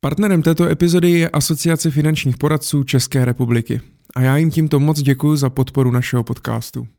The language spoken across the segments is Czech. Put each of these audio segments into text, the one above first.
Partnerem této epizody je Asociace finančních poradců České republiky. A já jim tímto moc děkuji za podporu našeho podcastu.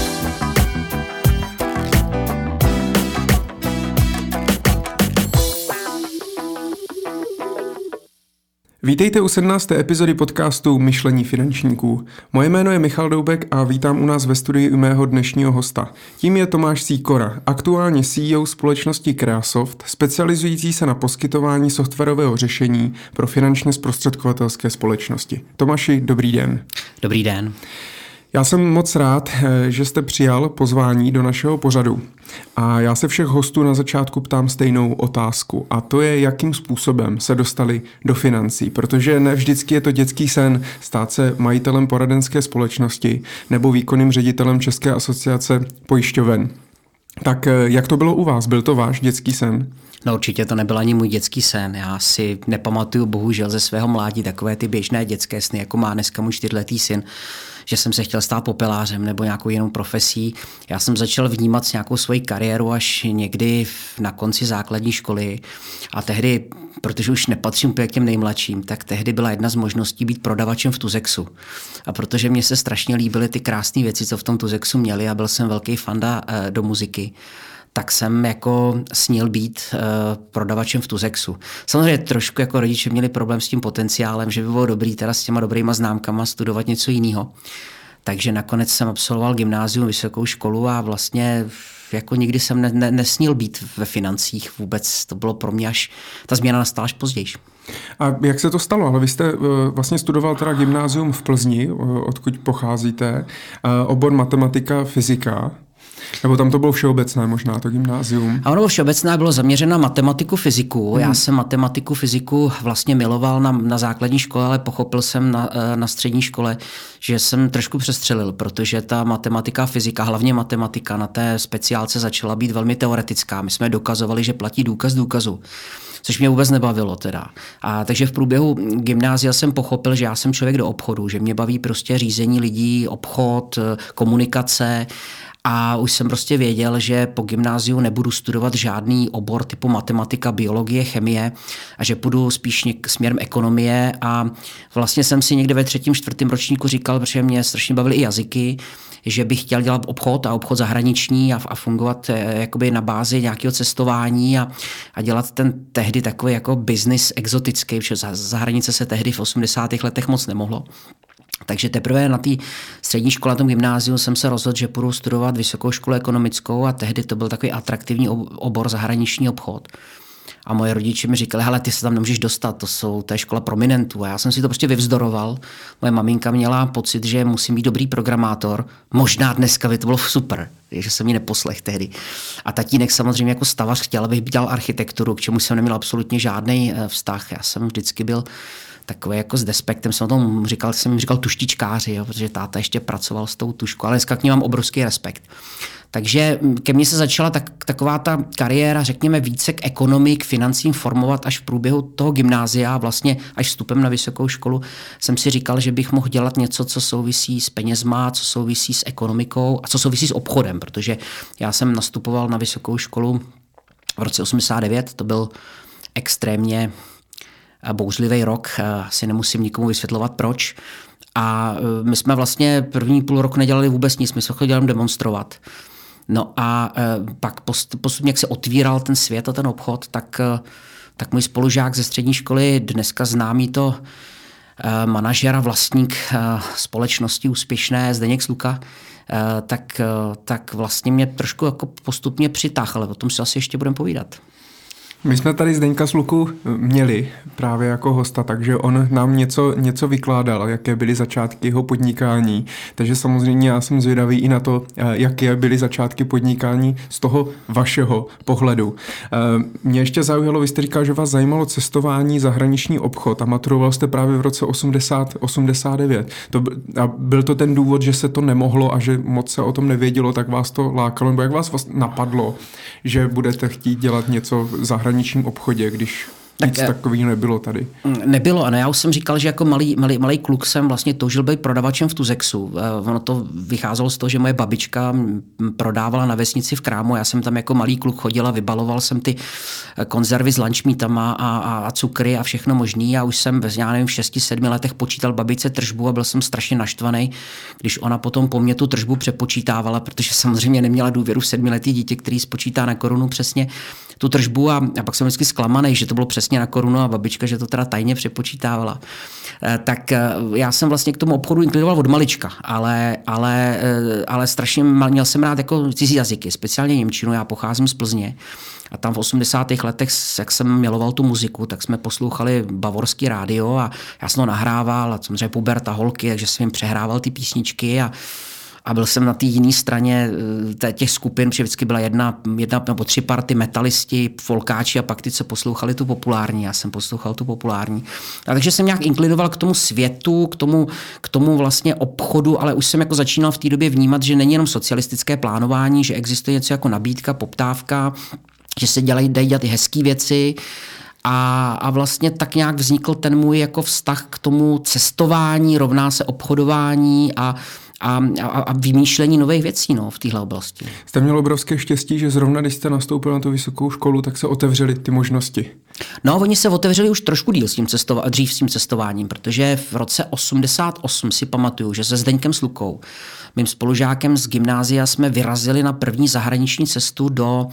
Vítejte u 17. epizody podcastu Myšlení finančníků. Moje jméno je Michal Doubek a vítám u nás ve studii u mého dnešního hosta. Tím je Tomáš Sýkora, aktuálně CEO společnosti Kreasoft, specializující se na poskytování softwarového řešení pro finančně zprostředkovatelské společnosti. Tomáši, dobrý den. Dobrý den. Já jsem moc rád, že jste přijal pozvání do našeho pořadu. A já se všech hostů na začátku ptám stejnou otázku. A to je, jakým způsobem se dostali do financí. Protože ne vždycky je to dětský sen stát se majitelem poradenské společnosti nebo výkonným ředitelem České asociace pojišťoven. Tak jak to bylo u vás? Byl to váš dětský sen? No určitě to nebyl ani můj dětský sen. Já si nepamatuju bohužel ze svého mládí takové ty běžné dětské sny, jako má dneska můj 4letý syn, že jsem se chtěl stát popelářem nebo nějakou jinou profesí. Já jsem začal vnímat nějakou svoji kariéru až někdy na konci základní školy a tehdy, protože už nepatřím úplně k těm nejmladším, tak tehdy byla jedna z možností být prodavačem v Tuzexu. A protože mě se strašně líbily ty krásné věci, co v tom Tuzexu měli a byl jsem velký fanda do muziky, tak jsem jako snil být prodavačem v Tuzexu. Samozřejmě trošku jako rodiče měli problém s tím potenciálem, že by bylo dobrý teda s těma dobrýma známkama studovat něco jiného. Takže nakonec jsem absolvoval gymnázium, vysokou školu a vlastně jako nikdy jsem nesnil být ve financích vůbec. To bylo pro mě až, ta změna nastala až později. A jak se to stalo? Ale vy jste vlastně studoval teda gymnázium v Plzni, odkud pocházíte, obor matematika, fyzika. Nebo tam to bylo všeobecné možná, to gymnázium? A ono bylo všeobecné, bylo zaměřeno na matematiku, fyziku. Já jsem matematiku, fyziku vlastně miloval na základní škole, ale pochopil jsem na střední škole, že jsem trošku přestřelil, protože ta matematika, fyzika, hlavně matematika na té speciálce začala být velmi teoretická. My jsme dokazovali, že platí důkaz důkazu, což mě vůbec nebavilo teda. A takže v průběhu gymnázia jsem pochopil, že já jsem člověk do obchodu, že mě baví prostě řízení lidí, obchod, komunikace. A už jsem prostě věděl, že po gymnáziu nebudu studovat žádný obor typu matematika, biologie, chemie a že půjdu spíš směrem ekonomie a vlastně jsem si někde ve 3., 4. ročníku říkal, protože mě strašně bavily i jazyky, že bych chtěl dělat obchod a obchod zahraniční a fungovat jakoby na bázi nějakého cestování a dělat ten tehdy takový jako biznis exotický, protože za hranice se tehdy v 80. letech moc nemohlo. Takže teprve na té střední škole, na tom gymnáziu jsem se rozhodl, že půjdu studovat vysokou školu ekonomickou a tehdy to byl takový atraktivní obor zahraniční obchod. A moje rodiče mi říkali, hele, ty se tam nemůžeš dostat, to je škola prominentů. A já jsem si to prostě vyvzdoroval. Moje maminka měla pocit, že musím být dobrý programátor. Možná dneska by to bylo super, že jsem ji neposlech tehdy. A tatínek samozřejmě jako stavař chtěl, abych dělal architekturu, k čemu jsem neměl absolutně žádný vztah. Já jsem vždycky byl takový jako s despektem, jsem jim říkal tuštičkáři, jo, protože táta ještě pracoval s tou tuškou, ale dneska k ní mám obrovský respekt. Takže ke mně se začala taková ta kariéra, řekněme, více k ekonomii, k financím formovat až v průběhu toho gymnázia a vlastně až vstupem na vysokou školu jsem si říkal, že bych mohl dělat něco, co souvisí s penězma, co souvisí s ekonomikou a co souvisí s obchodem, protože já jsem nastupoval na vysokou školu v roce 89, to byl extrémně bouřlivý rok, asi nemusím nikomu vysvětlovat proč. A my jsme vlastně první půl roku nedělali vůbec nic, my jsme chodili demonstrovat. No a pak postupně, jak se otvíral ten svět a ten obchod, tak můj spolužák ze střední školy, dneska známý to manažer a vlastník společnosti úspěšné Zdeněk Sluka, tak vlastně mě trošku jako postupně přitáhl, ale o tom si asi ještě budeme povídat. My jsme tady Zdeňka Sluku měli právě jako hosta, takže on nám něco vykládal, jaké byly začátky jeho podnikání. Takže samozřejmě já jsem zvědavý i na to, jaké byly začátky podnikání z toho vašeho pohledu. Mě ještě zaujalo, vy jste říkal, že vás zajímalo cestování, zahraniční obchod a maturoval jste právě v roce 89. A byl to ten důvod, že se to nemohlo a že moc se o tom nevědělo, tak vás to lákalo, nebo jak vás napadlo, že budete chtít dělat něco v zahraničním obchodě, když Nic takového nebylo tady. Nebylo, ano. Já už jsem říkal, že jako malý kluk jsem vlastně toužil být prodavačem v Tuzexu. Ono to vycházelo z toho, že moje babička prodávala na vesnici v krámu. Já jsem tam jako malý kluk chodil a vybaloval jsem ty konzervy s lunchmeatama a cukry a všechno možný. A už jsem v 6-7 letech počítal babičce tržbu a byl jsem strašně naštvaný, když ona potom po mně tu tržbu přepočítávala, protože samozřejmě neměla důvěru v 7letý dítě, který spočítá na korunu přesně tu tržbu a pak jsem vždycky zklamaný, že to bylo přesně na korunu a babička, že to teda tajně přepočítávala. Tak já jsem vlastně k tomu obchodu inklinoval od malička, ale strašně měl jsem rád jako cizí jazyky, speciálně němčinu, já pocházím z Plzně a tam v 80. letech, jak jsem miloval tu muziku, tak jsme poslouchali bavorský rádio a já jsem ho nahrával a samozřejmě puberta, holky, takže jsem jim přehrával ty písničky a byl jsem na té jiné straně těch skupin, protože vždycky byla jedna nebo 3 party metalisti, folkáči a pak ty, co poslouchali tu populární. Já jsem poslouchal tu populární. A takže jsem nějak inklinoval k tomu světu, k tomu vlastně obchodu, ale už jsem jako začínal v té době vnímat, že není jenom socialistické plánování, že existuje něco jako nabídka, poptávka, že se dají dělat i hezký věci. A vlastně tak nějak vznikl ten můj jako vztah k tomu cestování, rovná se obchodování a vymýšlení nových věcí v téhle oblasti. Jste měl obrovské štěstí, že zrovna když jste nastoupil na tu vysokou školu, tak se otevřely ty možnosti. No, oni se otevřeli už trošku dřív s tím cestováním, protože v roce 88 si pamatuju, že se Zdeňkem Slukou, mým spolužákem z gymnázia, jsme vyrazili na první zahraniční cestu do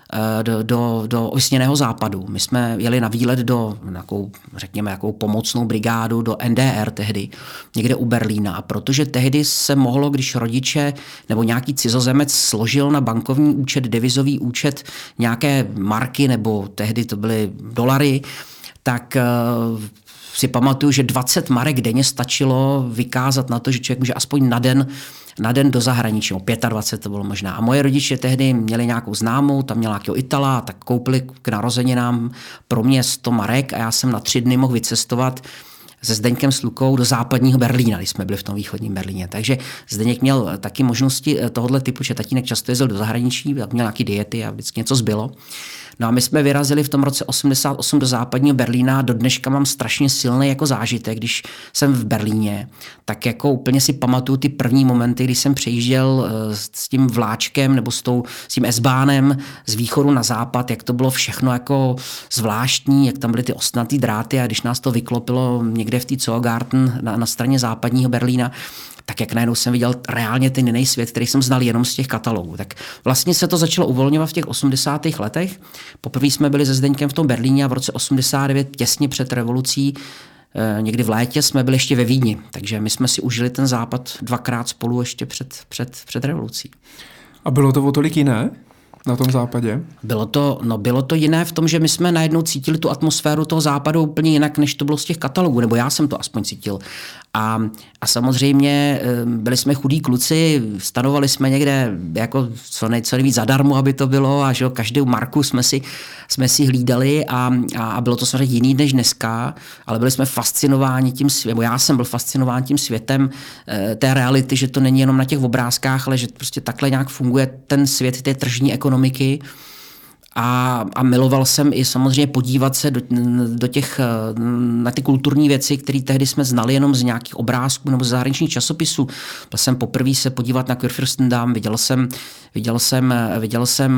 vysněného západu. My jsme jeli na výlet do nějakou pomocnou brigádu do NDR tehdy, někde u Berlína. A protože tehdy se mohlo, když rodiče nebo nějaký cizozemec složil na bankovní účet, devizový účet nějaké marky, nebo tehdy to byly dolary, tak si pamatuju, že 20 marek denně stačilo vykázat na to, že člověk může aspoň na den do zahraničí, 25 to bylo možná. A moje rodiče tehdy měli nějakou známou, tam měla nějakého Itala, tak koupili k narozeninám pro mě 100 marek a já jsem na 3 dny mohl vycestovat se Zdeňkem Slukou do západního Berlína, když jsme byli v tom východním Berlíně. Takže Zdeněk měl taky možnosti tohohle typu, že tatínek často jezdil do zahraničí, tak měl nějaký diety a vždycky něco zbylo. No a my jsme vyrazili v tom roce 88 do západního Berlína. Do dneška mám strašně silný jako zážitek, když jsem v Berlíně, tak jako úplně si pamatuju ty první momenty, kdy jsem přejížděl s tím vláčkem nebo s tím S-bánem z východu na západ, jak to bylo všechno jako zvláštní, jak tam byly ty ostnatý dráty a když nás to vyklopilo někde v té Zoogarten na straně západního Berlína, tak jak najednou jsem viděl reálně ten jiný svět, který jsem znal jenom z těch katalogů. Tak vlastně se to začalo uvolňovat v těch 80. letech. Poprvé jsme byli se Zdeňkem v tom Berlíně a v roce 89, těsně před revolucí, někdy v létě, jsme byli ještě ve Vídni. Takže my jsme si užili ten západ 2krát spolu ještě před revolucí. A bylo to o tolik jiné na tom západě? Bylo to jiné v tom, že my jsme najednou cítili tu atmosféru toho západu úplně jinak, než to bylo z těch katalogů, nebo já jsem to aspoň cítil. A samozřejmě byli jsme chudí kluci, stanovali jsme někde jako co nejvíc zadarmo, aby to bylo a že každou marku jsme si hlídali a bylo to samozřejmě jiný než dneska, ale byli jsme fascinováni tím světem, já jsem byl fascinován tím světem té reality, že to není jenom na těch obrázkách, ale že prostě takhle nějak funguje ten svět té tržní ekonomiky. A miloval jsem i samozřejmě podívat se na ty kulturní věci, které tehdy jsme znali jenom z nějakých obrázků nebo z zahraničních časopisů. Byl jsem poprvé se podívat na Kurfürstendamm, viděl jsem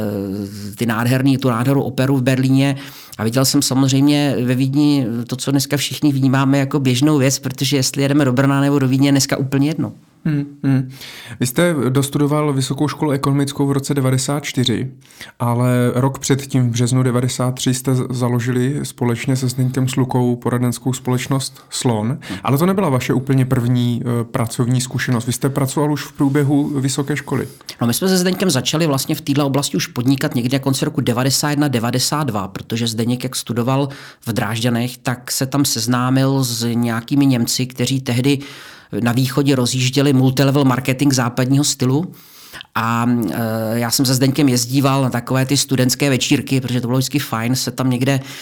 tu nádhernou operu v Berlíně a viděl jsem samozřejmě ve Vídni to, co dneska všichni vnímáme jako běžnou věc, protože jestli jedeme do Brna nebo do Vídně, je dneska úplně jedno. Vy jste dostudoval vysokou školu ekonomickou v roce 94, ale rok předtím v březnu 93 jste založili společně se Zdeňkem Slukou poradenskou společnost Slon, ale to nebyla vaše úplně první pracovní zkušenost. Vy jste pracoval už v průběhu vysoké školy. No, my jsme se Zdeňkem začali vlastně v této oblasti už podnikat někdy na konci roku 91-92, protože Zdeněk, jak studoval v Drážďanech, tak se tam seznámil s nějakými Němci, kteří tehdy na východě rozjížděli multilevel marketing západního stylu a já jsem se Zdeňkem jezdíval na takové ty studentské večírky, protože to bylo vždycky fajn se tam někde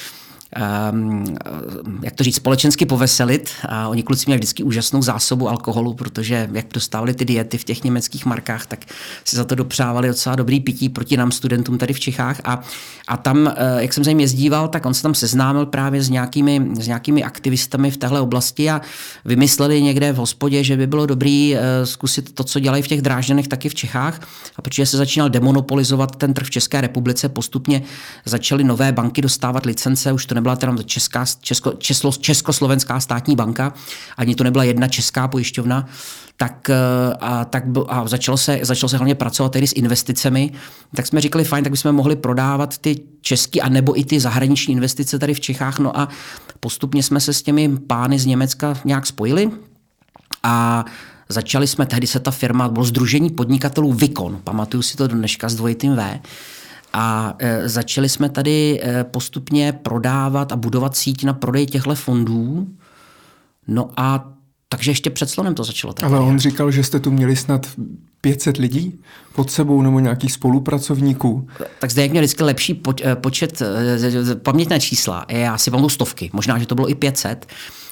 jak to říct, společensky poveselit. A oni kluci měli vždycky úžasnou zásobu alkoholu, protože jak dostávali ty diety v těch německých markách, tak si za to dopřávali docela dobrý pití proti nám studentům tady v Čechách. A tam, jak jsem se jim jezdíval, tak on se tam seznámil právě s nějakými aktivistami v téhle oblasti a vymysleli někde v hospodě, že by bylo dobrý zkusit to, co dělají v těch Drážďanech, taky v Čechách. A protože se začínal demonopolizovat ten trh v České republice, postupně začaly nové banky dostávat licence, už to nebyla teda Československá státní banka, ani to nebyla jedna česká pojišťovna, tak začalo se hlavně pracovat tedy s investicemi, tak jsme říkali, fajn, tak bychom mohli prodávat ty české a nebo i ty zahraniční investice tady v Čechách, no a postupně jsme se s těmi pány z Německa nějak spojili a začali jsme, tehdy se ta firma, bylo Sdružení podnikatelů Vikon, pamatuju si to do dneška s dvojitým V, a začali jsme tady postupně prodávat a budovat síť na prodej těchto fondů. No a takže ještě před slonem to začalo. Ale on říkal, že jste tu měli snad 500 lidí pod sebou nebo nějakých spolupracovníků. Tak zde jak měl vždycky lepší počet, pamětné čísla. Já si pamatuju stovky, možná, že to bylo i 500.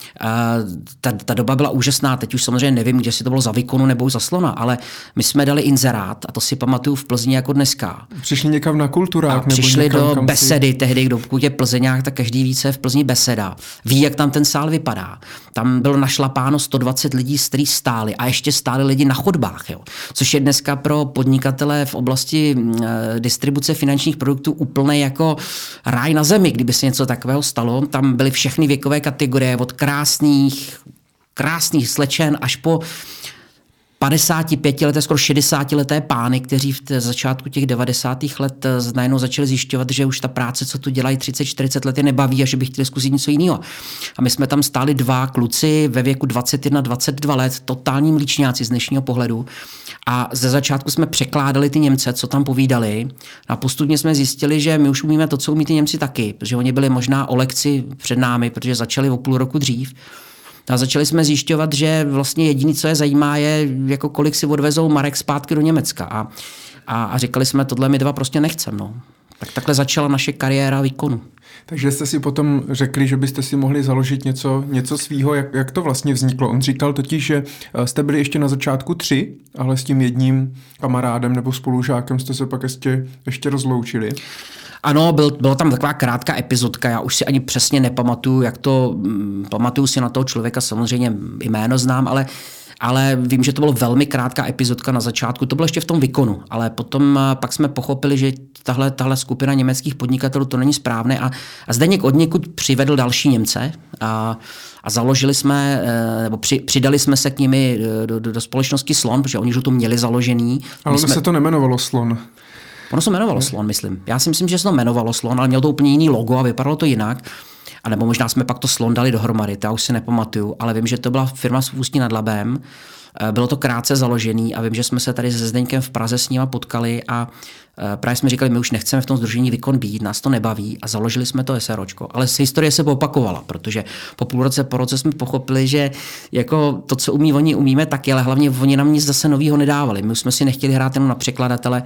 Ta doba byla úžasná, teď už samozřejmě nevím, kde si to bylo za Vikonu nebo za Slona, ale my jsme dali inzerát a to si pamatuju v Plzni jako dneska. Přišli někam na kulturák? A přišli do Besedy tehdy, pokud je Plzeňák, tak každý ví, co je v Plzni Beseda. Ví, jak tam ten sál vypadá. Tam bylo našlapáno 120 lidí, kteří stáli a ještě stáli lidi na chodbách, jo. Což je dneska pro podnikatele v oblasti distribuce finančních produktů úplně jako ráj na zemi, kdyby se něco takového stalo. Tam byly všechny věkové kategorie od krásných slečen až po 55 leté, skoro 60 leté pány, kteří v začátku těch 90. let najednou začali zjišťovat, že už ta práce, co tu dělají 30-40 let, je nebaví a že by chtěli zkusit něco jiného. A my jsme tam stáli dva kluci ve věku 21-22 let, totální mlíčňáci z dnešního pohledu. A ze začátku jsme překládali ty Němce, co tam povídali. A postupně jsme zjistili, že my už umíme to, co umí ty Němci taky, protože oni byli možná o lekci před námi, protože začali o půl roku dřív. A začali jsme zjišťovat, že vlastně jediné, co je zajímá, je, jako kolik si odvezou marek zpátky do Německa. A říkali jsme, tohle my dva prostě nechceme. No. Tak takhle začala naše kariéra Vikonu. Takže jste si potom řekli, že byste si mohli založit něco svýho. Jak to vlastně vzniklo? On říkal totiž, že jste byli ještě na začátku 3, ale s tím jedním kamarádem nebo spolužákem jste se pak ještě rozloučili. Ano, byla tam taková krátká epizodka, já už si ani přesně nepamatuju, pamatuju si na toho člověka, samozřejmě jméno znám, ale vím, že to byla velmi krátká epizodka na začátku, to bylo ještě v tom Vikonu, ale potom pak jsme pochopili, že tahle skupina německých podnikatelů to není správné a Zdeněk odněkud přivedl další Němce a založili jsme, nebo přidali jsme se k nimi do společnosti Slon, protože oni už to měli založený. Ale se to nemenovalo Slon. Ono se jmenovalo Slon, myslím. Já si myslím, že se to jmenovalo Slon, ale mělo to úplně jiný logo a vypadalo to jinak. A nebo možná jsme pak to Slon dali dohromady, to já už si nepamatuju, ale vím, že to byla firma s Ústí nad Labem. Bylo to krátce založený a vím, že jsme se tady se Zdeňkem v Praze s nima potkali a právě jsme říkali, my už nechceme v tom sdružení Vikon být, nás to nebaví a založili jsme to SROčko. Ale historie se opakovala, protože po roce jsme pochopili, že jako to, co oni umíme taky, ale hlavně oni nám nic zase nového nedávali. My už jsme si nechtěli hrát jenom na překladatele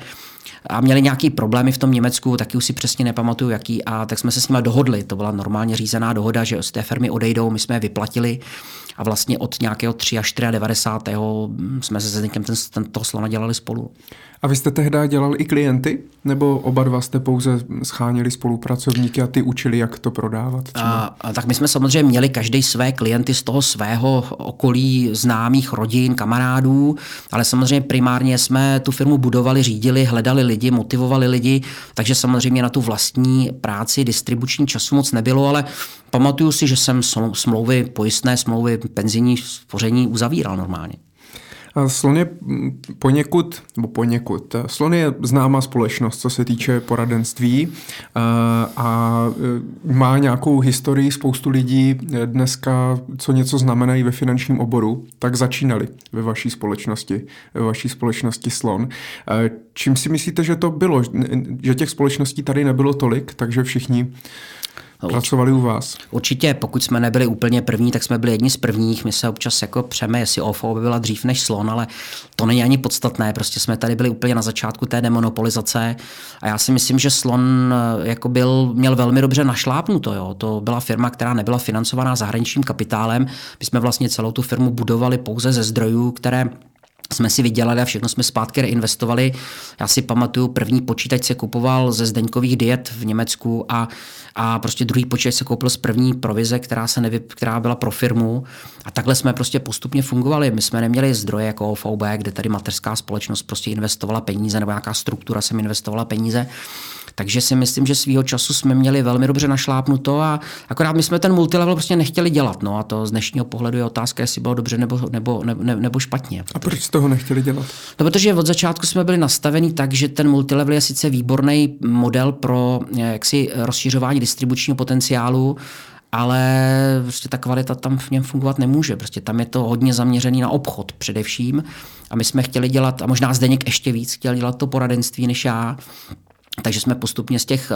a měli nějaký problémy v tom Německu, taky už si přesně nepamatuju jaký, a tak jsme se s nimi dohodli. To byla normálně řízená dohoda, že z té firmy odejdou, my jsme je vyplatili a vlastně od nějakého 3 až 94. jsme se Zdeňkem toho Slona dělali spolu. A vy jste tehdy dělal i klienty? Nebo oba dva jste pouze schánili spolupracovníky a ty učili, jak to prodávat? Tak my jsme samozřejmě měli každý své klienty z toho svého okolí, známých, rodin, kamarádů, ale samozřejmě primárně jsme tu firmu budovali, řídili, hledali lidi, motivovali lidi, takže samozřejmě na tu vlastní práci distribuční času moc nebylo, ale pamatuju si, že jsem smlouvy, pojistné smlouvy, penzijní spoření uzavíral normálně. Slon je poněkud, Slon je známá společnost, co se týče poradenství a má nějakou historii, spoustu lidí dneska, co něco znamenají ve finančním oboru, tak začínali ve vaší společnosti Slon. Čím si myslíte, že to bylo? Že těch společností tady nebylo tolik, takže všichni pracovali u vás? Určitě, pokud jsme nebyli úplně první, tak jsme byli jedni z prvních. My se občas jako přeme, jestli OFO by byla dřív než Slon, ale to není ani podstatné. Prostě jsme tady byli úplně na začátku té demonopolizace a já si myslím, že Slon jako měl velmi dobře našlápnuto. Jo. To byla firma, která nebyla financovaná zahraničním kapitálem. My jsme vlastně celou tu firmu budovali pouze ze zdrojů, které jsme si vydělali a všechno jsme zpátky reinvestovali. Já si pamatuju, první počítač se kupoval ze Zdeňkových diet v Německu a prostě druhý počítač se koupil z první provize, která byla pro firmu. A takhle jsme prostě postupně fungovali. My jsme neměli zdroje jako OVB, kde tady mateřská společnost prostě investovala peníze nebo nějaká struktura sem investovala peníze. Takže si myslím, že svýho času jsme měli velmi dobře našlápnuto a akorát my jsme ten multilevel prostě nechtěli dělat. No a to z dnešního pohledu je otázka, jestli bylo dobře nebo špatně. A proč z toho nechtěli dělat? No, protože od začátku jsme byli nastavení tak, že ten multilevel je sice výborný model pro jaksi rozšiřování distribučního potenciálu, ale prostě ta kvalita tam v něm fungovat nemůže. Prostě tam je to hodně zaměřený na obchod především a my jsme chtěli dělat, a možná Zdeněk ještě víc chtěl dělat to poradenství než já. Takže jsme postupně z těch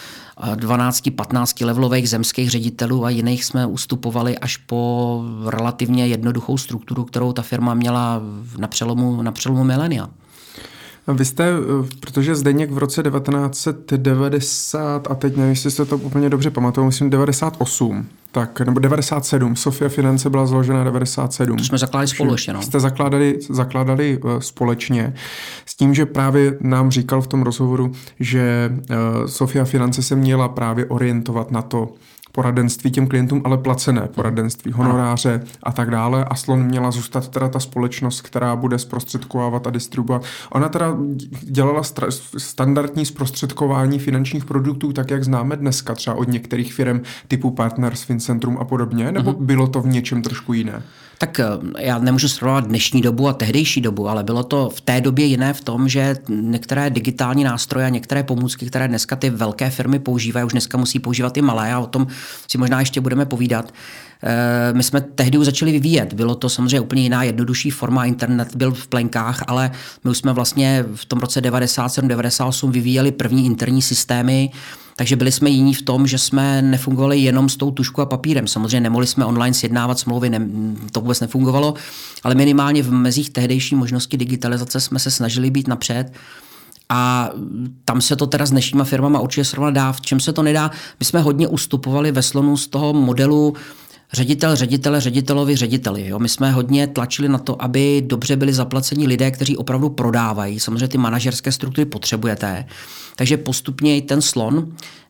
12-15 levelových zemských ředitelů a jiných jsme ustupovali až po relativně jednoduchou strukturu, kterou ta firma měla na přelomu milénia. Vy jste, protože Zdeněk v roce 1990, a teď nevím, jestli jste to úplně dobře pamatuju, myslím 98, tak, nebo 97, Sofia Finance byla založena 97. To jsme zakládali spolu ještě, no. Jste zakládali společně s tím, že právě nám říkal v tom rozhovoru, že Sofia Finance se měla právě orientovat na to poradenství těm klientům, ale placené poradenství, honoráře a tak dále. A Slon měla zůstat teda ta společnost, která bude zprostředkovávat a distribuovat. Ona teda dělala standardní zprostředkování finančních produktů, tak jak známe dneska třeba od některých firm typu Partners, Fincentrum a podobně, nebo bylo to v něčem trošku jiné? Tak já nemůžu srovnat dnešní dobu a tehdejší dobu, ale bylo to v té době jiné v tom, že některé digitální nástroje a některé pomůcky, které dneska ty velké firmy používají, už dneska musí používat i malé a o tom si možná ještě budeme povídat. My jsme tehdy už začali vyvíjet. Bylo to samozřejmě úplně jiná, jednodušší forma, internet byl v plenkách, ale my už jsme vlastně v tom roce 97-98 vyvíjeli první interní systémy, takže byli jsme jiní v tom, že jsme nefungovali jenom s tou tužkou a papírem. Samozřejmě nemohli jsme online sjednávat smlouvy, to vůbec nefungovalo, ale minimálně v mezích tehdejší možnosti digitalizace jsme se snažili být napřed. A tam se to teda s dnešníma firmama určitě srovnat dá. V čem se to nedá? My jsme hodně ustupovali ve Slonu z toho modelu řediteli. Jo. My jsme hodně tlačili na to, aby dobře byli zaplaceni lidé, kteří opravdu prodávají. Samozřejmě ty manažerské struktury potřebujete. Takže postupně i ten Slon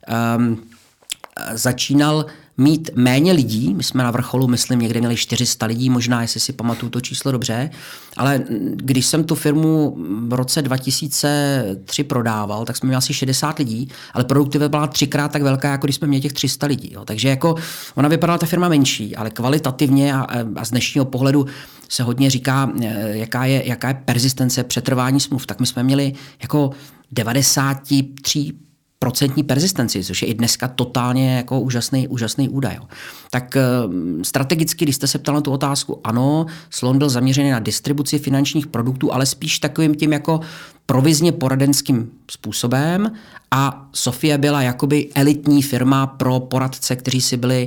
začínal mít méně lidí. My jsme na vrcholu, myslím, někde měli 400 lidí, možná, jestli si pamatuju to číslo dobře, ale když jsem tu firmu v roce 2003 prodával, tak jsme měli asi 60 lidí, ale produktivita byla 3x tak velká, jako když jsme měli těch 300 lidí. Jo. Takže jako ona vypadala ta firma menší, ale kvalitativně a z dnešního pohledu se hodně říká, jaká je perzistence, přetrvání smluv. Tak my jsme měli jako 93% persistenci, což je i dneska totálně jako úžasný údaj. Tak strategicky, když jste se ptal na tu otázku, ano, Slon byl zaměřený na distribuci finančních produktů, ale spíš takovým tím jako provizně poradenským způsobem a Sofie byla jakoby elitní firma pro poradce, kteří si byli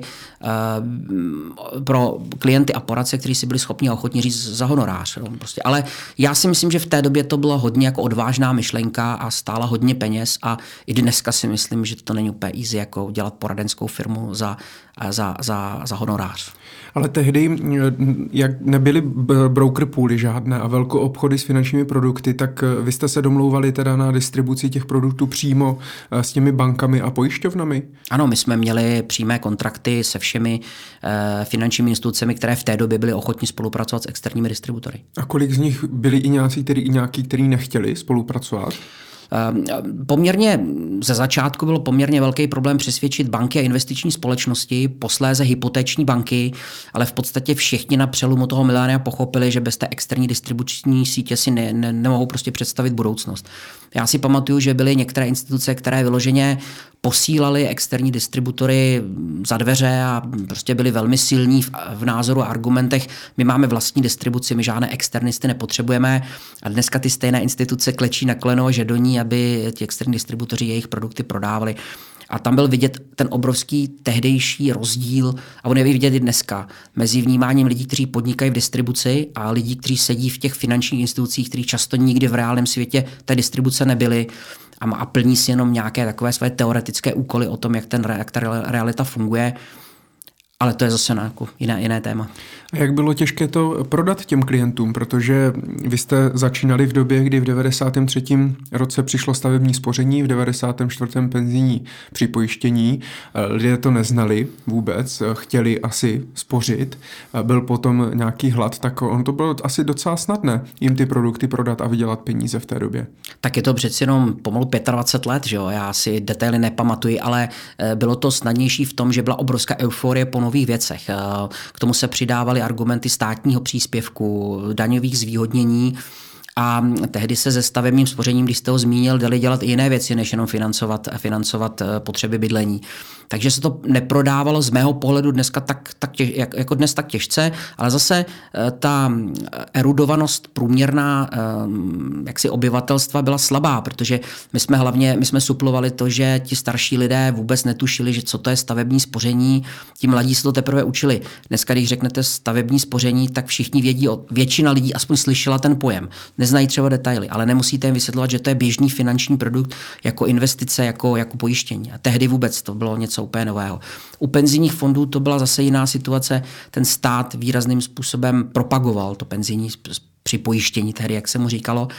pro klienty a poradce, kteří si byli schopni a ochotni říct za honorář. Prostě. Ale já si myslím, že v té době to byla hodně jako odvážná myšlenka a stála hodně peněz a i dneska si myslím, že to není úplně easy jako dělat poradenskou firmu za honorář. Ale tehdy, jak nebyly broker pooly žádné a velkou obchody s finančními produkty, tak vy jste se domlouvali teda na distribuci těch produktů přímo s těmi bankami a pojišťovnami? Ano, my jsme měli přímé kontrakty se všemi finančními institucemi, které v té době byly ochotní spolupracovat s externími distributory. A kolik z nich byli i nějaký, kteří nechtěli spolupracovat? Poměrně ze začátku bylo poměrně velký problém přesvědčit banky a investiční společnosti, posléze hypotéční banky, ale v podstatě všichni na přelomu toho milénia pochopili, že bez té externí distribuční sítě si nemohou prostě představit budoucnost. Já si pamatuju, že byly některé instituce, které vyloženě posílali externí distributory za dveře a prostě byli velmi silní v názoru a argumentech. My máme vlastní distribuci, my žádné externisty nepotřebujeme a dneska ty stejné instituce klečí na koleno a žedoní, aby ti externí distributoři jejich produkty prodávali. A tam byl vidět ten obrovský tehdejší rozdíl, a on je vidět i dneska, mezi vnímáním lidí, kteří podnikají v distribuci a lidí, kteří sedí v těch finančních institucích, kteří často nikdy v reálném světě té distribuce nebyli a plní si jenom nějaké takové své teoretické úkoly o tom, jak ta realita funguje. Ale to je zase jiné téma. A jak bylo těžké to prodat těm klientům, protože vy jste začínali v době, kdy v 93. roce přišlo stavební spoření, v 94. penzijní připojištění. Lidé to neznali vůbec, chtěli asi spořit. Byl potom nějaký hlad, tak on to bylo asi docela snadné jim ty produkty prodat a vydělat peníze v té době. Tak je to přeci jenom pomalu 25 let, že jo? Já si detaily nepamatuji, ale bylo to snadnější v tom, že byla obrovská euforie po nových věcech. K tomu se přidávaly argumenty státního příspěvku, daňových zvýhodnění a tehdy se se stavebním spořením, když jste ho zmínil, dali dělat i jiné věci, než jenom financovat potřeby bydlení. Takže se to neprodávalo z mého pohledu dneska jako dnes tak těžce, ale zase ta erudovanost průměrná jaksi obyvatelstva byla slabá, protože my jsme suplovali to, že ti starší lidé vůbec netušili, že co to je stavební spoření, ti mladí se to teprve učili. Dneska, když řeknete stavební spoření, tak všichni vědí, většina lidí aspoň slyšela ten pojem. Neznají třeba detaily, ale nemusíte jim vysvětlovat, že to je běžný finanční produkt jako investice, jako pojištění. A tehdy vůbec to bylo něco úplně nového. U penzijních fondů to byla zase jiná situace. Ten stát výrazným způsobem propagoval to penzijní připojištění tehdy, jak se mu říkalo.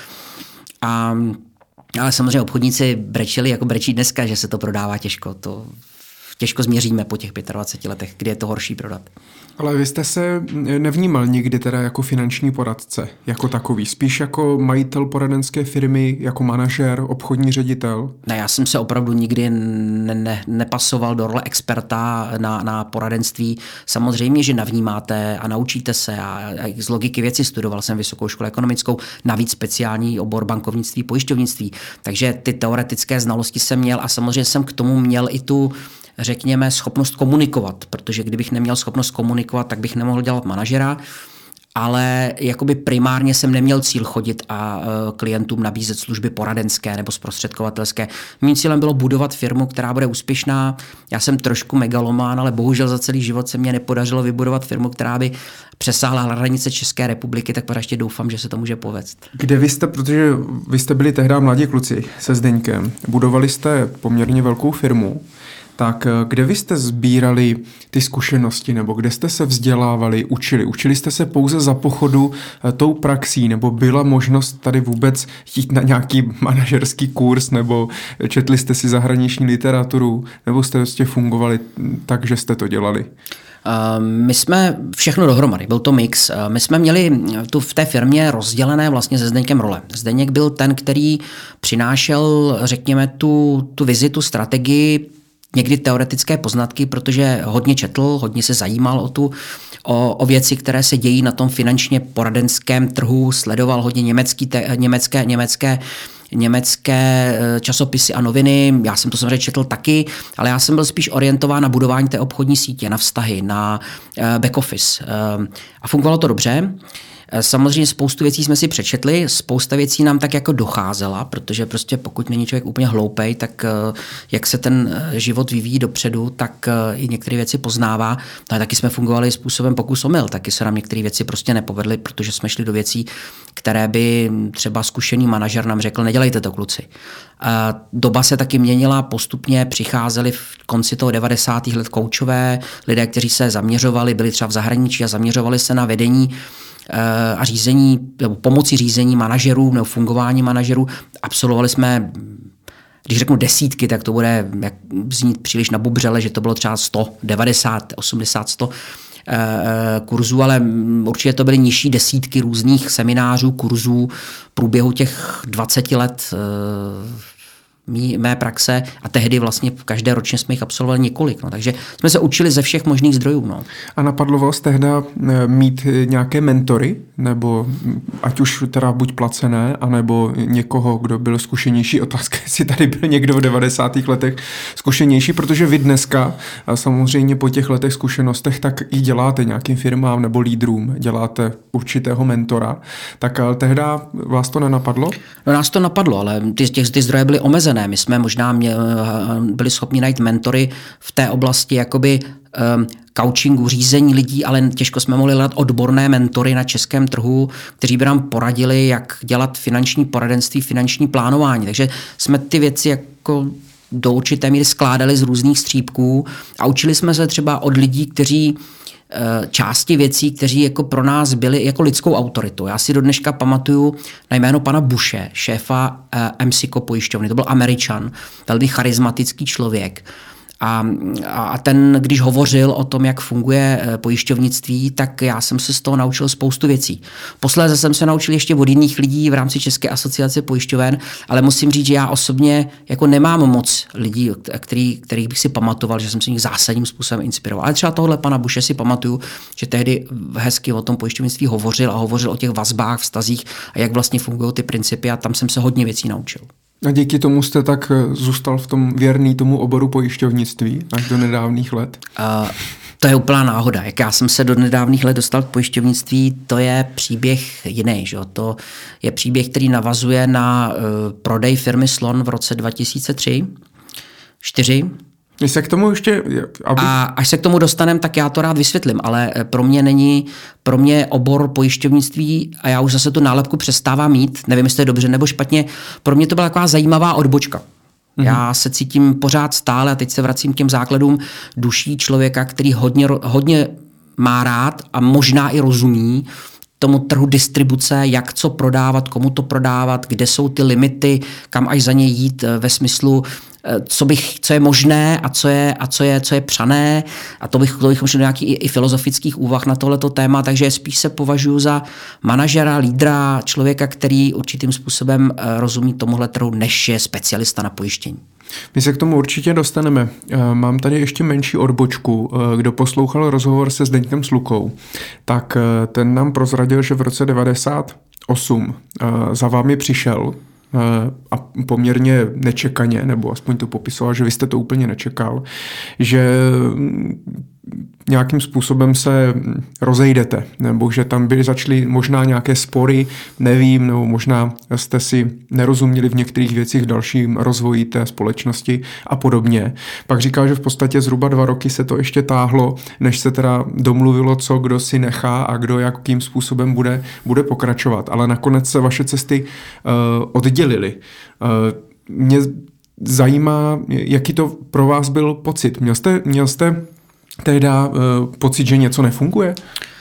Ale samozřejmě obchodníci brečeli, jako brečí dneska, že se to prodává těžko. To těžko změříme po těch 25 letech, kdy je to horší prodat. Ale vy jste se nevnímal nikdy teda jako finanční poradce, jako takový, spíš jako majitel poradenské firmy, jako manažer, obchodní ředitel? Ne, já jsem se opravdu nikdy nepasoval do role experta na poradenství. Samozřejmě, že navnímáte a naučíte se a z logiky věci studoval jsem vysokou školu ekonomickou, navíc speciální obor bankovnictví, pojišťovnictví. Takže ty teoretické znalosti jsem měl a samozřejmě jsem k tomu měl i tu, řekněme, schopnost komunikovat, protože kdybych neměl schopnost komunikovat, tak bych nemohl dělat manažera, ale jakoby primárně jsem neměl cíl chodit a klientům nabízet služby poradenské nebo zprostředkovatelské. Mým cílem bylo budovat firmu, která bude úspěšná. Já jsem trošku megalomán, ale bohužel za celý život se mě nepodařilo vybudovat firmu, která by přesáhla hranice České republiky, tak ještě doufám, že se to může povést. Kde vy jste, protože vy jste byli tehdy mladí kluci se Zdeňkem, budovali jste poměrně velkou firmu, tak kde vy jste sbírali ty zkušenosti, nebo kde jste se vzdělávali, učili? Učili jste se pouze za pochodu tou praxí, nebo byla možnost tady vůbec jít na nějaký manažerský kurz, nebo četli jste si zahraniční literaturu, nebo jste prostě fungovali tak, že jste to dělali? My jsme všechno dohromady, byl to mix. My jsme měli v té firmě rozdělené vlastně se Zdeňkem role. Zdeněk byl ten, který přinášel, řekněme, tu vizi, tu strategii, někdy teoretické poznatky, protože hodně četl, hodně se zajímal o věci, které se dějí na tom finančně poradenském trhu, sledoval hodně německé časopisy a noviny, já jsem to samozřejmě četl taky, ale já jsem byl spíš orientován na budování té obchodní sítě, na vztahy, na back office. A fungovalo to dobře. Samozřejmě spoustu věcí jsme si přečetli, spousta věcí nám tak jako docházela, protože prostě pokud není člověk úplně hloupej, tak jak se ten život vyvíjí dopředu, tak i některé věci poznává. No a taky jsme fungovali způsobem pokus omyl, taky se nám některé věci prostě nepovedly, protože jsme šli do věcí, které by třeba zkušený manažer nám řekl, nedělejte to, kluci. Doba se taky měnila, postupně přicházeli v konci toho 90. let koučové, lidé, kteří se zaměřovali, byli třeba v zahraničí a zaměřovali se na vedení a řízení, nebo pomoci řízení manažerů nebo fungování manažerů. Absolvovali jsme, když řeknu desítky, tak to bude znít příliš nabubřele, že to bylo třeba 100, 90, 80, 100 kurzů, ale určitě to byly nižší desítky různých seminářů, kurzů v průběhu těch 20 let mé praxe a tehdy vlastně každé ročně jsme jich absolvovali několik. No. Takže jsme se učili ze všech možných zdrojů. No. A napadlo vás tehda mít nějaké mentory, nebo ať už teda buď placené, anebo někoho, kdo byl zkušenější? Otázka, jestli tady byl někdo v 90. letech zkušenější, protože vy dneska samozřejmě po těch letech zkušenostech tak i děláte nějakým firmám nebo lídrům, děláte určitého mentora. Tak tehda vás to nenapadlo? No nás to napadlo, ale ty zdroje byly omezené. rozdělené. My jsme možná byli schopni najít mentory v té oblasti jakoby coachingu, řízení lidí, ale těžko jsme mohli hledat odborné mentory na českém trhu, kteří by nám poradili, jak dělat finanční poradenství, finanční plánování. Takže jsme ty věci jako do určité míry skládali z různých střípků a učili jsme se třeba od lidí, kteří části věcí, kteří jako pro nás byli jako lidskou autoritou. Já si do dneška pamatuju na jméno pana Bushe, šéfa MCCO pojišťovny. To byl Američan, velmi charismatický člověk. A ten, když hovořil o tom, jak funguje pojišťovnictví, tak já jsem se z toho naučil spoustu věcí. Posléze jsem se naučil ještě od jiných lidí v rámci České asociace pojišťoven, ale musím říct, že já osobně jako nemám moc lidí, kterých bych si pamatoval, že jsem se nich zásadním způsobem inspiroval. Ale třeba tohle pana Bushe si pamatuju, že tehdy hezky o tom pojišťovnictví hovořil o těch vazbách, vztazích a jak vlastně fungují ty principy a tam jsem se hodně věcí naučil. A díky tomu jste tak zůstal v tom věrný tomu oboru pojišťovnictví až do nedávných let? To je úplná náhoda. Jak já jsem se do nedávných let dostal k pojišťovnictví, to je příběh jiný. Že? To je příběh, který navazuje na prodej firmy Slon v roce 2003-2004. Když se k tomu ještě... A až se k tomu dostaneme, tak já to rád vysvětlím, ale pro mě obor pojišťovnictví, a já už zase tu nálepku přestávám mít, nevím, jestli to je dobře nebo špatně, pro mě to byla taková zajímavá odbočka. Já se cítím pořád stále, a teď se vracím k těm základům duší člověka, který hodně má rád a možná i rozumí tomu trhu distribuce, jak co prodávat, komu to prodávat, kde jsou ty limity, kam až za ně jít ve smyslu, co je možné a co je psané, a to bych možná nějaký i filozofických úvah na tohleto téma, takže spíš se považuji za manažera, lídra, člověka, který určitým způsobem rozumí tomuhle trhu, než je specialista na pojištění. My se k tomu určitě dostaneme. Mám tady ještě menší odbočku. Kdo poslouchal rozhovor se Zdeňkem Slukou, tak ten nám prozradil, že v roce 1998 za vámi přišel a poměrně nečekaně, nebo aspoň to popisoval, že vy jste to úplně nečekal, že nějakým způsobem se rozejdete, nebo že tam začaly možná nějaké spory, nevím, nebo možná jste si nerozuměli v některých věcích v dalším rozvoji té společnosti a podobně. Pak říkal, že v podstatě zhruba 2 roky se to ještě táhlo, než se teda domluvilo, co kdo si nechá a kdo jakým způsobem bude pokračovat. Ale nakonec se vaše cesty oddělily. Mě zajímá, jaký to pro vás byl pocit. Měl jste tehda pocit, že něco nefunguje?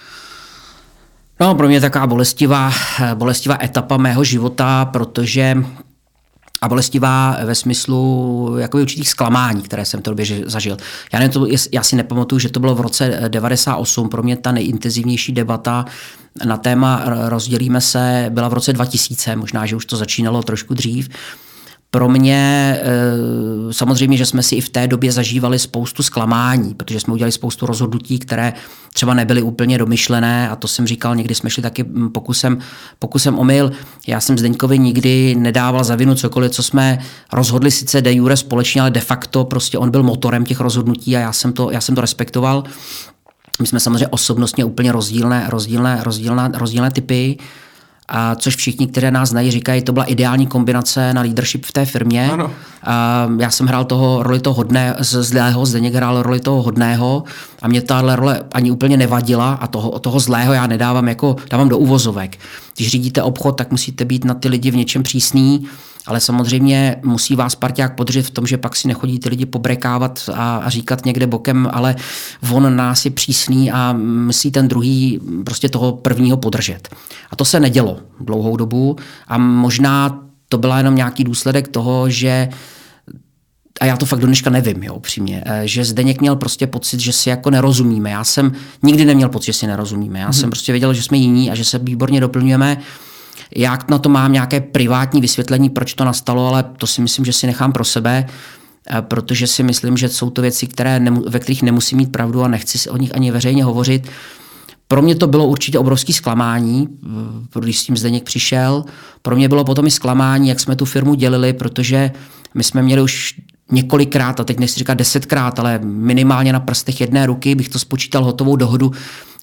No, pro mě taková bolestivá etapa mého života, protože a bolestivá ve smyslu jakoby určitých zklamání, které jsem v té době zažil. Já si nepamatuju, že to bylo v roce 1998. Pro mě ta nejintenzivnější debata na téma rozdělíme se byla v roce 2000, možná, že už to začínalo trošku dřív. Pro mě samozřejmě, že jsme si i v té době zažívali spoustu zklamání, protože jsme udělali spoustu rozhodnutí, které třeba nebyly úplně domyšlené, a to jsem říkal, někdy jsme šli taky pokusem omyl. Já jsem Zdeňkovi nikdy nedával za vinu cokoliv, co jsme rozhodli sice de jure společně, ale de facto prostě on byl motorem těch rozhodnutí a já jsem to respektoval. My jsme samozřejmě osobnostně úplně rozdílné typy, a což všichni, kteří nás znají, říkají, to byla ideální kombinace na leadership v té firmě. Ano. Já jsem hrál roli toho hodného, zlého, Zdeněk hrál roli toho hodného a mě tahle role ani úplně nevadila a toho zlého já dávám do uvozovek. Když řídíte obchod, tak musíte být na ty lidi v něčem přísný, ale samozřejmě musí vás parťák podržet v tom, že pak si nechodí ty lidi pobrekávat a říkat někde bokem, ale on nás je přísný a musí ten druhý prostě toho prvního podržet. A to se nedělo dlouhou dobu a možná to byla jenom nějaký důsledek toho, že, a já to fakt do dneška nevím, upřímně, že Zdeněk měl prostě pocit, že si jako nerozumíme. Já jsem nikdy neměl pocit, že si nerozumíme. Já jsem prostě věděl, že jsme jiní a že se výborně doplňujeme. Já na to mám nějaké privátní vysvětlení, proč to nastalo, ale to si myslím, že si nechám pro sebe, protože si myslím, že jsou to věci, ve kterých nemusím mít pravdu a nechci o nich ani veřejně hovořit. Pro mě to bylo určitě obrovský zklamání, když s tím Zdeněk přišel. Pro mě bylo potom i zklamání, jak jsme tu firmu dělili, protože my jsme měli už několikrát, a teď nechci říkat 10krát, ale minimálně na prstech jedné ruky bych to spočítal hotovou dohodu,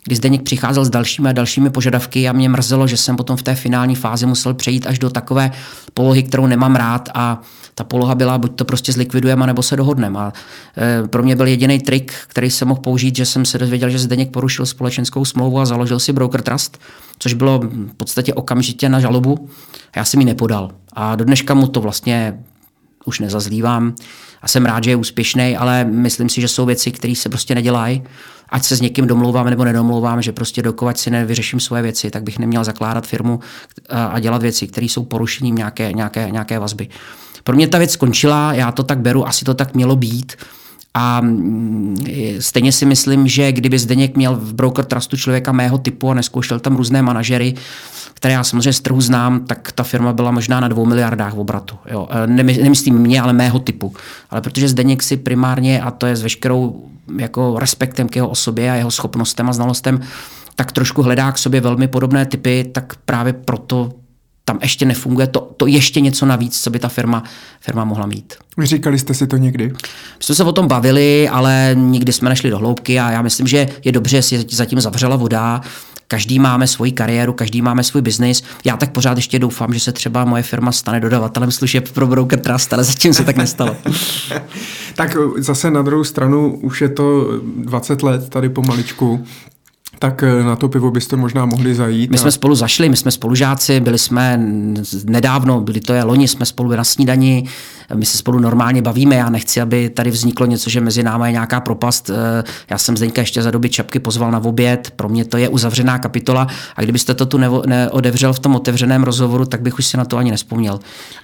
kdy Zdeněk přicházel s dalšími a dalšími požadavky a mě mrzelo, že jsem potom v té finální fázi musel přejít až do takové polohy, kterou nemám rád, a ta poloha byla, buď to prostě zlikvidujeme, nebo se dohodneme. A pro mě byl jediný trik, který jsem mohl použít, že jsem se dozvěděl, že Zdeněk porušil společenskou smlouvu a založil si broker trust, což bylo v podstatě okamžitě na žalobu. A já jsem ji nepodal. A do dneška mu to vlastně už nezazlívám a jsem rád, že je úspěšný, ale myslím si, že jsou věci, které se prostě nedělají. Ať se s někým domlouvám nebo nedomlouvám, že prostě dokud si nevyřeším svoje věci, tak bych neměl zakládat firmu a dělat věci, které jsou porušením nějaké vazby. Pro mě ta věc skončila, já to tak beru, asi to tak mělo být. A stejně si myslím, že kdyby Zdeněk měl v broker trustu člověka mého typu a neskoušel tam různé manažery, které já samozřejmě z trhu znám, tak ta firma byla možná na 2 miliardách v obratu. Jo. Nemyslím mě, ale mého typu. Ale protože Zdeněk si primárně, a to je s veškerou jako respektem k jeho osobě a jeho schopnostem a znalostem, tak trošku hledá k sobě velmi podobné typy, tak právě proto tam ještě nefunguje to ještě něco navíc, co by ta firma mohla mít. Říkali jste si to někdy? My jsme se o tom bavili, ale nikdy jsme nešli do hloubky a já myslím, že je dobře, že si zatím zavřela voda. Každý máme svoji kariéru, každý máme svůj biznis. Já tak pořád ještě doufám, že se třeba moje firma stane dodavatelem služeb pro broker trust, ale zatím se tak nestalo. Tak zase na druhou stranu už je to 20 let tady pomaličku. Tak na to pivo byste možná mohli zajít. My jsme spolu zašli, my jsme spolužáci, byli jsme nedávno, loni jsme spolu na snídani, my se spolu normálně bavíme, já nechci, aby tady vzniklo něco, že mezi námi je nějaká propast. Já jsem Zdeňka ještě za doby Čapky pozval na oběd, pro mě to je uzavřená kapitola a kdybyste to tu neodevřel v tom otevřeném rozhovoru, tak bych už si na to ani nevzpomněl.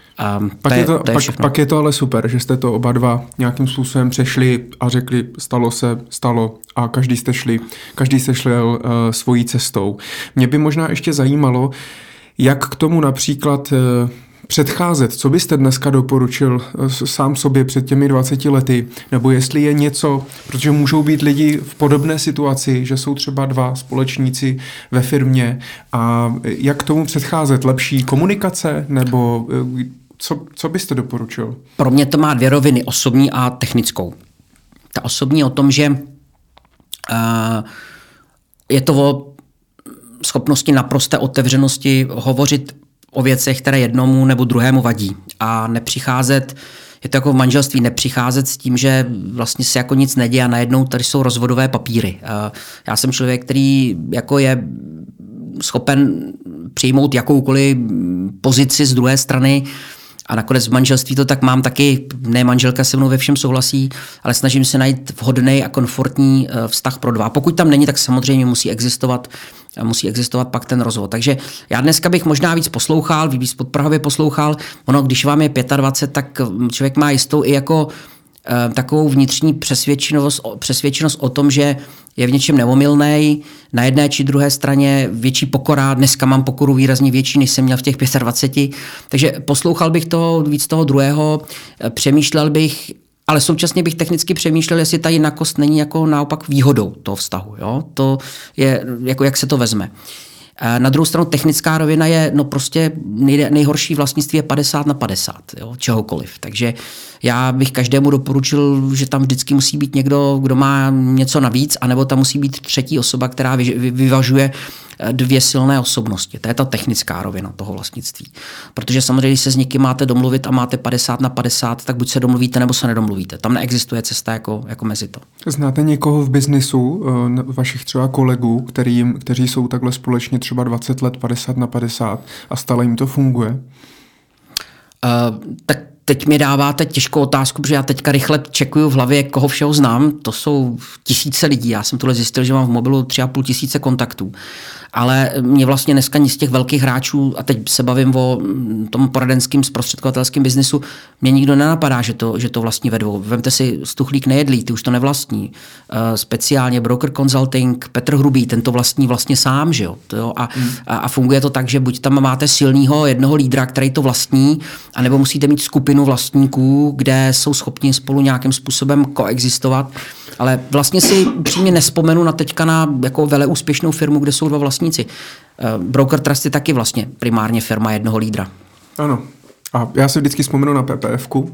Pak je to ale super, že jste to oba dva nějakým způsobem přešli a řekli, stalo a každý jste šel svojí cestou. Mě by možná ještě zajímalo, jak k tomu například předcházet. Co byste dneska doporučil sám sobě před těmi 20 lety? Nebo jestli je něco, protože můžou být lidi v podobné situaci, že jsou třeba dva společníci ve firmě a jak k tomu předcházet? Lepší komunikace nebo co byste doporučil? Pro mě to má 2 roviny, osobní a technickou. Ta osobní o tom, že je to o schopnosti naprosté otevřenosti hovořit o věcech, které jednomu nebo druhému vadí a nepřicházet, je to jako v manželství, nepřicházet s tím, že vlastně se jako nic neděje a najednou tady jsou rozvodové papíry. Já jsem člověk, který jako je schopen přijmout jakoukoliv pozici z druhé strany a nakonec v manželství to tak mám taky, ne manželka se mnou ve všem souhlasí, ale snažím se najít vhodný a komfortní vztah pro dva. Pokud tam není, tak samozřejmě musí existovat pak ten rozvod. Takže já dneska bych možná víc poslouchal, víc podprahově poslouchal. Ono, když vám je 25, tak člověk má jistou i jako takovou vnitřní přesvědčenost o tom, že je v něčem neomylnej, na jedné či druhé straně větší pokora, dneska mám pokoru výrazně větší, než jsem měl v těch 25, takže poslouchal bych víc toho druhého, přemýšlel bych, ale současně bych technicky přemýšlel, jestli ta jinakost není jako naopak výhodou toho vztahu. Jo? To je, jako jak se to vezme. Na druhou stranu technická rovina je, no prostě nejhorší vlastnictví je 50/50, jo, čehokoliv. Takže já bych každému doporučil, že tam vždycky musí být někdo, kdo má něco navíc, anebo tam musí být třetí osoba, která vyvažuje 2 silné osobnosti. To je ta technická rovina toho vlastnictví. Protože samozřejmě, když se s někým máte domluvit a máte 50/50, tak buď se domluvíte, nebo se nedomluvíte. Tam neexistuje cesta jako mezi to. Znáte někoho v biznisu, vašich třeba kolegů, kteří jsou takhle společně třeba 20 let 50/50 a stále jim to funguje? Tak teď mi dáváte těžkou otázku, protože já teďka rychle čekuju v hlavě, koho všeho znám. To jsou tisíce lidí. Já jsem tohle zjistil, že mám v mobilu 3,5 tisíce kontaktů. Ale mě vlastně dneska nic z těch velkých hráčů, a teď se bavím o tom poradenským zprostředkovatelském biznisu, mě nikdo nenapadá, že to vlastní ve dvou. Vemte si Stuchlík Nejedlý, ty už to nevlastní. Speciálně Broker Consulting, Petr Hrubý, ten to vlastní vlastně sám, že jo? A funguje to tak, že buď tam máte silného jednoho lídra, který to vlastní, anebo musíte mít skupinu vlastníků, kde jsou schopni spolu nějakým způsobem koexistovat. Ale vlastně si upřímně nespomenu na teďka na jako veleúspěšnou firmu, kde jsou 2 vlastníci. Broker Trust je taky vlastně primárně firma jednoho lídra. Ano. A já si vždycky vzpomenu na PPFku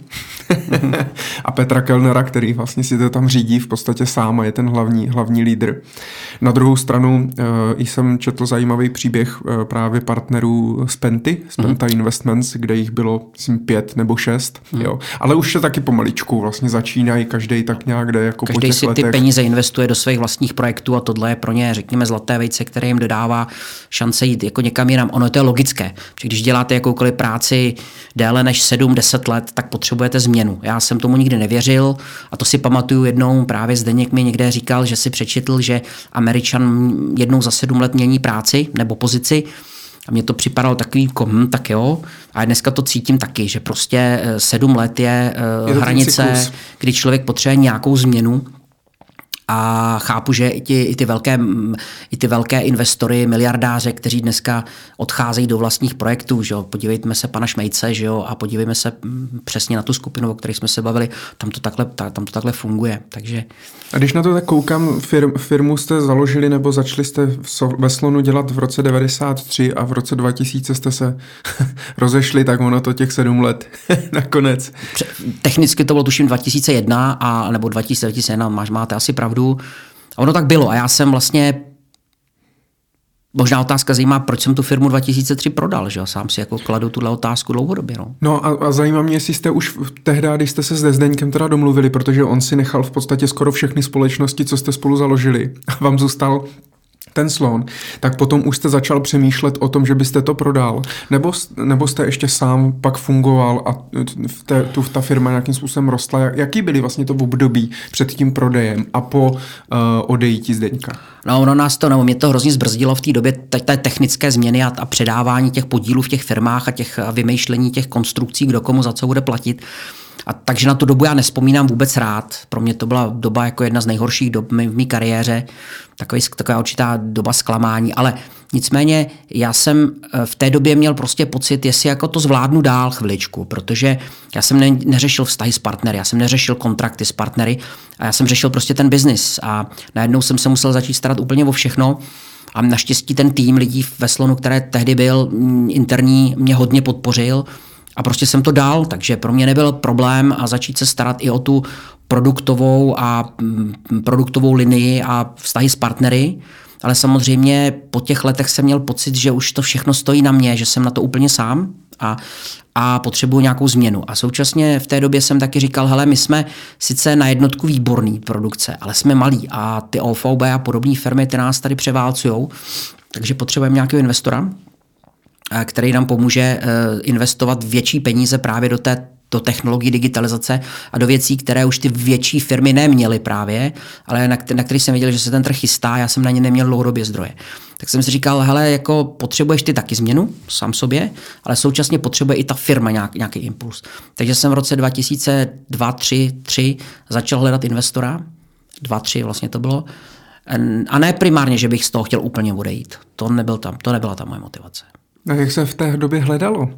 a Petra Kellnera, který vlastně si to tam řídí v podstatě sám a je ten hlavní lídr. Na druhou stranu jsem četl zajímavý příběh právě partnerů z Penty, z Penta Investments, kde jich bylo, myslím, 5 nebo 6. Jo. Ale už se taky pomaličku vlastně začínají, každý tak nějak jde jako každý si letech. Ty peníze investuje do svých vlastních projektů a tohle je pro ně, řekněme, zlaté vejce, které jim dodává šance jít jako někam jinam. Ono to je logické, že když děláte jakoukoliv práci déle než 7-10 let, tak potřebujete změnu. Já jsem tomu nikdy nevěřil a to si pamatuju jednou, právě Zdeněk mi někde říkal, že si přečetl, že Američan jednou za 7 let mění práci nebo pozici a mně to připadalo takový, tak jo, a dneska to cítím taky, že prostě 7 let je hranice, kdy člověk potřebuje nějakou změnu. A chápu, že i ty velké investory, miliardáře, kteří dneska odcházejí do vlastních projektů, že jo? Podívejme se pana Šmejce, že jo? A podívejme se přesně na tu skupinu, o které jsme se bavili, tam to takhle funguje. Takže... A když na to tak koukám, firmu jste založili nebo začali jste ve Slonu dělat v roce 93 a v roce 2000 jste se rozešli, tak ono to těch 7 let nakonec. Technicky to bylo tuším 2001 nebo 2001, máte asi pravdu. A ono tak bylo. A já jsem vlastně, možná otázka zajímá, proč jsem tu firmu 2003 prodal, že jo? Sám si jako kladu tuhle otázku dlouhodobě. No a zajímá mě, jestli jste už tehdy, když jste se s Zdeňkem teda domluvili, protože on si nechal v podstatě skoro všechny společnosti, co jste spolu založili a vám zůstal ten Slon, tak potom už jste začal přemýšlet o tom, že byste to prodal, nebo jste ještě sám pak fungoval a ta firma nějakým způsobem rostla. Jaký byly vlastně to v období před tím prodejem a po odejítí Zdeňka? No, mě to hrozně zbrzdilo v té době té technické změny a předávání těch podílů v těch firmách a vymýšlení těch konstrukcí, kdo komu za co bude platit. A takže na tu dobu já nevzpomínám vůbec rád. Pro mě to byla doba jako jedna z nejhorších dob v mé kariéře. Taková určitá doba zklamání. Ale nicméně já jsem v té době měl prostě pocit, jestli jako to zvládnu dál chviličku, protože já jsem neřešil vztahy s partnery, já jsem neřešil kontrakty s partnery a já jsem řešil prostě ten biznis. A najednou jsem se musel začít starat úplně o všechno. A naštěstí ten tým lidí ve Slonu, které tehdy byl interní, mě hodně podpořil. A prostě jsem to dal, takže pro mě nebyl problém a začít se starat i o tu produktovou linii a vztahy s partnery. Ale samozřejmě po těch letech jsem měl pocit, že už to všechno stojí na mě, že jsem na to úplně sám a potřebuju nějakou změnu. A současně v té době jsem taky říkal, hele, my jsme sice na jednotku výborný produkce, ale jsme malí a ty OVB a podobné firmy, ty nás tady převálcujou, takže potřebujeme nějakého investora, který nám pomůže investovat větší peníze právě do technologií digitalizace a do věcí, které už ty větší firmy neměly právě, ale na který jsem věděl, že se ten trh chystá, já jsem na ně neměl dlouhodobě zdroje. Tak jsem si říkal, hele, jako potřebuješ ty taky změnu sám sobě, ale současně potřebuje i ta firma nějaký impuls. Takže jsem v roce 2002-2003 začal hledat investora, 2003 vlastně to bylo, a ne primárně, že bych z toho chtěl úplně odejít. To nebyla ta moje motivace. A jak se v té době hledalo?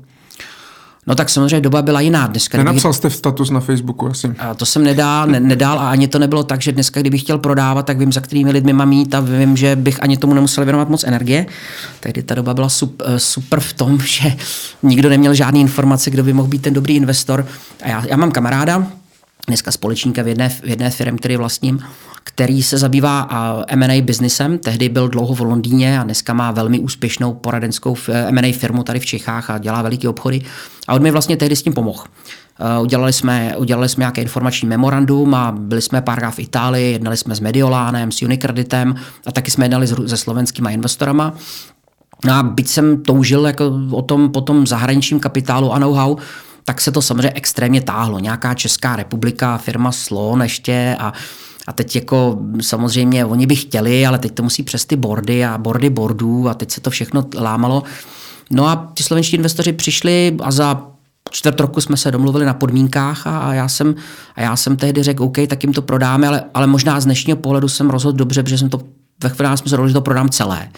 No tak samozřejmě doba byla jiná. Dneska, nenapsal jste v status na Facebooku asi? A to jsem nedal a ani to nebylo tak, že dneska, kdybych chtěl prodávat, tak vím, za kterými lidmi mám jít a vím, že bych ani tomu nemusel věnovat moc energie. Tehdy ta doba byla super v tom, že nikdo neměl žádný informace, kdo by mohl být ten dobrý investor. A já mám kamaráda, dneska společníka v jedné firmě, který vlastním, který se zabývá M&A biznisem. Tehdy byl dlouho v Londýně a dneska má velmi úspěšnou poradenskou M&A firmu tady v Čechách a dělá veliký obchody. A on mi vlastně tehdy s tím pomohl. Udělali jsme nějaké informační memorandum a byli jsme párkrát v Itálii, jednali jsme s Mediolánem, s Unicreditem a taky jsme jednali se slovenskýma investorama. A byť jsem toužil jako po tom zahraničním kapitálu a know-how, tak se to samozřejmě extrémně táhlo. Nějaká Česká republika, firma Slon ještě a teď jako samozřejmě oni by chtěli, ale teď to musí přes ty boardy a boardy boardů a teď se to všechno lámalo. No a ti slovenští investoři přišli a za 4 roku jsme se domluvili na podmínkách a já jsem tehdy řekl, OK, tak jim to prodáme, ale možná z dnešního pohledu jsem rozhodl dobře, protože jsem to ve chvíli jsme se rozhodli, že to prodám celé.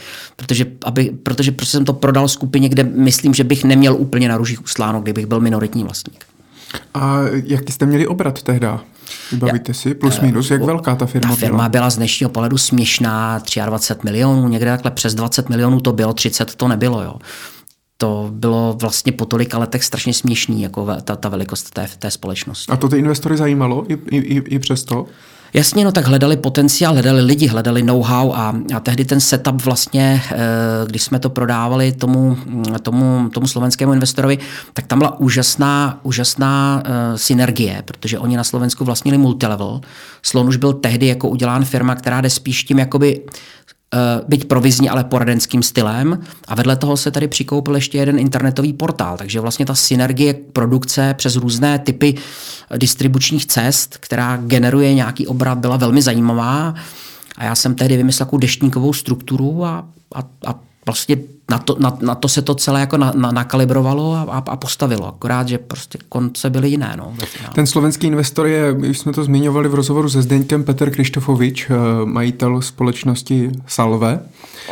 Protože jsem to prodal skupině, kde myslím, že bych neměl úplně na růžích usláno, kdybych byl minoritní vlastník. A jaký jste měli obrat tehda? Vybavíte si? Plus minus, jak velká ta firma byla? Ta firma byla z dnešního pohledu směšná, 23 milionů, někde takhle přes 20 milionů to bylo, 30 to nebylo. Jo. to bylo vlastně po tolika letech strašně směšný, jako ta velikost té společnosti. A to ty investory zajímalo i přesto? Jasně, no tak hledali potenciál, hledali lidi, hledali know-how a tehdy ten setup vlastně, když jsme to prodávali tomu slovenskému investorovi, tak tam byla úžasná synergie, protože oni na Slovensku vlastnili Multilevel. Slon už byl tehdy jako udělán firma, která jde spíš tím jakoby byť provizní, ale poradenským stylem a vedle toho se tady přikoupil ještě jeden internetový portál, takže vlastně ta synergie produkce přes různé typy distribučních cest, která generuje nějaký obrat, byla velmi zajímavá a já jsem tehdy vymyslel takovou deštníkovou strukturu a vlastně na to se to celé jako nakalibrovalo a postavilo. Akorát, že prostě konce byly jiné. No, ten slovenský investor je, už jsme to zmiňovali v rozhovoru se Zdeňkem, Petr Krištofovič, majitel společnosti Salve.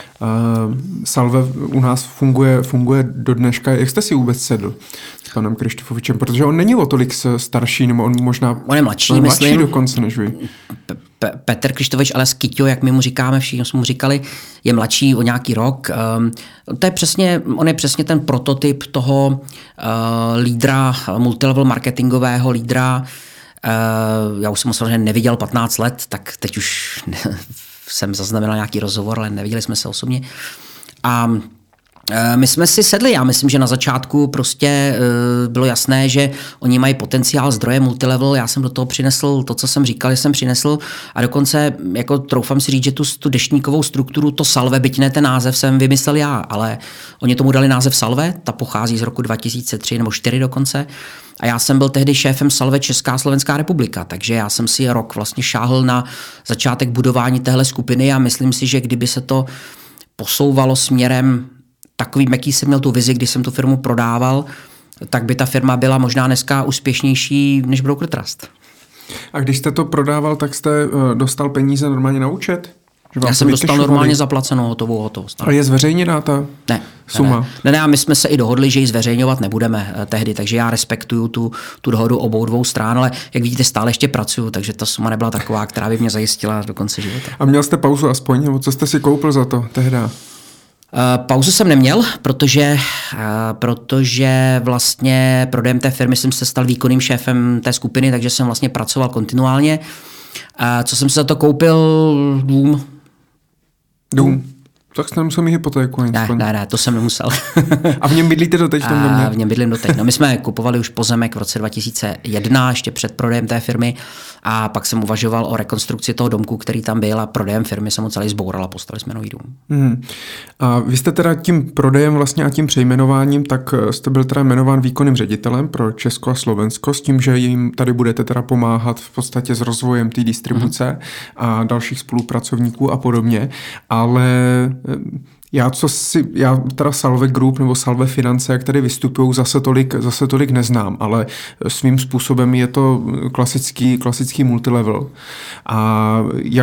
Salve u nás funguje do dneška. Jak jste si vůbec sedl s panem Krištofovičem? Protože on není o tolik starší, nebo on možná on je mladší, myslím, dokonce než vy. Petr Krištofovič, ale Skyťo, jak my mu říkáme, všichni jsme mu říkali, je mladší o nějaký rok. On je přesně ten prototyp toho lídra, multilevel marketingového lídra. Já už jsem ho samozřejmě neviděl 15 let, tak teď už jsem zaznamenal nějaký rozhovor, ale neviděli jsme se osobně. A my jsme si sedli, já myslím, že na začátku prostě bylo jasné, že oni mají potenciál zdroje multilevel, já jsem do toho přinesl to, co jsem říkal, že jsem přinesl a dokonce jako troufám si říct, že tu deštníkovou strukturu, to Salve, byť ne ten název jsem vymyslel já, ale oni tomu dali název Salve, ta pochází z roku 2003 nebo 2004 dokonce. A já jsem byl tehdy šéfem Salve Česká a Slovenská republika, takže já jsem si rok vlastně šáhl na začátek budování téhle skupiny a myslím si, že kdyby se to posouvalo směrem takovým, jaký jsem měl tu vizi, když jsem tu firmu prodával, tak by ta firma byla možná dneska úspěšnější než Broker Trust. A když jste to prodával, tak jste dostal peníze normálně na účet? Já jsem dostal normálně zaplacenou hotovou hotovost. Ale je zveřejněná ta suma? Ne, a my jsme se i dohodli, že ji zveřejňovat nebudeme tehdy, takže já respektuju tu dohodu obou dvou strán, ale jak vidíte, stále ještě pracuju, takže ta suma nebyla taková, která by mě zajistila do konce života. A měl jste pauzu aspoň, nebo co jste si koupil za to tehda? Pauzu jsem neměl, protože vlastně prodejem té firmy jsem se stal výkonným šéfem té skupiny, takže jsem vlastně pracoval kontinuálně. Co jsem si za to koupil? Dům. Tak jste nemusel mít hypotéku. Ne, to jsem nemusel. A v něm bydlíte doteď v tom domě? V něm bydlím doteď. No, my jsme kupovali už pozemek v roce 2001, ještě před prodejem té firmy a pak jsem uvažoval o rekonstrukci toho domku, který tam byl a prodejem firmy jsem ho celý zboural a postavili jsme nový dům. A vy jste teda tím prodejem vlastně a tím přejmenováním, tak jste byl teda jmenován výkonným ředitelem pro Česko a Slovensko s tím, že jim tady budete teda pomáhat v podstatě s rozvojem té distribuce a dalších spolupracovníků a podobně, ale já teda Salve Group nebo Salve Finance, jak tady vystupují, zase tolik neznám, ale svým způsobem je to klasický multilevel. A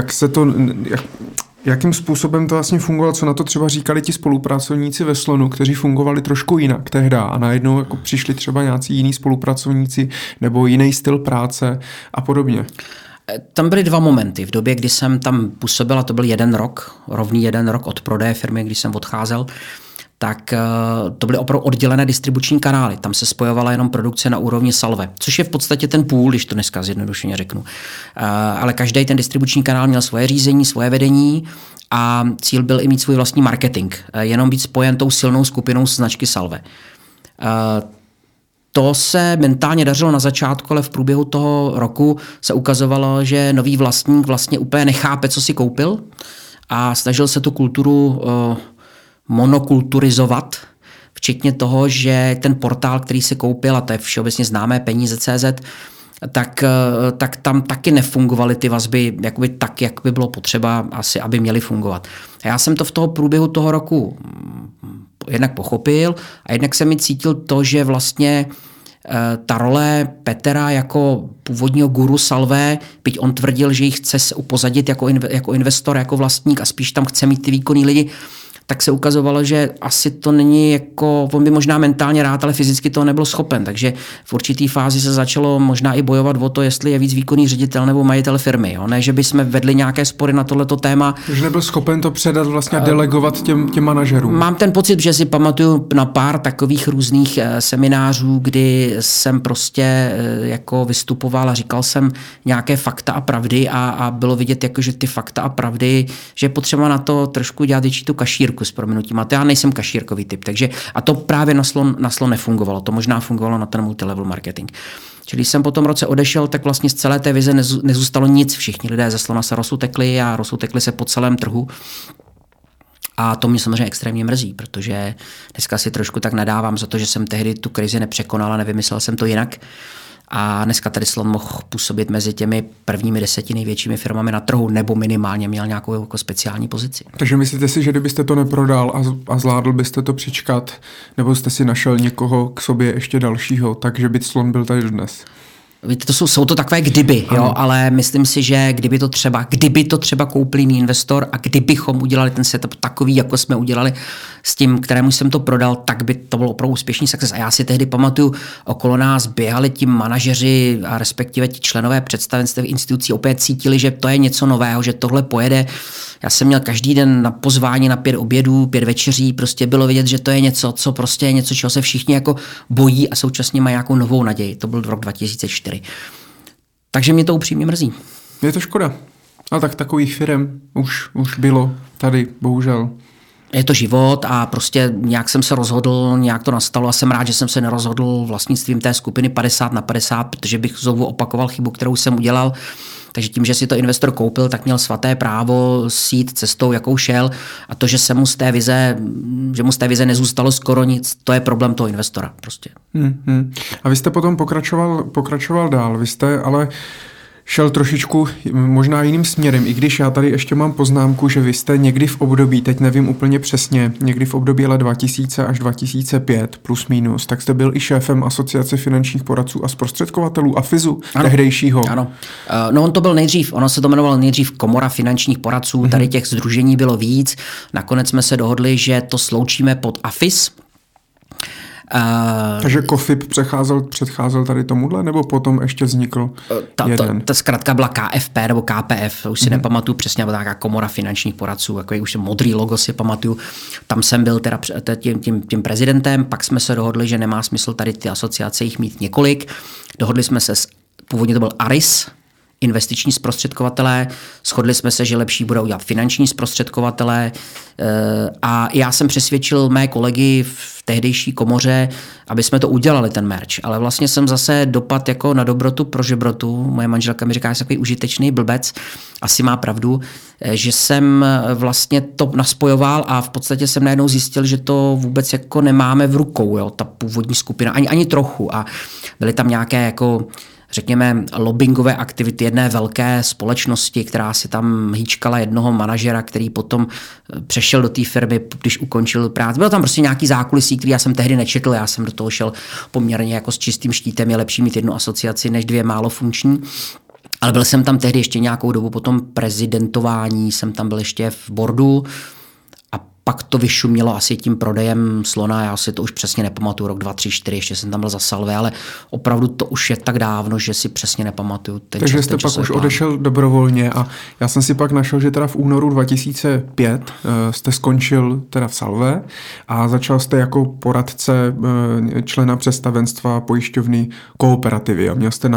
jakým způsobem to vlastně fungovalo, co na to třeba říkali ti spolupracovníci ve Slonu, kteří fungovali trošku jinak tehda a najednou jako přišli třeba nějací jiní spolupracovníci nebo jiný styl práce a podobně. Tam byly dva momenty. V době, kdy jsem tam působil, a to byl rovný jeden rok od prodeje firmy, když jsem odcházel, tak to byly opravdu oddělené distribuční kanály. Tam se spojovala jenom produkce na úrovni Salve, což je v podstatě ten půl, když to dneska zjednodušeně řeknu. Ale každý ten distribuční kanál měl svoje řízení, svoje vedení a cíl byl i mít svůj vlastní marketing. Jenom být spojen tou silnou skupinou značky Salve. To se mentálně dařilo na začátku, ale v průběhu toho roku se ukazovalo, že nový vlastník vlastně úplně nechápe, co si koupil a snažil se tu kulturu monokulturizovat, včetně toho, že ten portál, který si koupil, a to je všeobecně známé peníze.cz, tak tam taky nefungovaly ty vazby jakoby tak, jak by bylo potřeba asi, aby měly fungovat. A já jsem to v toho průběhu toho roku jednak pochopil a jednak jsem mi cítil to, že vlastně ta role Petra jako původního guru Salve, byť on tvrdil, že ji chce upozadit jako investor, jako vlastník a spíš tam chce mít ty výkonný lidi, tak se ukazovalo, že asi to není jako, on by možná mentálně rád, ale fyzicky to nebyl schopen, takže v určitý fázi se začalo možná i bojovat o to, jestli je víc výkonný ředitel nebo majitel firmy. Jo? Ne, že bychom vedli nějaké spory na tohleto téma. Že nebyl schopen to předat vlastně delegovat těm manažerům. Mám ten pocit, že si pamatuju na pár takových různých seminářů, kdy jsem prostě jako vystupoval a říkal jsem nějaké fakta a pravdy a bylo vidět, jako, že ty fakta a pravdy, že je potřeba na to trošku dělat větší tu kašírku s prominutím. A to já nejsem kašírkový typ, takže a to právě na slon nefungovalo. To možná fungovalo na ten multilevel marketing. Čili když jsem po tom roce odešel, tak vlastně z celé té vize nezůstalo nic. Všichni lidé ze slona se rozutekli a rozutekli se po celém trhu. A to mě samozřejmě extrémně mrzí, protože dneska si trošku tak nadávám za to, že jsem tehdy tu krizi nepřekonal a nevymyslel jsem to jinak. A dneska tady slon mohl působit mezi těmi prvními 10 největšími firmami na trhu, nebo minimálně měl nějakou jako speciální pozici. Takže myslíte si, že kdybyste to neprodal a zvládl byste to přičkat, nebo jste si našel někoho k sobě ještě dalšího, takže by slon byl tady dnes? Víte, jsou to takové kdyby, jo, ale myslím si, že kdyby to třeba koupil jiný investor a kdybychom udělali ten setup takový, jako jsme udělali s tím, kterému jsem to prodal, tak by to bylo opravdu úspěšný success. A já si tehdy pamatuju, okolo nás běhali ti manažeři a respektive ti členové představenstv institucí, opět cítili, že to je něco nového, že tohle pojede. Já jsem měl každý den na pozvání na 5 obědů, 5 večeří, prostě bylo vidět, že to je něco, co prostě je něco, čeho se všichni jako bojí a současně mají nějakou novou naději. To byl rok 2004. Takže mě to upřímně mrzí. Je to škoda. A tak takových firem už bylo tady, bohužel. Je to život a prostě nějak jsem se rozhodl, nějak to nastalo a jsem rád, že jsem se nerozhodl vlastnictvím té skupiny 50/50, protože bych znovu opakoval chybu, kterou jsem udělal. Takže tím, že si to investor koupil, tak měl svaté právo jít cestou, jakou šel, a to, že mu z té vize nezůstalo skoro nic, to je problém toho investora prostě. A vy jste potom pokračoval dál, vy jste ale šel trošičku možná jiným směrem, i když já tady ještě mám poznámku, že vy jste někdy v období, teď nevím úplně přesně, někdy v období let 2000 až 2005 plus minus, tak jste byl i šéfem Asociace finančních poradců a zprostředkovatelů AFIZu tehdejšího. Ano. No on to byl nejdřív, ono se to jmenovalo nejdřív Komora finančních poradců, tady těch sdružení bylo víc, nakonec jsme se dohodli, že to sloučíme pod AFIS. Takže COFIP předcházel tady tomuhle, nebo potom ještě vznikl jeden? Ta zkratka byla KFP nebo KPF, už si nepamatuju přesně, byla taková Komora finančních poradců, jako už modrý logo si pamatuju. Tam jsem byl teda tím prezidentem, pak jsme se dohodli, že nemá smysl tady ty asociace jich mít několik. Dohodli jsme se, původně to byl ARIS, investiční zprostředkovatelé, shodli jsme se, že lepší bude udělat finanční zprostředkovatelé a já jsem přesvědčil mé kolegy v tehdejší komoře, aby jsme to udělali, ten merch. Ale vlastně jsem zase dopad jako na dobrotu pro žebrotu. Moje manželka mi říká, že jsem takový užitečný blbec, asi má pravdu, že jsem vlastně to naspojoval a v podstatě jsem najednou zjistil, že to vůbec jako nemáme v rukou, jo, ta původní skupina, ani trochu. A byly tam nějaké jako řekněme, lobbingové aktivity jedné velké společnosti, která si tam hýčkala jednoho manažera, který potom přešel do té firmy, když ukončil práci. Bylo tam prostě nějaký zákulisí, který já jsem tehdy nečetl, já jsem do toho šel poměrně jako s čistým štítem, je lepší mít jednu asociaci než 2 málo funkční. Ale byl jsem tam tehdy ještě nějakou dobu po tom prezidentování, jsem tam byl ještě v boardu. Pak to vyšumělo asi tím prodejem slona, já si to už přesně nepamatuju, rok 2, 3, 4, ještě jsem tam byl za Salve, ale opravdu to už je tak dávno, že si přesně nepamatuju. Takže jste pak už odešel dobrovolně a já jsem si pak našel, že teda v únoru 2005 jste skončil teda v Salve a začal jste jako poradce člena představenstva pojišťovny Kooperativy a měl jste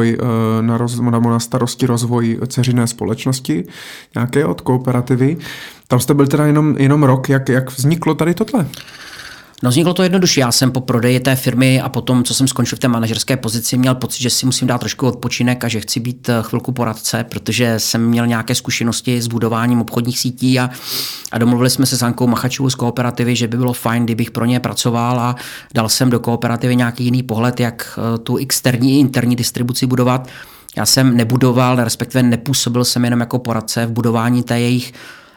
na starosti rozvoj dceřiné společnosti nějaké od Kooperativy. Tam jste byl teda jenom rok, jak vzniklo tady tohle? No vzniklo to jednoduše. Já jsem po prodeji té firmy a potom, co jsem skončil v té manažerské pozici, měl pocit, že si musím dát trošku odpočinek a že chci být chvilku poradce, protože jsem měl nějaké zkušenosti s budováním obchodních sítí a domluvili jsme se s Ankou Machačovou z Kooperativy, že by bylo fajn, kdybych pro ně pracoval a dal jsem do Kooperativy nějaký jiný pohled, jak tu externí i interní distribuci budovat. Já jsem nebudoval, respektive nepůsobil jsem jenom jako poradce v budování té jejich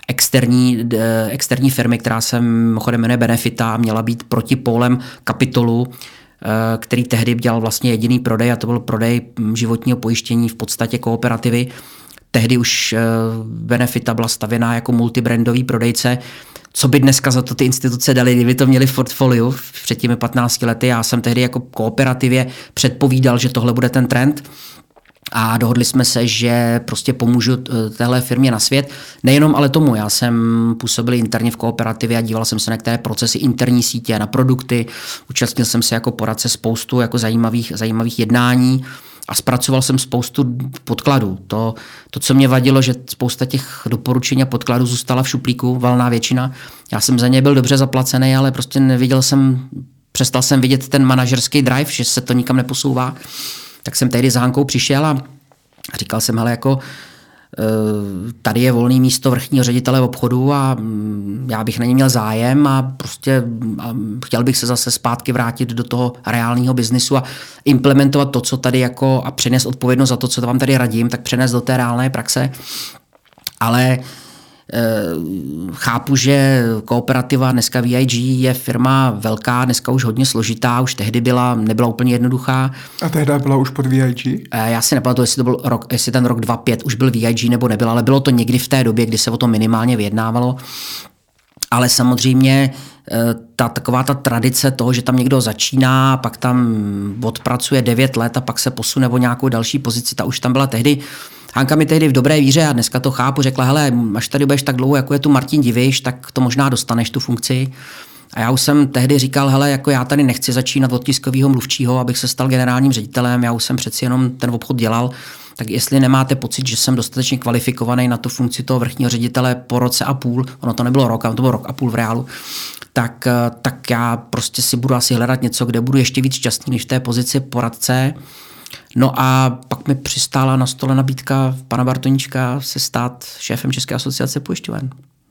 externí firmy, která se mimochodem jmenuje Benefita, měla být protipólem Kapitolu, který tehdy dělal vlastně jediný prodej a to byl prodej životního pojištění v podstatě Kooperativy. Tehdy už Benefita byla stavěná jako multibrandový prodejce, co by dneska za to ty instituce dali, kdyby to měli v portfoliu před těmi 15 lety. Já jsem tehdy jako kooperativě předpovídal, že tohle bude ten trend. A dohodli jsme se, že prostě pomůžu téhle firmě na svět. Nejenom ale tomu, já jsem působil interně v kooperativě a díval jsem se na některé procesy interní sítě, na produkty. Účastnil jsem se jako poradce spoustu jako zajímavých jednání a zpracoval jsem spoustu podkladů. To, co mě vadilo, že spousta těch doporučení a podkladů zůstala v šuplíku, valná většina. Já jsem za ně byl dobře zaplacený, ale prostě přestal jsem vidět ten manažerský drive, že se to nikam neposouvá. Tak jsem tehdy s Hankou přišel a říkal jsem, hele, jako tady je volné místo vrchního ředitele obchodu a já bych na ně měl zájem a prostě chtěl bych se zase zpátky vrátit do toho reálného biznisu a implementovat to, co tady jako a přenést odpovědnost za to, co vám tady radím, tak přenést do té reálné praxe. Ale chápu, že kooperativa, dneska VIG je firma velká, dneska už hodně složitá, už tehdy nebyla úplně jednoduchá. A tehdy byla už pod VIG? Já si nepamatuji, jestli ten rok 2005 už byl VIG nebo nebyl, ale bylo to někdy v té době, kdy se o tom minimálně vyjednávalo. Ale samozřejmě taková ta tradice toho, že tam někdo začíná, pak tam odpracuje 9 let a pak se posune o nějakou další pozici, ta už tam byla tehdy. Hanka mi tehdy v dobré víře, a dneska to chápu, řekla, hele, až tady budeš tak dlouho, jako je tu Martin Diviš, tak to možná dostaneš tu funkci. A já už jsem tehdy říkal, hele, jako já tady nechci začínat od tiskového mluvčího, abych se stal generálním ředitelem, já už jsem přeci jenom ten obchod dělal, tak jestli nemáte pocit, že jsem dostatečně kvalifikovaný na tu funkci toho vrchního ředitele po roce a půl, ono to nebylo rok, ale to bylo rok a půl v reálu, tak já prostě si budu asi hledat něco, kde budu ještě víc šťastný než v té pozici poradce. No a pak mi přistála na stole nabídka pana Bartoníčka se stát šéfem České asociace pojišťoven.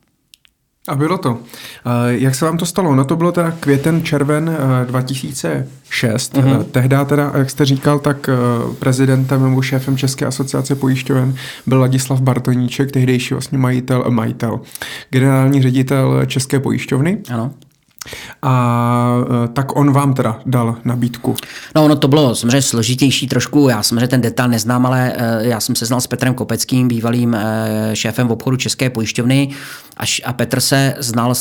A bylo to. Jak se vám to stalo? No to bylo teda květen, červen 2006. Tehdy teda, jak jste říkal, tak prezidentem nebo šéfem České asociace pojišťoven byl Ladislav Bartoníček, tehdejší vlastně majitel, generální ředitel České pojišťovny. Ano. A tak on vám teda dal nabídku. No ono to bylo samozřejmě složitější trošku, já samozřejmě ten detail neznám, ale já jsem se znal s Petrem Kopeckým, bývalým šéfem v obchodu České pojišťovny a Petr se znal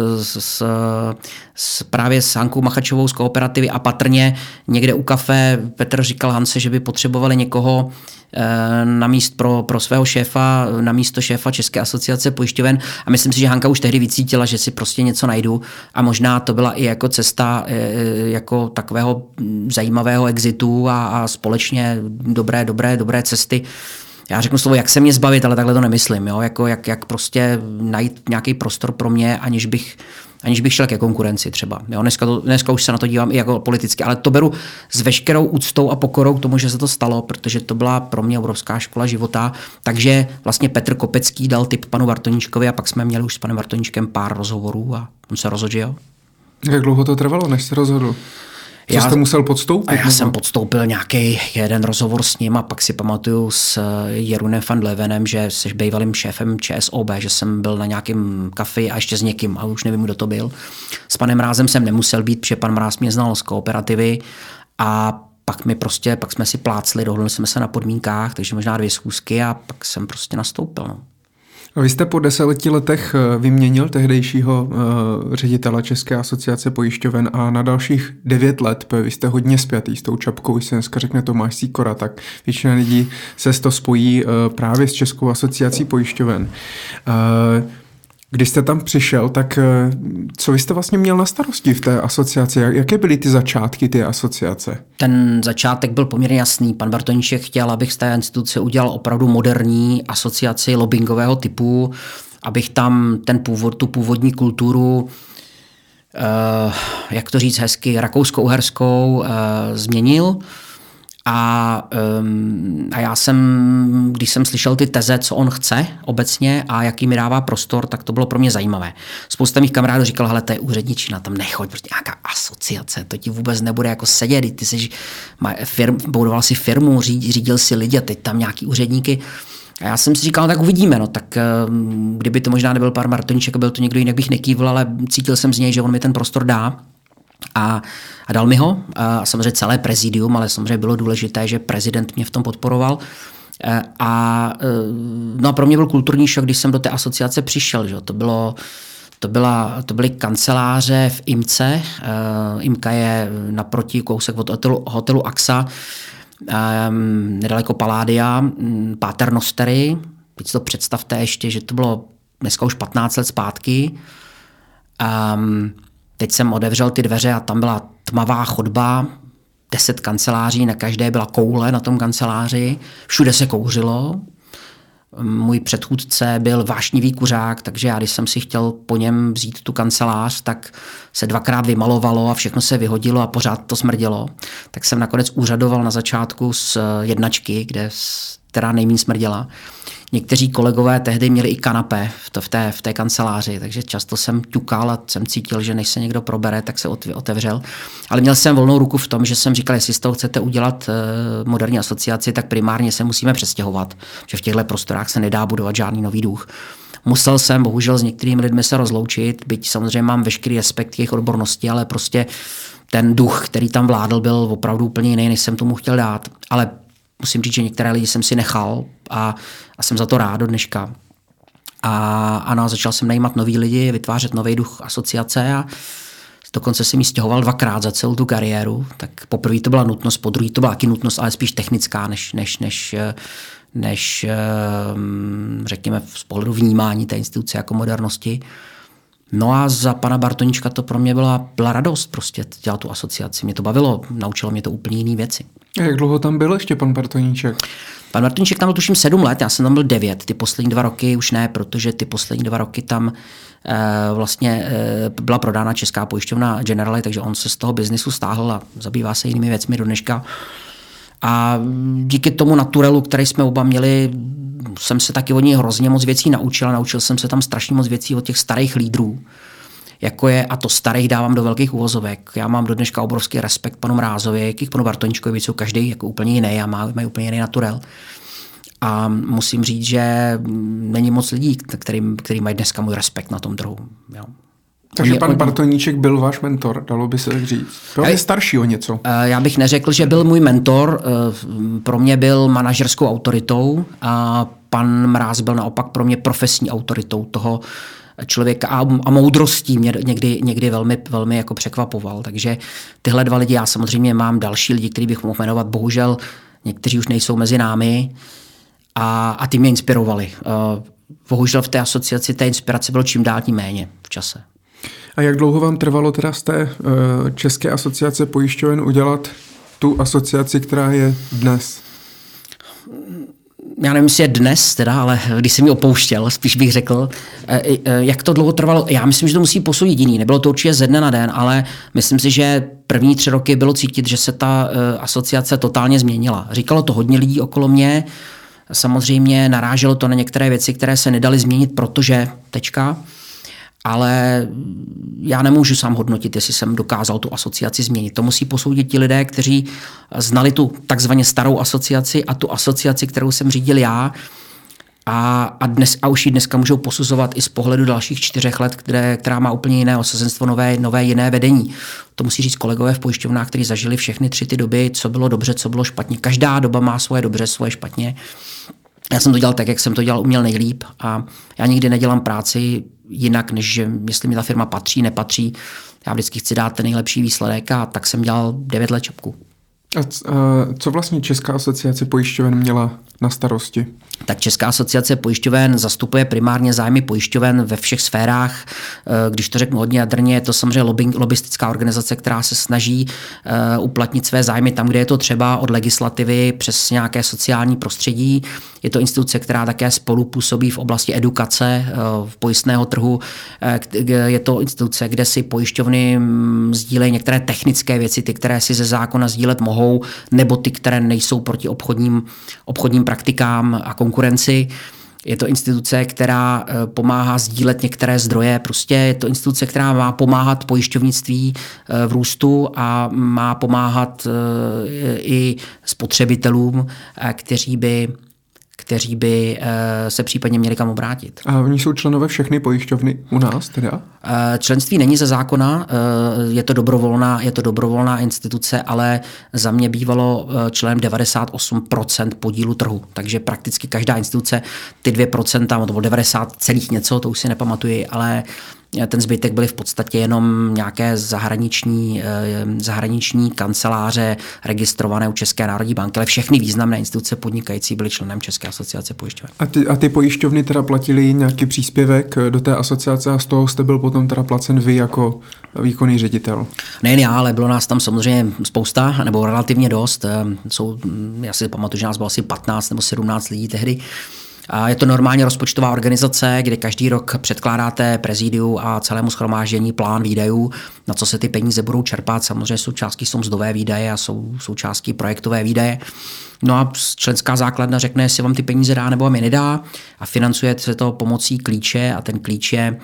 právě s Hankou Machačovou z kooperativy a patrně někde u kafe Petr říkal Hance, že by potřebovali někoho na místo pro svého šéfa, na místo šéfa České asociace pojišťoven a myslím si, že Hanka už tehdy vycítila, že si prostě něco najdu a možná to byla i jako cesta jako takového zajímavého exitu a společně dobré cesty. Já řeknu slovo, jak se mě zbavit, ale takhle to nemyslím, jo? Jako jak prostě najít nějaký prostor pro mě, aniž bych šel ke konkurenci třeba. Jo? Dneska už se na to dívám i jako politicky, ale to beru s veškerou úctou a pokorou k tomu, že se to stalo, protože to byla pro mě obrovská škola života. Takže vlastně Petr Kopecký dal tip panu Bartoníčkovi a pak jsme měli už s panem Bartoníčkem pár rozhovorů a on se rozhodl, jo. Jak dlouho to trvalo, než se rozhodl? Co jste musel podstoupit? Já jsem podstoupil nějaký jeden rozhovor s ním a pak si pamatuju s Jerunem van Levenem, že jsi bývalým šéfem ČSOB, že jsem byl na nějakém kafi a ještě s někým, a už nevím, kdo to byl. S panem Mrázem jsem nemusel být, protože pan Mráz mě znal z kooperativy a pak jsme si plácli, dohodli jsme se na podmínkách, takže možná 2 schůzky a pak jsem prostě nastoupil. No. Vy jste po 10 letech vyměnil tehdejšího ředitele České asociace pojišťoven a na dalších 9 let, vy jste hodně spjatý s tou čapkou, když se dneska řekne Tomáš Sýkora, tak většina lidí se to spojí právě s Českou asociací pojišťoven. Když jste tam přišel, tak co vy jste vlastně měl na starosti v té asociaci? Jaké byly ty začátky té asociace? Ten začátek byl poměrně jasný. Pan Bartoníček chtěl, abych z té instituce udělal opravdu moderní asociaci lobbingového typu, abych tam tu původní kulturu, jak to říct hezky, rakousko-uherskou změnil. A já jsem, když jsem slyšel ty teze, co on chce obecně a jaký mi dává prostor, tak to bylo pro mě zajímavé. Spousta mých kamarádů říkal, hele, to je úředničina, tam nechoď, prostě nějaká asociace, to ti vůbec nebude jako sedět, ty jsi budoval si firmu, řídil si lidi a teď tam nějaký úředníky. A já jsem si říkal, no, tak uvidíme, no tak kdyby to možná nebyl pan Bartoníček, byl to někdo jinak, bych nekývl, ale cítil jsem z něj, že on mi ten prostor dá. A dal mi ho, a samozřejmě celé prezidium, ale samozřejmě bylo důležité, že prezident mě v tom podporoval. No a pro mě byl kulturní šok, když jsem do té asociace přišel. Že? To To byly kanceláře v IMCE. IMCA je naproti kousek od hotelu AXA, nedaleko Palladia, Paternostery. Teď si to představte ještě, že to bylo dneska už 15 let zpátky. Teď jsem otevřel ty dveře a tam byla tmavá chodba, 10 kanceláří, na každé byla koule na tom kanceláři, všude se kouřilo. Můj předchůdce byl vášnivý kuřák, takže já, když jsem si chtěl po něm vzít tu kancelář, tak se 2krát vymalovalo a všechno se vyhodilo a pořád to smrdělo. Tak jsem nakonec úřadoval na začátku z jednačky, která nejméně smrděla. Někteří kolegové tehdy měli i kanapé v té kanceláři, takže často jsem ťukal a jsem cítil, že než se někdo probere, tak se otevřel. Ale měl jsem volnou ruku v tom, že jsem říkal, jestli z toho chcete udělat moderní asociaci, tak primárně se musíme přestěhovat, že v těchto prostorách se nedá budovat žádný nový duch. Musel jsem bohužel s některými lidmi se rozloučit, byť samozřejmě mám veškerý respekt jejich odbornosti, ale prostě ten duch, který tam vládl, byl opravdu úplně jiný, než jsem tomu chtěl dát. Ale musím říct, že některé lidi jsem si nechal a jsem za to rád do dneška. A ano, začal jsem najímat nový lidi, vytvářet nový duch asociace a dokonce jsem ji stěhoval 2krát za celou tu kariéru. Tak poprvé to byla nutnost, podruhé to byla taky nutnost, ale spíš technická, než řekněme z pohledu vnímání té instituce jako modernosti. No a za pana Bartoníčka to pro mě byla radost prostě dělat tu asociaci. Mě to bavilo, naučilo mě to úplně jiné věci. A jak dlouho tam byl ještě pan Bartoníček? Pan Bartoníček tam byl tuším 7 let, já jsem tam byl 9, ty poslední 2 roky už ne, protože ty poslední 2 roky tam byla prodána Česká pojišťovna Generali, takže on se z toho biznisu stáhl a zabývá se jinými věcmi do dneška. A díky tomu naturelu, který jsme oba měli, jsem se taky od něj hrozně moc věcí naučil. Naučil jsem se tam strašně moc věcí od těch starých lídrů. Jako je, a to starých dávám do velkých uvozovek. Já mám do dneška obrovský respekt panu Mrázovi, k panu Bartoníčkovi, jsou každý jako úplně jiný a mají úplně jiný naturel. A musím říct, že není moc lidí, který mají dneska můj respekt na tom trhu. Jo. Takže pan Bartoníček byl váš mentor, dalo by se tak říct. Byl je starší o něco. Já bych neřekl, že byl můj mentor. Pro mě byl manažerskou autoritou a pan Mráz byl naopak pro mě profesní autoritou toho člověka a moudrostí mě někdy velmi, velmi jako překvapoval. Takže tyhle 2 lidi, já samozřejmě mám další lidi, který bych mohl jmenovat. Bohužel někteří už nejsou mezi námi a ty mě inspirovali. Bohužel v té asociaci té inspirace bylo čím dál tím méně v čase. A jak dlouho vám trvalo teda z té České asociace pojišťoven udělat tu asociaci, která je dnes? Já nevím, jestli je dnes teda, ale když jsem ji opouštěl, spíš bych řekl, jak to dlouho trvalo. Já myslím, že to musí posoudit jiný. Nebylo to určitě ze dne na den, ale myslím si, že první 3 roky bylo cítit, že se ta asociace totálně změnila. Říkalo to hodně lidí okolo mě. Samozřejmě naráželo to na některé věci, které se nedaly změnit, protože ale já nemůžu sám hodnotit, jestli jsem dokázal tu asociaci změnit. To musí posoudit ti lidé, kteří znali tu takzvaně starou asociaci a tu asociaci, kterou jsem řídil já. A už ji dneska můžou posuzovat i z pohledu dalších 4 let, která má úplně jiné osazenstvo, nové jiné vedení. To musí říct kolegové v pojišťovnách, kteří zažili všechny 3 ty doby, co bylo dobře, co bylo špatně. Každá doba má svoje dobře, svoje špatně. Já jsem to dělal tak, jak jsem to dělal, uměl nejlíp a já nikdy nedělám práci jinak, než že jestli mi ta firma patří, nepatří. Já vždycky chci dát ten nejlepší výsledek a tak jsem dělal 9 let ČEPku. A co vlastně Česká asociace pojišťoven měla na starosti? Tak Česká asociace pojišťoven zastupuje primárně zájmy pojišťoven ve všech sférách. Když to řeknu hodně jadrně, je to samozřejmě lobbystická organizace, která se snaží uplatnit své zájmy tam, kde je to třeba, od legislativy přes nějaké sociální prostředí. Je to instituce, která také spolupůsobí v oblasti edukace, v pojistného trhu. Je to instituce, kde si pojišťovny sdílejí některé technické věci, ty, které si ze zákona sdílet mohou, nebo ty, které nejsou proti obchodním praktikám a konkurenci. Je to instituce, která pomáhá sdílet některé zdroje. Prostě je to instituce, která má pomáhat pojišťovnictví v růstu a má pomáhat i spotřebitelům, kteří by se případně měli kam obrátit. A v ní jsou členové všechny pojišťovny u nás teda? Členství není ze zákona, je to dobrovolná instituce, ale za mě bývalo členem 98% podílu trhu. Takže prakticky každá instituce ty 2%, nebo 90 celých něco, to už si nepamatuji, ale ten zbytek byly v podstatě jenom nějaké zahraniční kanceláře registrované u České národní banky, ale všechny významné instituce podnikající byly členem České asociace pojišťoven. A ty pojišťovny teda platily nějaký příspěvek do té asociace a z toho jste byl potom teda placen vy jako výkonný ředitel? Nejen já, ale bylo nás tam samozřejmě spousta, nebo relativně dost. Já si pamatuju, že nás bylo asi 15 nebo 17 lidí tehdy. A je to normálně rozpočtová organizace, kde každý rok předkládáte prezidiu a celému shromáždění plán výdajů, na co se ty peníze budou čerpat. Samozřejmě součástí jsou mzdové výdaje a jsou součástí projektové výdaje. No a členská základna řekne, jestli vám ty peníze dá nebo vám je nedá a financuje se to pomocí klíče a ten klíč je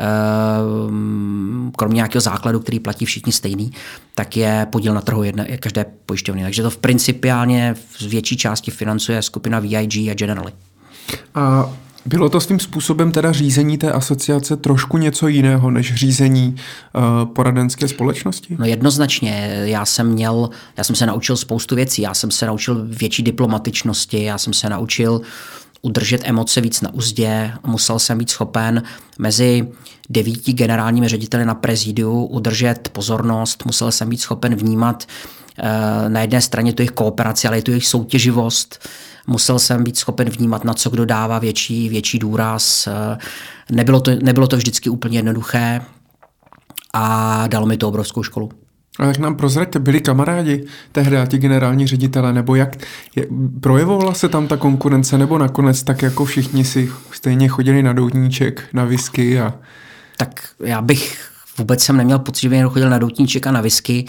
kromě nějakého základu, který platí všichni stejný, tak je podíl na trhu každé pojišťovny. Takže to v principiálně v větší části financuje skupina VIG a Generali. A bylo to svým způsobem teda řízení té asociace trošku něco jiného než řízení poradenské společnosti? No jednoznačně. Já jsem se naučil spoustu věcí. Já jsem se naučil větší diplomatičnosti, já jsem se naučil udržet emoce víc na uzdě. Musel jsem být schopen mezi 9 generálními řediteli na prezidiu udržet pozornost. Musel jsem být schopen vnímat na jedné straně tu jejich kooperaci, ale i tu jejich soutěživost. Musel jsem být schopen vnímat, na co kdo dává větší důraz. Nebylo to vždycky úplně jednoduché a dalo mi to obrovskou školu. A jak nám prozraďte, byli kamarádi tehdy ti generální ředitele, nebo projevovala se tam ta konkurence, nebo nakonec tak jako všichni si stejně chodili na doutníček, na whisky a... Tak vůbec jsem neměl pocit, že by někdo chodil na doutníček a na whisky.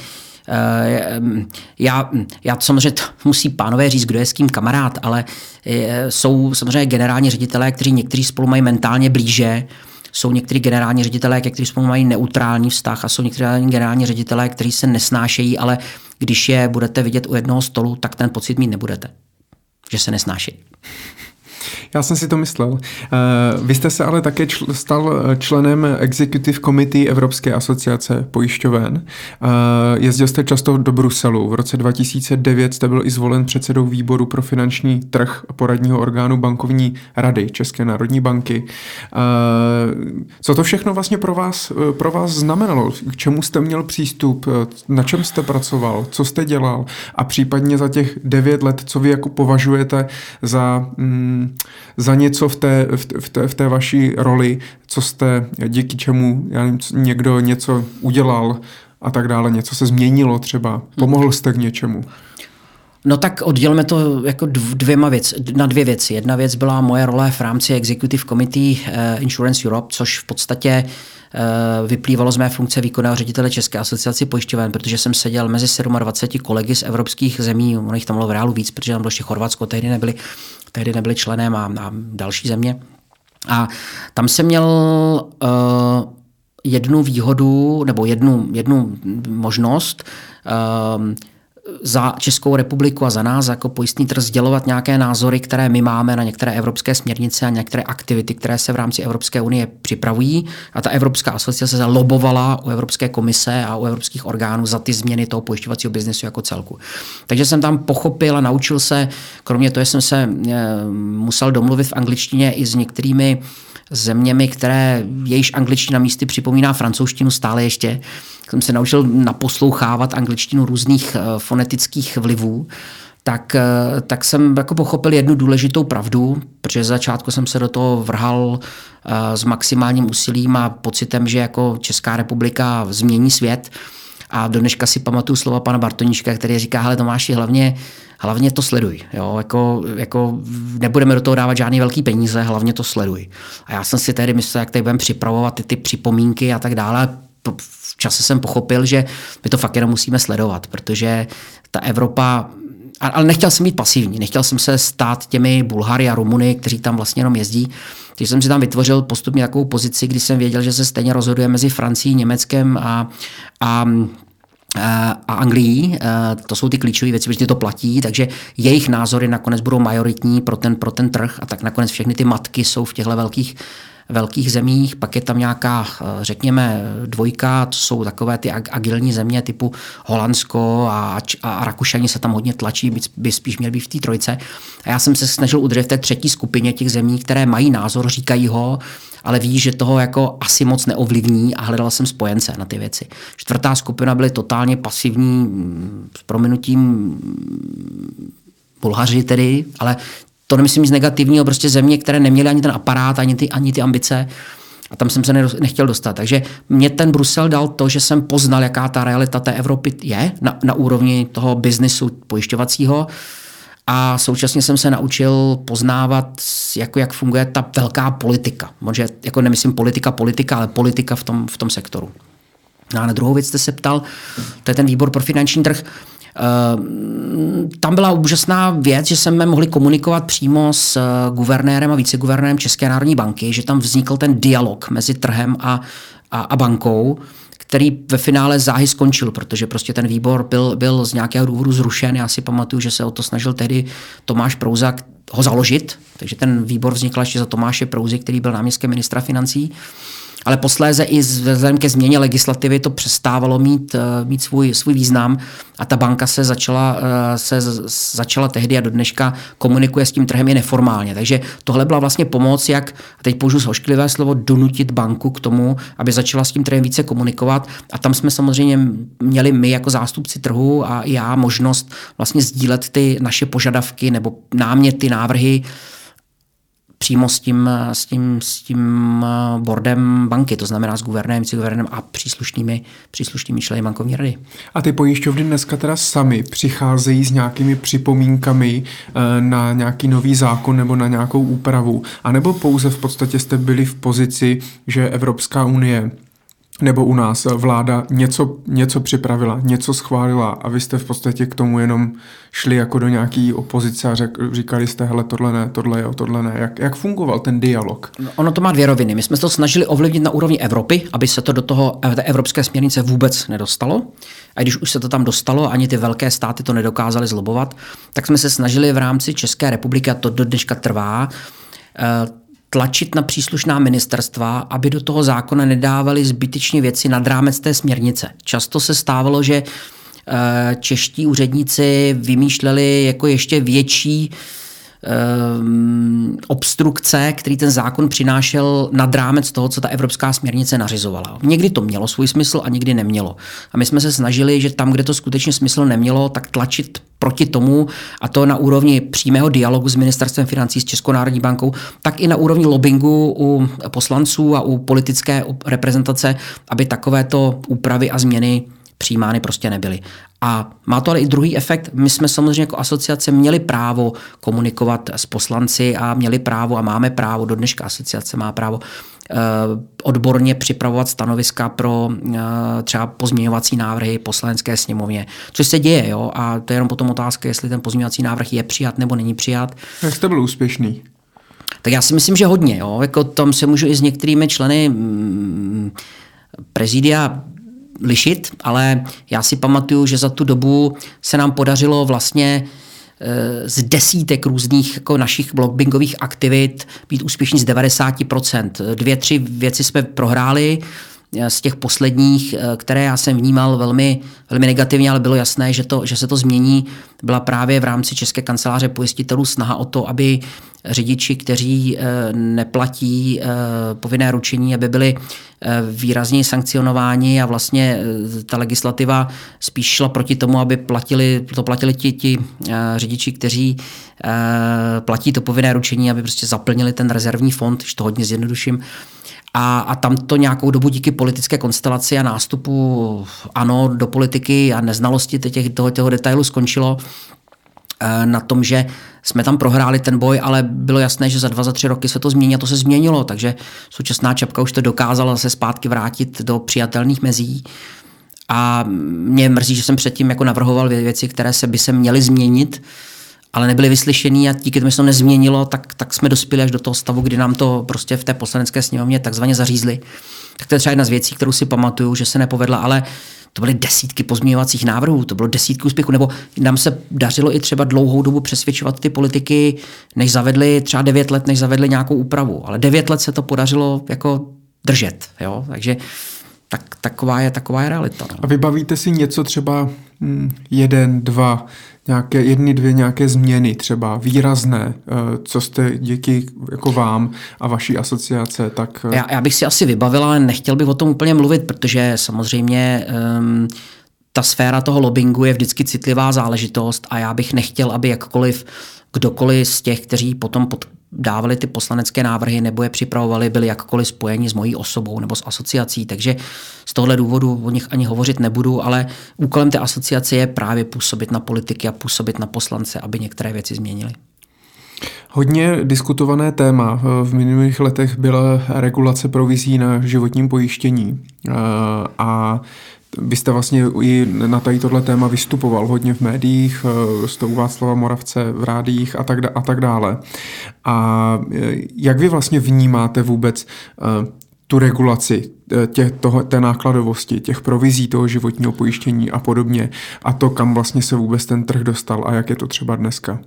Já samozřejmě musí pánové říct, kdo je s kým kamarád, ale jsou samozřejmě generální ředitelé, někteří spolu mají mentálně blíže, jsou někteří generální ředitelé, kteří spolu mají neutrální vztah a jsou někteří generální ředitelé, kteří se nesnášejí, ale když je budete vidět u jednoho stolu, tak ten pocit mít nebudete, že se nesnášejí. Já jsem si to myslel. Vy jste se ale také stal členem Executive Committee Evropské asociace pojišťoven. Jezdil jste často do Bruselu. V roce 2009 jste byl i zvolen předsedou výboru pro finanční trh poradního orgánu bankovní rady České národní banky. Co to všechno vlastně pro vás znamenalo? K čemu jste měl přístup? Na čem jste pracoval? Co jste dělal? A případně za těch 9 let, co vy jako považujete za něco v té vaší roli, co jste, díky čemu někdo něco udělal a tak dále, něco se změnilo třeba, pomohl jste k něčemu? No tak oddělíme to jako na dvě věci. Jedna věc byla moje role v rámci Executive Committee Insurance Europe, což v podstatě vyplývalo z mé funkce výkonného ředitele České asociace pojišťoven, protože jsem seděl mezi 27 kolegy z evropských zemí, ono jich tam bylo v reálu víc, protože tam bylo ještě Chorvatsko, tehdy nebyli členem a další země. A tam jsem měl jednu výhodu nebo jednu možnost za Českou republiku a za nás jako pojistný trh sdělovat nějaké názory, které my máme na některé evropské směrnice a některé aktivity, které se v rámci Evropské unie připravují. A ta Evropská asociace se lobovala u Evropské komise a u evropských orgánů za ty změny toho pojišťovacího biznesu jako celku. Takže jsem tam pochopil a naučil se, kromě toho, že jsem se musel domluvit v angličtině i s některými zeměmi, jejíž angličtina místy připomíná francouzštinu stále ještě. Jsem se naučil naposlouchávat angličtinu různých fonetických vlivů, tak jsem jako pochopil jednu důležitou pravdu, protože z začátku jsem se do toho vrhal s maximálním úsilím a pocitem, že jako Česká republika změní svět. A do dneška si pamatuju slova pana Bartoníčka, který říká, hele Tomáši, hlavně to sleduj. Jo? Jako nebudeme do toho dávat žádný velký peníze, hlavně to sleduj. A já jsem si tehdy myslel, jak tady budeme připravovat ty připomínky a tak dále. V čase jsem pochopil, že my to fakt jenom musíme sledovat, protože ta Evropa... Ale nechtěl jsem být pasivní, nechtěl jsem se stát těmi Bulhary a Rumuny, kteří tam vlastně jenom jezdí. Takže jsem si tam vytvořil postupně takovou pozici, kdy jsem věděl, že se stejně rozhoduje mezi Francií, Německem a Anglií. To jsou ty klíčové věci, protože to platí, takže jejich názory nakonec budou majoritní pro ten trh a tak nakonec všechny ty matky jsou v těchto velkých velkých zemích, pak je tam nějaká, řekněme, dvojka, to jsou takové ty agilní země typu Holandsko a Rakušani se tam hodně tlačí, by spíš měl být v té trojce. A já jsem se snažil udržet v té třetí skupině těch zemí, které mají názor, říkají ho, ale ví, že toho jako asi moc neovlivní a hledal jsem spojence na ty věci. Čtvrtá skupina byly totálně pasivní, s prominutím Bulhaři tedy, ale to nemyslím nic negativního, prostě země, které neměly ani ten aparát, ani ty ambice a tam jsem se nechtěl dostat. Takže mě ten Brusel dal to, že jsem poznal, jaká ta realita té Evropy je na úrovni toho biznisu pojišťovacího a současně jsem se naučil poznávat, jak funguje ta velká politika. Možná jako nemyslím politika, ale politika v tom sektoru. A na druhou věc jste se ptal, to je ten výbor pro finanční trh. Tam byla úžasná věc, že jsme mohli komunikovat přímo s guvernérem a viceguvernérem České národní banky, že tam vznikl ten dialog mezi trhem a bankou, který ve finále záhy skončil, protože prostě ten výbor byl z nějakého důvodu zrušen. Já si pamatuju, že se o to snažil tehdy Tomáš Prouza ho založit, takže ten výbor vznikl ještě za Tomáše Prouzy, který byl náměstkem ministra financí. Ale posléze i vzhledem ke změně legislativy to přestávalo mít svůj význam a ta banka se začala tehdy a do dneška komunikuje s tím trhem i neformálně. Takže tohle byla vlastně pomoc, jak, a teď použiju zhošklivé slovo, donutit banku k tomu, aby začala s tím trhem více komunikovat a tam jsme samozřejmě měli my jako zástupci trhu a já možnost vlastně sdílet ty naše požadavky nebo náměty, návrhy přímo s tím boardem banky, to znamená s guvernérem, viceguvernérem a příslušnými členy bankovní rady. A ty pojišťovny dneska teda sami přicházejí s nějakými připomínkami na nějaký nový zákon nebo na nějakou úpravu, anebo pouze v podstatě jste byli v pozici, že Evropská unie nebo u nás vláda něco připravila, něco schválila a vy jste v podstatě k tomu jenom šli jako do nějaký opozice a říkali jste, hele, tohle ne, tohle jo, tohle ne. Jak fungoval ten dialog? Ono to má dvě roviny. My jsme to snažili ovlivnit na úrovni Evropy, aby se to do té evropské směrnice vůbec nedostalo. A když už se to tam dostalo, ani ty velké státy to nedokázaly zlobovat, tak jsme se snažili v rámci České republiky, a to do dneška trvá, tlačit na příslušná ministerstva, aby do toho zákona nedávali zbytečně věci nad rámec té směrnice. Často se stávalo, že čeští úředníci vymýšleli jako ještě větší obstrukce, který ten zákon přinášel nad rámec toho, co ta evropská směrnice nařizovala. Někdy to mělo svůj smysl a někdy nemělo. A my jsme se snažili, že tam, kde to skutečně smysl nemělo, tak tlačit proti tomu, a to na úrovni přímého dialogu s ministerstvem financí, s Českou národní bankou, tak i na úrovni lobbingu u poslanců a u politické reprezentace, aby takovéto úpravy a změny přijímány prostě nebyly. A má to ale i druhý efekt. My jsme samozřejmě jako asociace měli právo komunikovat s poslanci a měli právo a máme právo, do dneška asociace má právo odborně připravovat stanoviska pro třeba pozměňovací návrhy poslanecké sněmovně. Což se děje, jo? A to je jenom potom otázka, jestli ten pozměňovací návrh je přijat nebo není přijat. Jak jste byl úspěšný? Tak já si myslím, že hodně. Jo? Jako tam se můžu i s některými členy prezidia lišit, ale já si pamatuju, že za tu dobu se nám podařilo vlastně z desítek různých jako našich lobbingových aktivit být úspěšní z 90%. 2-3 věci jsme prohráli z těch posledních, které já jsem vnímal velmi, velmi negativně, ale bylo jasné, že se to změní. Byla právě v rámci České kanceláře pojistitelů snaha o to, aby řidiči, kteří neplatí povinné ručení, aby byli výrazně sankcionováni a vlastně ta legislativa spíš šla proti tomu, aby platili ti řidiči, kteří platí to povinné ručení, aby prostě zaplnili ten rezervní fond, když to hodně zjednoduším. A tam to nějakou dobu díky politické konstelaci a nástupu ANO do politiky a neznalosti toho detailu skončilo na tom, že jsme tam prohráli ten boj, ale bylo jasné, že za 2-3 roky se to změní a to se změnilo, takže současná čapka už to dokázala se zpátky vrátit do přijatelných mezí. A mě mrzí, že jsem předtím jako navrhoval věci, které by se měly změnit, ale nebyly vyslyšený a díky tomu, že se to nezměnilo, tak jsme dospěli až do toho stavu, kdy nám to prostě v té poslanecké sněmovně takzvaně zařízli. Tak to je třeba jedna z věcí, kterou si pamatuju, že se nepovedla, ale to byly desítky pozměňovacích návrhů, to bylo desítky úspěchů, nebo nám se dařilo i třeba dlouhou dobu přesvědčovat ty politiky, než zavedli třeba 9 let, než zavedli nějakou úpravu, ale 9 let se to podařilo jako držet, jo, takže taková je realita. No. A vybavíte si něco třeba 1, 2, jedny, 2 nějaké změny třeba výrazné, co jste díky jako vám a vaší asociace, tak... Já bych si asi vybavil, ale nechtěl bych o tom úplně mluvit, protože samozřejmě ta sféra toho lobbingu je vždycky citlivá záležitost a já bych nechtěl, aby kdokoliv z těch, kteří potom dávali ty poslanecké návrhy nebo je připravovali, byli jakkoliv spojeni s mojí osobou nebo s asociací, takže z tohle důvodu o nich ani hovořit nebudu, ale úkolem té asociace je právě působit na politiky a působit na poslance, aby některé věci změnili. Hodně diskutované téma v minulých letech byla regulace provizí na životním pojištění a vy jste vlastně i na tohle téma vystupoval hodně v médiích, jste u Václava Moravce v rádiích a tak dále. A jak vy vlastně vnímáte vůbec tu regulaci té nákladovosti, těch provizí toho životního pojištění a podobně a to, kam vlastně se vůbec ten trh dostal a jak je to třeba dneska?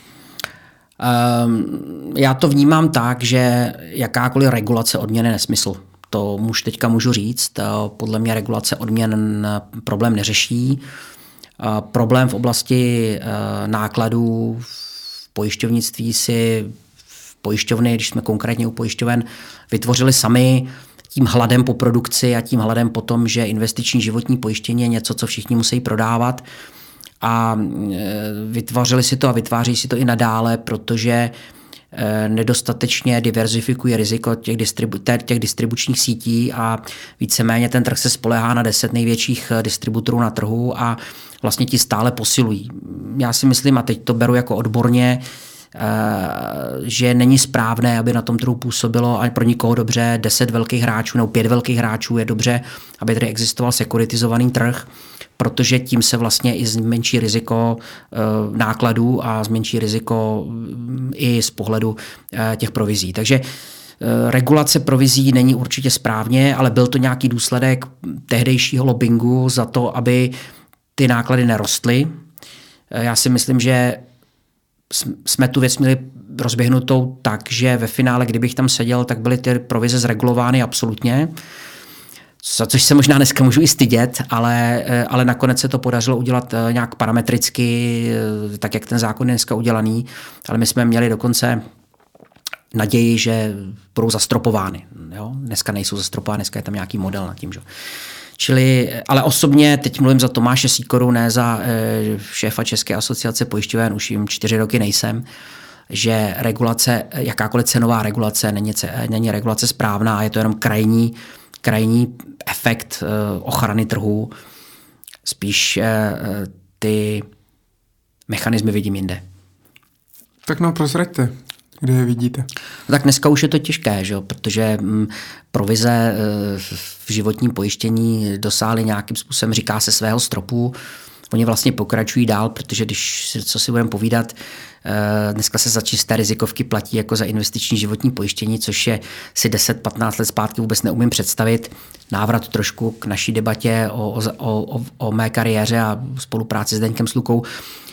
Já to vnímám tak, že jakákoliv regulace odměn je nesmysl. To už teďka můžu říct. Podle mě regulace odměn problém neřeší. Problém v oblasti nákladů v pojišťovnictví si pojišťovny, když jsme konkrétně u pojišťoven, vytvořili sami tím hladem po produkci a tím hladem po tom, že investiční životní pojištění je něco, co všichni musí prodávat. A vytvořili si to a vytváří si to i nadále, protože nedostatečně diverzifikují riziko těch distribučních sítí a víceméně ten trh se spoléhá na 10 největších distributorů na trhu a vlastně ti stále posilují. Já si myslím, a teď to beru jako odborně, že není správné, aby na tom trhu působilo ani pro nikoho dobře 10 velkých hráčů nebo 5 velkých hráčů, je dobře, aby tady existoval sekuritizovaný trh, protože tím se vlastně i zmenší riziko nákladů a zmenší riziko i z pohledu těch provizí. Takže regulace provizí není určitě správně, ale byl to nějaký důsledek tehdejšího lobbingu za to, aby ty náklady nerostly. Já si myslím, že jsme tu věc měli rozběhnutou tak, že ve finále, kdybych tam seděl, tak byly ty provize zregulovány absolutně, za což se možná dneska můžu i stydět, ale nakonec se to podařilo udělat nějak parametricky, tak jak ten zákon je dneska udělaný, ale my jsme měli dokonce naději, že budou zastropovány. Jo? Dneska nejsou zastropovány, dneska je tam nějaký model nad tím. Že? Čili, ale osobně, teď mluvím za Tomáše Sýkoru, ne za šéfa České asociace pojišťoven, už jim 4 roky nejsem, že regulace, jakákoliv cenová regulace není regulace správná a je to jenom krajní efekt ochrany trhu. Spíš ty mechanismy vidím jinde. Tak nám prozraďte, kde je vidíte. Tak dneska už je to těžké, že? Protože provize v životním pojištění dosáhly nějakým způsobem, říká se, svého stropu. Oni vlastně pokračují dál, protože co si budeme povídat, dneska se za čisté rizikovky platí jako za investiční životní pojištění, což je si 10-15 let zpátky vůbec neumím představit. Návrat trošku k naší debatě o mé kariéře a spolupráci s Zdeňkem Slukou.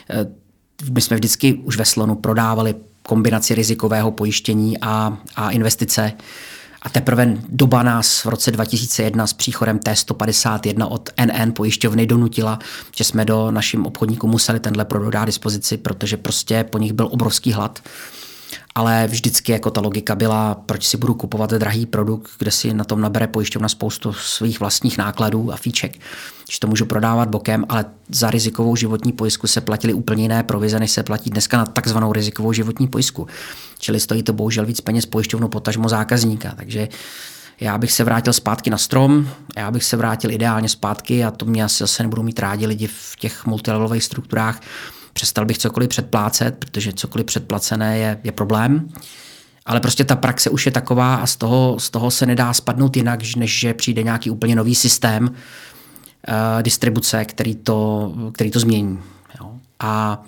My jsme vždycky už ve Slonu prodávali kombinaci rizikového pojištění a investice. A teprve doba nás v roce 2001 s příchodem T151 od NN pojišťovny donutila, že jsme do našim obchodníkům museli tenhle produkt dát dispozici, protože prostě po nich byl obrovský hlad. Ale vždycky jako ta logika byla, proč si budu kupovat drahý produkt, kde si na tom nabere pojišťovna spoustu svých vlastních nákladů a fíček. Že to můžu prodávat bokem, ale za rizikovou životní pojistku se platily úplně jiné provize, než se platí dneska na takzvanou rizikovou životní pojistku. Čili stojí to bohužel víc peněz pojišťovnu, potažmo zákazníka. Takže já bych se vrátil zpátky na strom, já bych se vrátil ideálně zpátky a to mě asi zase nebudou mít rádi lidi v těch multilevelových strukturách. Přestal bych cokoliv předplácet, protože cokoliv předplacené je problém. Ale prostě ta praxe už je taková a z toho se nedá spadnout jinak, než že přijde nějaký úplně nový systém distribuce, který to změní. Jo. A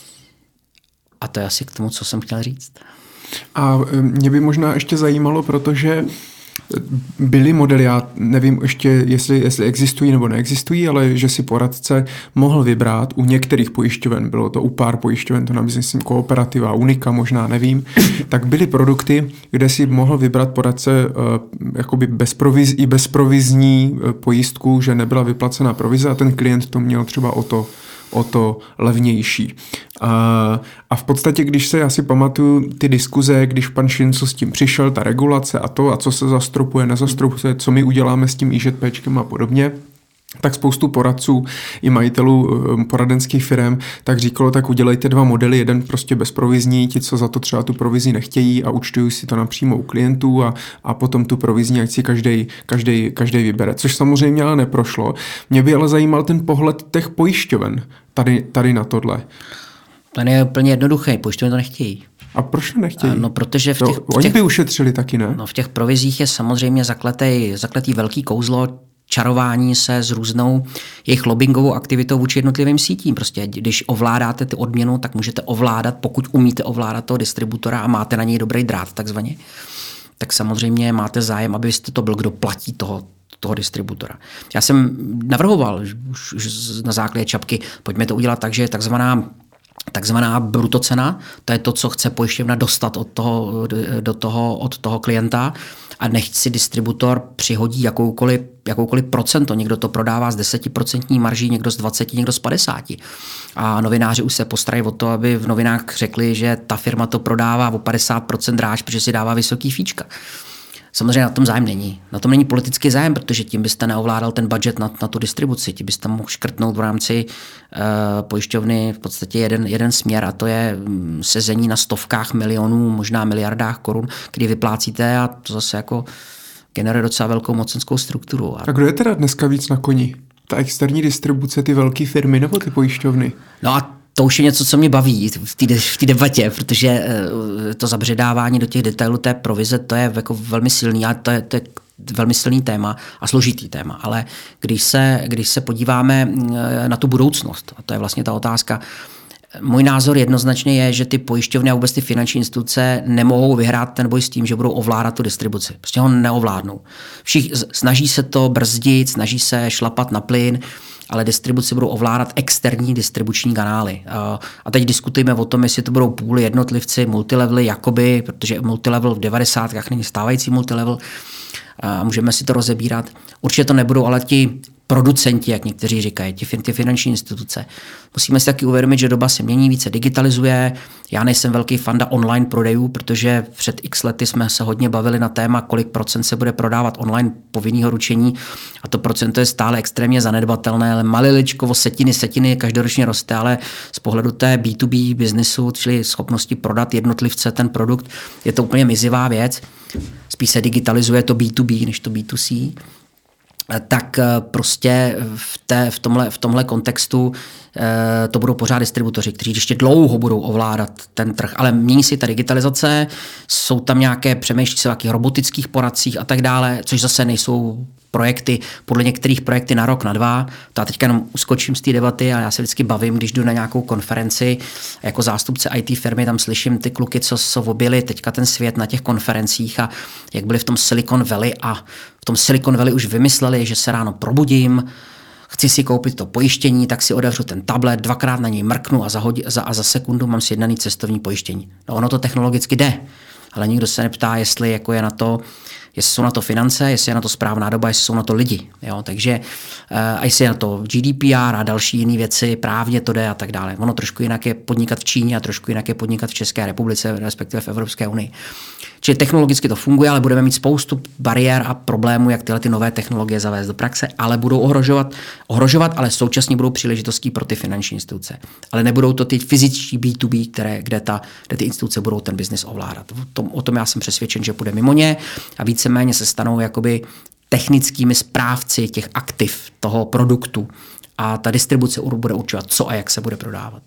to je asi k tomu, co jsem chtěl říct. A mě by možná ještě zajímalo, protože Byly modely, já nevím ještě, jestli existují nebo neexistují, ale že si poradce mohl vybrat u některých pojišťoven, bylo to u pár pojišťoven, to myslím Kooperativa, Unika, možná nevím, tak byly produkty, kde si mohl vybrat poradce jakoby bezprovizní pojistku, že nebyla vyplacena provize a ten klient to měl třeba o to levnější. A v podstatě, když se, já si pamatuju ty diskuze, když pan Šincl s tím přišel, ta regulace a co se zastropuje, nezastropuje, co my uděláme s tím IŽPčkem a podobně, tak spoustu poradců i majitelů poradenských firm tak říkalo, tak udělejte 2 modely, jeden prostě bezprovizní, ti, co za to třeba tu provizi nechtějí a účtují si to napřímo u klientů a potom tu provizní, ať si každý vybere, což samozřejmě ale neprošlo. Mě by ale zajímal ten pohled těch pojišťoven tady na tohle. Ten je úplně jednoduchý, pojišťovny to nechtějí. A proč to nechtějí? No, protože oni by ušetřili taky, ne? No, v těch provizích je samozřejmě zakletý velký kouzlo čarování se s různou jejich lobbingovou aktivitou vůči jednotlivým sítím. Prostě když ovládáte ty odměnu, tak můžete ovládat, pokud umíte ovládat toho distributora a máte na něj dobrý drát takzvaně, tak samozřejmě máte zájem, abyste to byl, kdo platí toho distributora. Já jsem navrhoval už na základě čapky, pojďme to udělat tak, že je takzvaná brutocena, to je to, co chce pojišťovna dostat od toho klienta a nechť si distributor přihodí jakoukoliv procento. Někdo to prodává z 10% marží, někdo z 20, někdo z 50. A novináři už se postarají o to, aby v novinách řekli, že ta firma to prodává o 50% dráž, protože si dává vysoký fíčka. Samozřejmě na tom zájem není. Na tom není politický zájem, protože tím byste neovládal ten budget na tu distribuci. Tím byste mohl škrtnout v rámci pojišťovny v podstatě jeden směr a to je sezení na stovkách milionů, možná miliardách korun, kdy vyplácíte a to zase jako generuje docela velkou mocenskou strukturu. A kdo je teda dneska víc na koni? Ta externí distribuce, ty velké firmy nebo ty pojišťovny? No a to už je něco, co mě baví v té debatě, protože to zabředávání do těch detailů té provize, to je jako velmi silný, ale to je velmi silný téma a složitý téma. Ale když se podíváme na tu budoucnost, a to je vlastně ta otázka, můj názor jednoznačně je, že ty pojišťovny a vůbec ty finanční instituce nemohou vyhrát ten boj s tím, že budou ovládat tu distribuci. Prostě ho neovládnou. Snaží se to brzdit, snaží se šlapat na plyn, ale distribuci budou ovládat externí distribuční kanály. A teď diskutujeme o tom, jestli to budou půly, jednotlivci, multilevely, jakoby, protože multilevel v 90kách není stávající multilevel, a můžeme si to rozebírat. Určitě to nebudou ale ti producenti, jak někteří říkají, ty finanční instituce. Musíme si taky uvědomit, že doba se mění, více digitalizuje. Já nejsem velký fanda online prodejů, protože před x lety jsme se hodně bavili na téma, kolik procent se bude prodávat online povinného ručení a to procento je stále extrémně zanedbatelné, ale maliličko o setiny každoročně roste, ale z pohledu té B2B biznesu, čili schopnosti prodat jednotlivce ten produkt, je to úplně mizivá věc. Spíš se digitalizuje to B2B než to B2C. Tak prostě v tomhle kontextu to budou pořád distributoři, kteří ještě dlouho budou ovládat ten trh. Ale mění si ta digitalizace, jsou tam nějaké přemýšlí se o nějakých robotických poradcích a tak dále, což zase nejsou projekty, podle některých projekty na rok, na 2. To já teďka jenom uskočím z té debaty a já se vždycky bavím, když jdu na nějakou konferenci jako zástupce IT firmy, tam slyším ty kluky, co objeli teďka ten svět na těch konferencích a jak byli v tom Silicon Valley a v tom Silicon Valley už vymysleli, že se ráno probudím, chci si koupit to pojištění, tak si otevřu ten tablet, dvakrát na něj mrknu a za sekundu mám sjednaný cestovní pojištění. No ono to technologicky jde, ale nikdo se neptá, jestli jako je na to, jestli jsou na to finance, jestli je na to správná doba, jestli jsou na to lidi. Jo? Takže a jestli je na to GDPR a další jiné věci, právně to jde a tak dále. Ono trošku jinak je podnikat v Číně a trošku jinak je podnikat v České republice, respektive v Evropské unii. Čili technologicky to funguje, ale budeme mít spoustu bariér a problémů, jak tyhle ty nové technologie zavést do praxe, ale budou ohrožovat, ale současně budou příležitostí pro ty finanční instituce. Ale nebudou to ty fyzičtí B2B, kde ty instituce budou ten biznis ovládat. O tom já jsem přesvědčen, že půjde mimo ně a víceméně se stanou jakoby technickými správci těch aktiv toho produktu a ta distribuce bude určovat, co a jak se bude prodávat.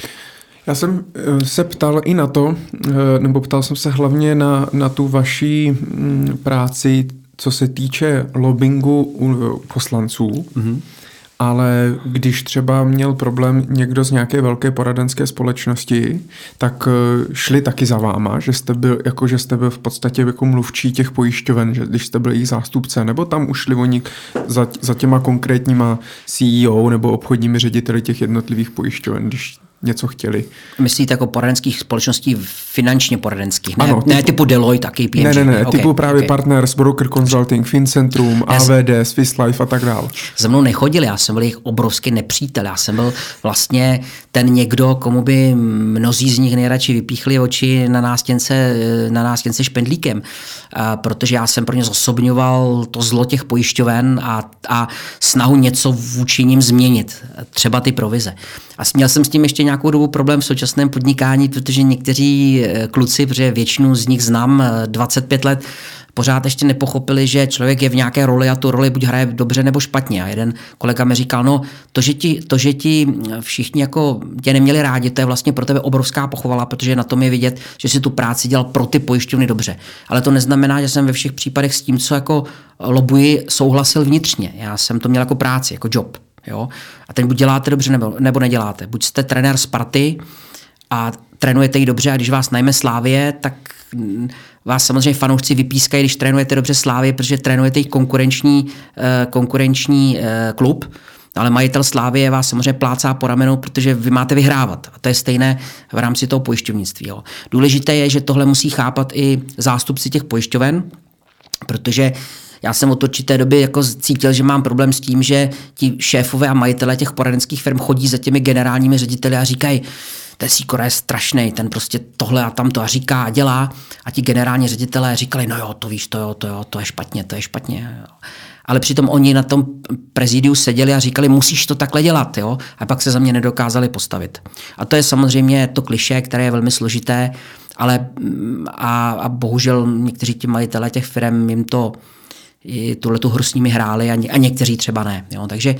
Já jsem se ptal i na to, nebo ptal jsem se hlavně na tu vaši práci, co se týče lobbingu u poslanců. Mm-hmm. ale když třeba měl problém někdo z nějaké velké poradenské společnosti, tak šli taky za váma, že jste byl v podstatě jako mluvčí těch pojišťoven, že když jste byl jejich zástupce, nebo tam už šli oni za těma konkrétníma CEO nebo obchodními řediteli těch jednotlivých pojišťoven, když něco chtěli. Myslíte jako poradenských společností finančně poradenských, ne typu Deloitte, taky KPMG. Ne, typu právě Partners, Broker Consulting, Fincentrum, AVD, Swiss Life a tak dále. Za mnou nechodili, já jsem byl jejich obrovský nepřítel, já jsem byl vlastně ten někdo, komu by mnozí z nich nejradši vypíchli oči na nástěnce špendlíkem, protože já jsem pro ně zosobňoval to zlo těch pojišťoven a snahu něco vůči nim změnit, třeba ty provize. A měl jsem s tím ještě nějakou dobu problém v současném podnikání, protože někteří kluci, protože většinu z nich znám 25 let, pořád ještě nepochopili, že člověk je v nějaké roli a tu roli buď hraje dobře nebo špatně. A jeden kolega mi říkal, no to, že ti všichni jako tě neměli rádi, to je vlastně pro tebe obrovská pochvala, protože na tom je vidět, že si tu práci dělal pro ty pojišťovny dobře. Ale to neznamená, že jsem ve všech případech s tím, co jako lobuji, souhlasil vnitřně. Já jsem to měl jako práci, jako job. Jo? A teď buď děláte dobře, nebo neděláte. Buď jste trenér Sparty a trénujete ji dobře a když vás najme Slavie, tak vás samozřejmě fanoušci vypískají, když trénujete dobře Slavie, protože trénujete jich konkurenční klub, ale majitel Slavie vás samozřejmě plácá po ramenou, protože vy máte vyhrávat. A to je stejné v rámci toho pojišťovnictví. Jo. Důležité je, že tohle musí chápat i zástupci těch pojišťoven, protože já jsem od určité doby jako cítil, že mám problém s tím, že ti šéfové a majitelé těch poradenských firm chodí za těmi generálními řediteli a říkají, ten Sýkora je strašný, ten prostě tohle a tamto a říká a dělá. A ti generální ředitelé říkali, no jo, to víš, to je špatně. Ale přitom oni na tom prezidiu seděli a říkali, musíš to takhle dělat, jo? A pak se za mě nedokázali postavit. A to je samozřejmě to klišé, které je velmi složité, ale a bohužel někteří ti majitelé těch firm jim to tuhletu hru s nimi hráli a někteří třeba ne. Jo? Takže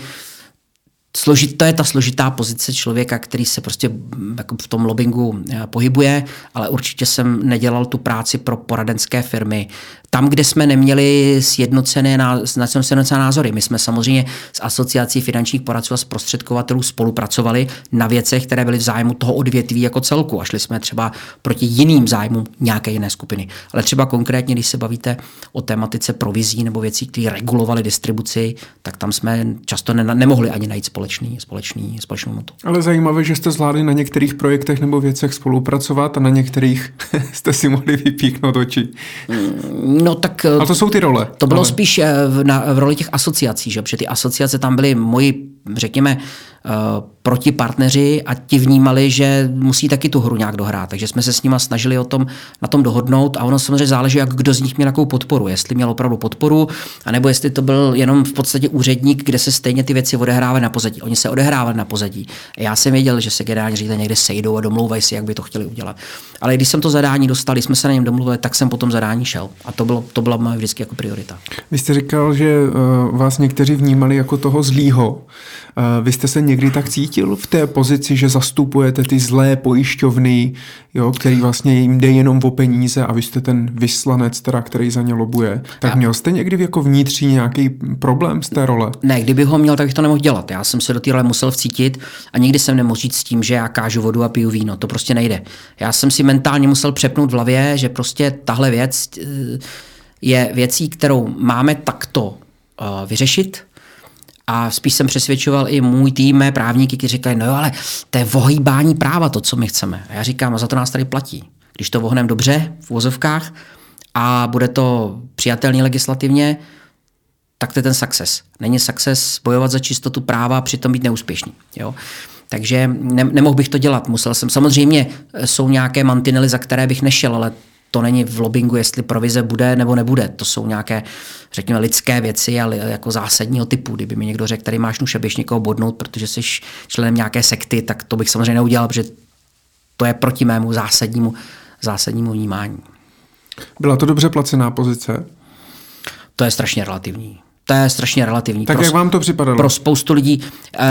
to je ta složitá pozice člověka, který se prostě jako v tom lobbingu pohybuje, ale určitě jsem nedělal tu práci pro poradenské firmy. Tam, kde jsme neměli sjednocené názory. My jsme samozřejmě s Asociací finančních poradců a zprostředkovatelů spolupracovali na věcech, které byly v zájmu toho odvětví jako celku a šli jsme třeba proti jiným zájmům nějaké jiné skupiny. Ale třeba konkrétně, když se bavíte o tematice provizí nebo věcí, které regulovaly distribuci, tak tam jsme často nemohli ani najít společnou notu. Ale zajímavé, že jste zvládli na některých projektech nebo věcech spolupracovat a na některých jste si mohli vypíchnout oči. No tak... A to jsou ty role. To bylo spíš v roli těch asociací, že? Protože ty asociace tam byly moji, řekněme, protipartneři a ti vnímali, že musí taky tu hru nějak dohrát. Takže jsme se s nima snažili na tom dohodnout a ono samozřejmě záleží, jak kdo z nich měl jakou podporu. Jestli měl opravdu podporu, anebo jestli to byl jenom v podstatě úředník, kde se stejně ty věci odehrávaly na pozadí. Oni se odehrávali na pozadí. A já jsem věděl, že se generální ředitel někde sejdou a domlouvají si, jak by to chtěli udělat. Ale když jsem to zadání dostal, když jsme se na něm domluvili, tak jsem po tom zadání šel. A to byla moje vždycky jako priorita. Vy jste říkal, že vás někteří vnímali jako toho zlýho. Vy jste se někdy tak cítil v té pozici, že zastupujete ty zlé pojišťovny, jo, který vlastně jim jde jenom o peníze a vy jste ten vyslanec, který za ně lobuje. Tak měl jste někdy jako vnitřní nějaký problém z té role? Ne, kdyby ho měl, tak bych to nemohl dělat. Já jsem se do té role musel vcítit a nikdy jsem nemohl říct s tím, že já kážu vodu a piju víno. To prostě nejde. Já jsem si mentálně musel přepnout v hlavě, že prostě tahle věc je věcí, kterou máme takto vyřešit. A spíš jsem přesvědčoval i můj tým, mé právníky, kteří říkají, no jo, ale to je ohýbání práva, to, co my chceme. A já říkám, a za to nás tady platí. Když to vohneme dobře v uvozovkách a bude to přijatelný legislativně, tak to je ten success. Není success bojovat za čistotu práva a přitom být neúspěšný. Jo? Takže nemohl bych to dělat. Musel jsem. Samozřejmě jsou nějaké mantinely, za které bych nešel, ale to není v lobbingu, jestli provize bude nebo nebude. To jsou nějaké, řekněme, lidské věci, ale jako zásadního typu. Kdyby mi někdo řekl, tady máš nůž a běž někoho bodnout, protože jsi členem nějaké sekty, tak to bych samozřejmě neudělal, protože to je proti mému zásadnímu vnímání. Byla to dobře placená pozice? To je strašně relativní. Tak jak vám to připadalo? Pro spoustu lidí.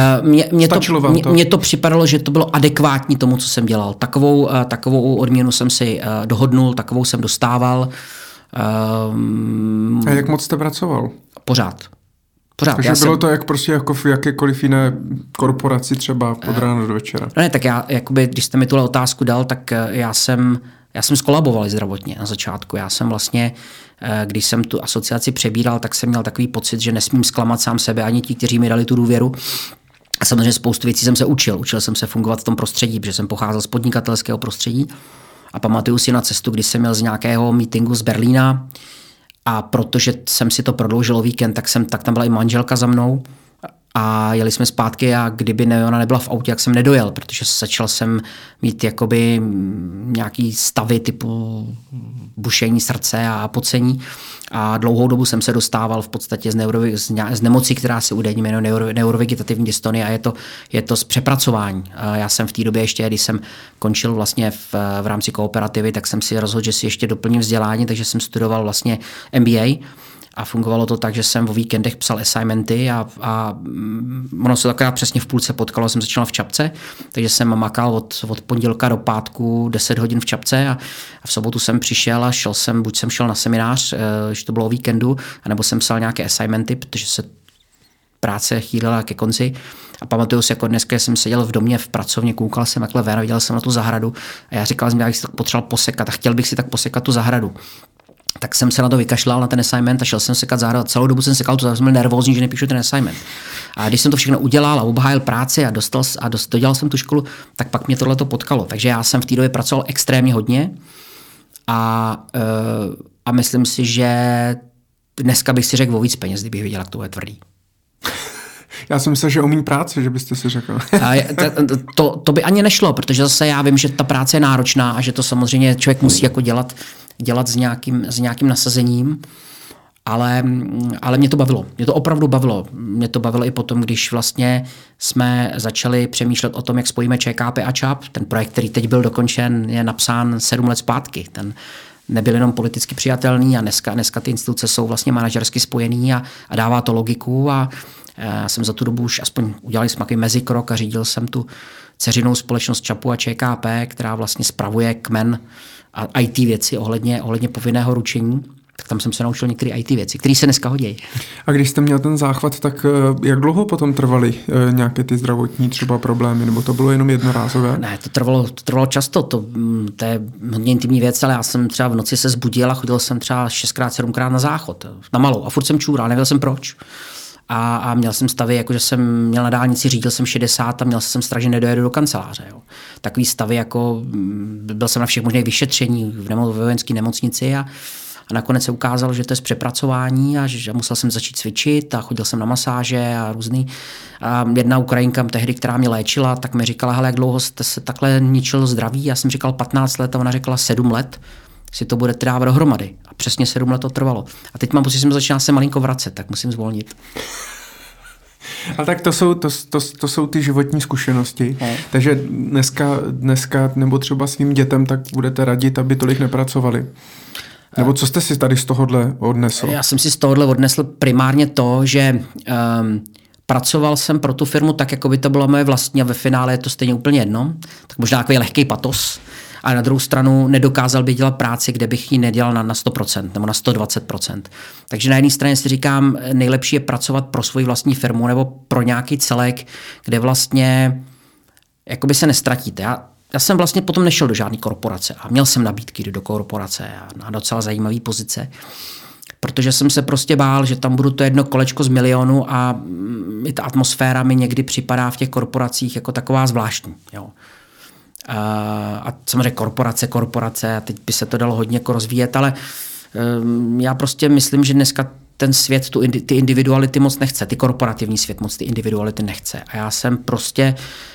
Mně to připadalo, že to bylo adekvátní tomu, co jsem dělal. Takovou odměnu jsem si dohodnul, takovou jsem dostával. A jak moc jste pracoval? Pořád. Pořád. Takže bylo to jak prostě jako v jakékoliv jiné korporaci třeba od rána do večera. No ne, tak já, jakoby, když jste mi tuhle otázku dal, tak já jsem skolaboval zdravotně na začátku. Já jsem vlastně, když jsem tu asociaci přebíral, tak jsem měl takový pocit, že nesmím zklamat sám sebe ani ti, kteří mi dali tu důvěru. A samozřejmě spoustu věcí jsem se učil. Učil jsem se fungovat v tom prostředí, protože jsem pocházel z podnikatelského prostředí. A pamatuju si na cestu, když jsem měl z nějakého meetingu z Berlína a protože jsem si to prodloužil o víkend, tak tam byla i manželka za mnou a jeli jsme zpátky a kdyby ona nebyla v autě, jak jsem nedojel, protože začal jsem mít jakoby nějaký stavy typu bušení srdce a pocení a dlouhou dobu jsem se dostával v podstatě z nemocí, která se údajně jmenuje neurovegetativní dystonie a je to z přepracování. Já jsem v té době ještě, když jsem končil vlastně v rámci kooperativy, tak jsem si rozhodl, že si ještě doplním vzdělání, takže jsem studoval vlastně MBA. A fungovalo to tak, že jsem o víkendech psal assignmenty a ono se takrát přesně v půlce potkalo, jsem začal v Čapce, takže jsem makal od pondělka do pátku 10 hodin v Čapce a v sobotu jsem přišel a buď jsem šel na seminář, že to bylo o víkendu, anebo jsem psal nějaké assignmenty, protože se práce chýlila ke konci. A pamatuju si, jako dneska jsem seděl v domě v pracovně, koukal jsem takhle ven, viděl jsem na tu zahradu a já říkal, že bych si tak potřeboval posekat a chtěl bych si tak posekat tu zahradu. Tak jsem se na to vykašlal, na ten assignment a šel jsem sekat zahradu. Celou dobu jsem sekal tu zahradu, jsem byl nervózní, že nepíšu ten assignment. A když jsem to všechno udělal a obhájil práci a dodělal jsem tu školu, tak pak mě tohleto potkalo. Takže já jsem v té době pracoval extrémně hodně a myslím si, že dneska bych si řekl o víc peněz, kdybych viděl, jak to je tvrdý. Já jsem myslel, že umím práci, že byste si řekl. To by ani nešlo, protože zase já vím, že ta práce je náročná a že to samozřejmě člověk musí jako dělat s nějakým nasazením, ale mě to bavilo. Mě to opravdu bavilo. Mě to bavilo i potom, když vlastně jsme začali přemýšlet o tom, jak spojíme ČKP a ČAP. Ten projekt, který teď byl dokončen, je napsán 7 let zpátky. Ten nebyl jenom politicky přijatelný a dneska ty instituce jsou vlastně manažersky spojený a dává to logiku a já jsem za tu dobu už aspoň udělali jsme takový mezikrok a řídil jsem tu dceřinou společnost ČAPu a ČKP, která vlastně spravuje kmen a IT věci ohledně povinného ručení. Tak tam jsem se naučil některé IT věci, které se dneska hodí. A když jste měl ten záchvat, tak jak dlouho potom trvaly nějaké ty zdravotní třeba problémy, nebo to bylo jenom jednorázové? Ne, to trvalo často, to je hodně intimní věc, ale já jsem třeba v noci se zbudil a chodil jsem třeba 6x, 7x na záchod, na malou a furt jsem čůral, nevěděl jsem proč. A měl jsem stavy, jako že jsem měl na dálnici, řídil jsem 60 a měl jsem strach, že nedojedu do kanceláře. Jo. Takový stavy, jako byl jsem na všech možných vyšetření ve vojenské nemocnici a nakonec se ukázalo, že to je z přepracování a že musel jsem začít cvičit a chodil jsem na masáže a různý. A jedna Ukrajinka tehdy, která mě léčila, tak mi říkala, hele, jak dlouho jste se takhle ničil zdraví? Já jsem říkal 15 let a ona řekla 7 let. Si to bude dávat dohromady. A přesně 7 let to trvalo. A teď mám pocit, že jsem začínal se malinko vracet, tak musím zvolnit. A tak to jsou ty životní zkušenosti. Takže dneska nebo třeba svým dětem tak budete radit, aby tolik nepracovali. Nebo co jste si tady z tohohle odnesl? Já jsem si z tohohle odnesl primárně to, že pracoval jsem pro tu firmu tak, jako by to bylo moje vlastní a ve finále je to stejně úplně jedno. Tak možná takový lehký patos. A na druhou stranu nedokázal bych dělat práci, kde bych ji nedělal na 100% nebo na 120%. Takže na jedné straně si říkám, nejlepší je pracovat pro svoji vlastní firmu nebo pro nějaký celek, kde vlastně jakoby se nestratíte. Já jsem vlastně potom nešel do žádné korporace a měl jsem nabídky do korporace a na docela zajímavé pozice, protože jsem se prostě bál, že tam budu to jedno kolečko z milionu a i ta atmosféra mi někdy připadá v těch korporacích jako taková zvláštní. Jo. A samozřejmě korporace, a teď by se to dalo hodně jako rozvíjet, ale já prostě myslím, že dneska ten svět ty individuality moc nechce, ty korporativní svět moc ty individuality nechce. A já jsem prostě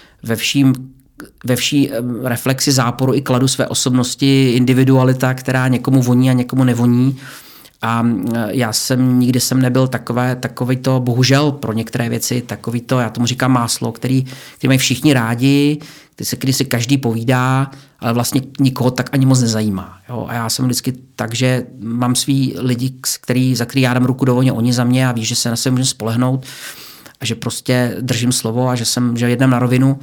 ve vší reflexi záporu i kladu své osobnosti individualita, která někomu voní a někomu nevoní. A nikdy jsem nebyl takový to, bohužel pro některé věci, takový to, já tomu říkám máslo, který mají všichni rádi, kdy si každý povídá, ale vlastně nikoho tak ani moc nezajímá. Jo? A já jsem vždycky tak, že mám svý lidi, za který já dám ruku do ohně, oni za mě a ví, že se na sebe můžu spolehnout a že prostě držím slovo a že jednám na rovinu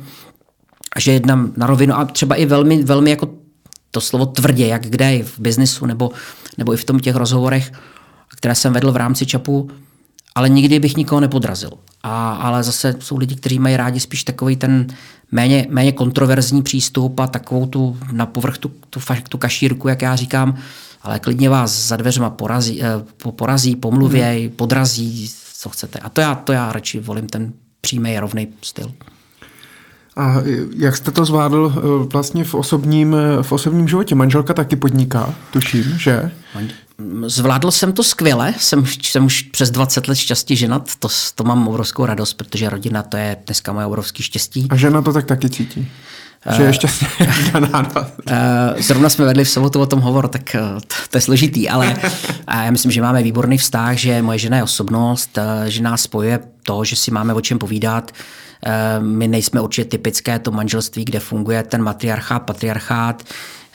a třeba i velmi, velmi jako to slovo tvrdě, jak kde v biznisu nebo i v těch rozhovorech, které jsem vedl v rámci ČAPu ale nikdy bych nikoho nepodrazil. Ale zase jsou lidi, kteří mají rádi spíš takový ten méně kontroverzní přístup a takovou tu na povrch tu kašírku, jak já říkám, ale klidně vás za dveřma porazí, pomluvěj, podrazí, co chcete. A to já radši volím ten přímý, rovný styl. A jak jste to zvládl vlastně v osobním životě? Manželka taky podniká, tuším, že? Zvládl jsem to skvěle, jsem už přes 20 let šťastně ženat, to mám obrovskou radost, protože rodina to je dneska moje obrovské štěstí. A žena to tak taky cítí? Že je šťastně daná. Zrovna jsme vedli v sobotu o tom hovor, tak to je složitý, ale já myslím, že máme výborný vztah, že moje žena je osobnost, že nás spojuje to, že si máme o čem povídat. My nejsme určitě typické to manželství, kde funguje ten matriarchát, patriarchát.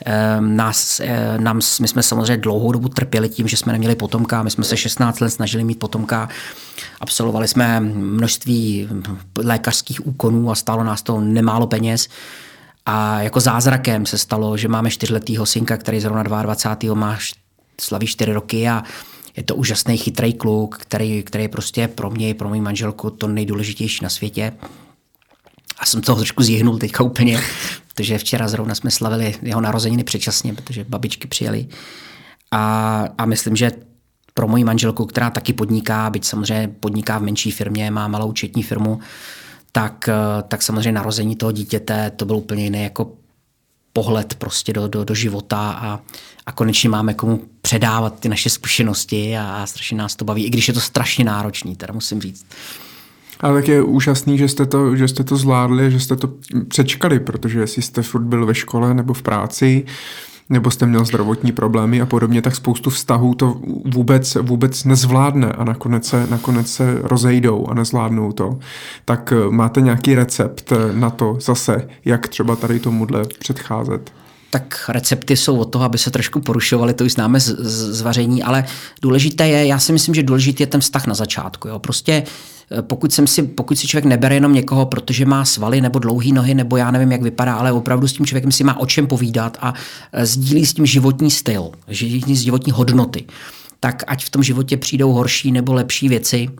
My jsme samozřejmě dlouhou dobu trpěli tím, že jsme neměli potomka. My jsme se 16 let snažili mít potomka. Absolvovali jsme množství lékařských úkonů a stálo nás to nemálo peněz. A jako zázrakem se stalo, že máme 4letýho synka, který zrovna 22. slaví 4 roky a je to úžasný, chytrý kluk, který je prostě pro mě, pro moji manželku to nejdůležitější na světě. A jsem toho trošku zjihnul teďka úplně, protože včera zrovna jsme slavili jeho narozeniny předčasně, protože babičky přijeli. A myslím, že pro moji manželku, která taky podniká, byť samozřejmě podniká v menší firmě, má malou účetní firmu, tak samozřejmě narození toho dítěte, to byl úplně jiný jako pohled prostě do života a konečně máme komu předávat ty naše zkušenosti a strašně nás to baví, i když je to strašně náročný, teda musím říct. Ale tak je úžasný, že jste to zvládli, že jste to přečkali, protože jestli jste furt byl ve škole nebo v práci, nebo jste měl zdravotní problémy a podobně, tak spoustu vztahů to vůbec nezvládne a nakonec se rozejdou a nezvládnou to. Tak máte nějaký recept na to zase, jak třeba tady tomuhle předcházet? Tak recepty jsou od toho, aby se trošku porušovaly, to už známe z vaření, ale důležité je, já si myslím, že důležitý je ten vztah na začátku. Jo. Prostě pokud si člověk nebere jenom někoho, protože má svaly nebo dlouhý nohy, nebo já nevím, jak vypadá, ale opravdu s tím člověkem si má o čem povídat a sdílí s tím životní styl, životní hodnoty, tak ať v tom životě přijdou horší nebo lepší věci,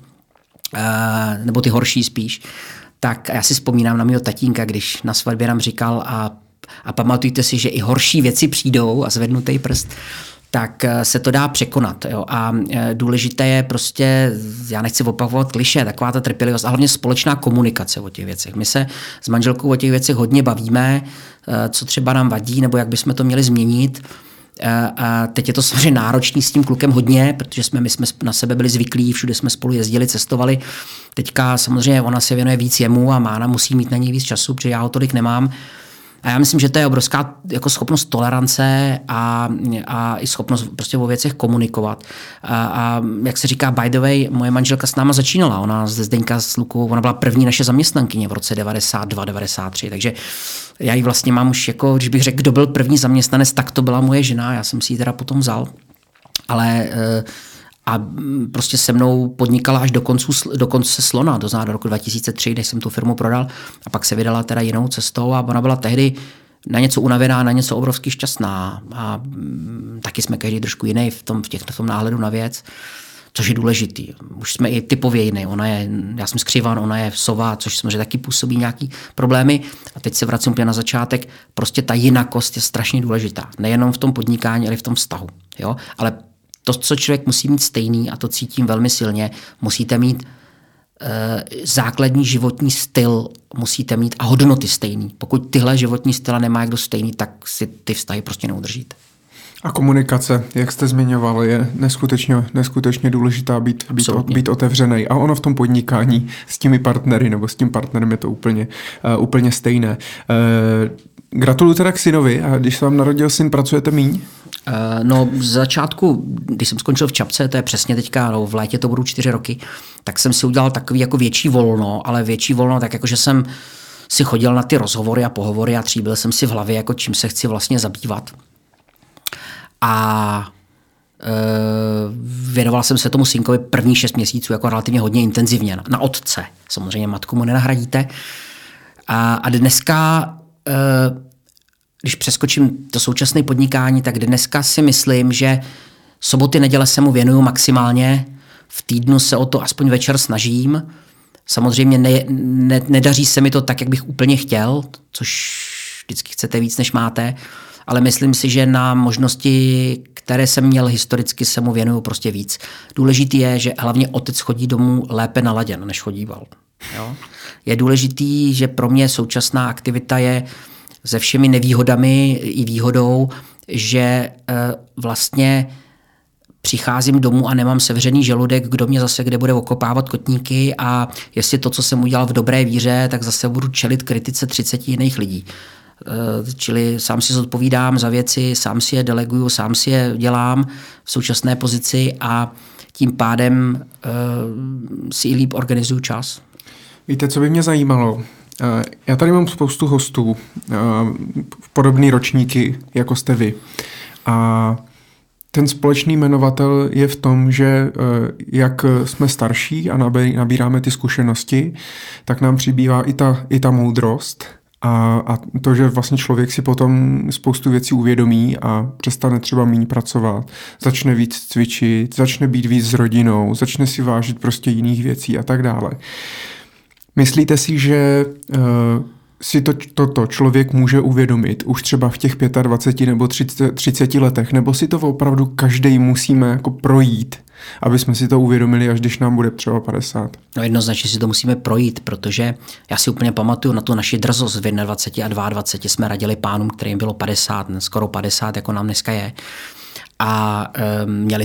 nebo ty horší spíš, tak já si vzpomínám na mýho tatínka, když na svatbě nám říkal a pamatujte si, že i horší věci přijdou a zvednutý prst, tak se to dá překonat. Jo. A důležité je prostě, já nechci opakovat klišé, taková ta trpělivost a hlavně společná komunikace o těch věcech. My se s manželkou o těch věcech hodně bavíme, co třeba nám vadí, nebo jak bychom to měli změnit. A teď je to samozřejmě náročný s tím klukem hodně, protože my jsme na sebe byli zvyklí, všude jsme spolu jezdili, cestovali. Teďka samozřejmě ona se věnuje víc jemu a Mána musí mít na něj víc času, protože já ho tolik nemám. A já myslím, že to je obrovská jako schopnost tolerance a i schopnost prostě o věcech komunikovat. A jak se říká, by the way, moje manželka s náma začínala. Ona ze Zdeňka s Lukou, ona byla první naše zaměstnankyně v roce 92, 93. Takže já ji vlastně mám už jako, když bych řekl, kdo byl první zaměstnanec, tak to byla moje žena. Já jsem si ji teda potom vzal. Ale a prostě se mnou podnikala až do konce Slona, do roku 2003, než jsem tu firmu prodal a pak se vydala teda jinou cestou a ona byla tehdy na něco unavená, na něco obrovsky šťastná a taky jsme každý trošku jiný v tom náhledu na věc, což je důležitý. Už jsme i typově jiný. Já jsem skřivan, ona je sova, což samozřejmě taky působí nějaký problémy a teď se vracím úplně na začátek. Prostě ta jinakost je strašně důležitá. Nejenom v tom podnikání, ale i v tom vztahu. Jo? Ale to, co člověk musí mít stejný, a to cítím velmi silně, musíte mít základní životní styl, musíte mít a hodnoty stejný. Pokud tyhle životní styla nemá kdo stejný, tak si ty vztahy prostě neudržíte. A komunikace, jak jste zmiňoval, je neskutečně důležitá být otevřený. A ono v tom podnikání s těmi partnery nebo s tím partnerem je to úplně stejné. Gratuluju teda k synovi a když se vám narodil syn, pracujete míň? No z začátku, když jsem skončil v Čapce, to je přesně teďka, v létě to budou 4 roky, tak jsem si udělal takový jako větší volno, ale větší volno, tak jakože jsem si chodil na ty rozhovory a pohovory a tříbil jsem si v hlavě, jako čím se chci vlastně zabývat. A věnoval jsem se tomu synkovi první 6 měsíců jako relativně hodně intenzivně na otce. Samozřejmě matku mu nenahradíte. A dneska, když přeskočím to současné podnikání, tak dneska si myslím, že soboty, neděle se mu věnuju maximálně, v týdnu se o to aspoň večer snažím. Samozřejmě nedaří se mi to tak, jak bych úplně chtěl, což vždycky chcete víc, než máte, ale myslím si, že na možnosti, které jsem měl historicky, se mu věnuju prostě víc. Důležitý je, že hlavně otec chodí domů lépe naladěn, než chodíval. Jo? Je důležitý, že pro mě současná aktivita je se všemi nevýhodami i výhodou, že vlastně přicházím domů a nemám sevřený žaludek, kdo mě zase kde bude okopávat kotníky a jestli to, co jsem udělal v dobré víře, tak zase budu čelit kritice 30 jiných lidí. Čili sám si zodpovídám za věci, sám si je deleguju, sám si je dělám v současné pozici a tím pádem si i líp organizuju čas. Víte, co by mě zajímalo? Já tady mám spoustu hostů, podobný ročníky, jako jste vy. A ten společný jmenovatel je v tom, že jak jsme starší a nabíráme ty zkušenosti, tak nám přibývá i ta moudrost a to, že vlastně člověk si potom spoustu věcí uvědomí a přestane třeba méně pracovat, začne víc cvičit, začne být víc s rodinou, začne si vážit prostě jiných věcí a tak dále. Myslíte si, že si toto člověk může uvědomit už třeba v těch 25 nebo 30 letech, nebo si to opravdu každej musíme jako projít, aby jsme si to uvědomili, až když nám bude třeba 50? No jednoznačně si to musíme projít, protože já si úplně pamatuju na tu naši drzost v 21 a 22 jsme radili pánům, kterým bylo 50, skoro 50, jako nám dneska je. A měli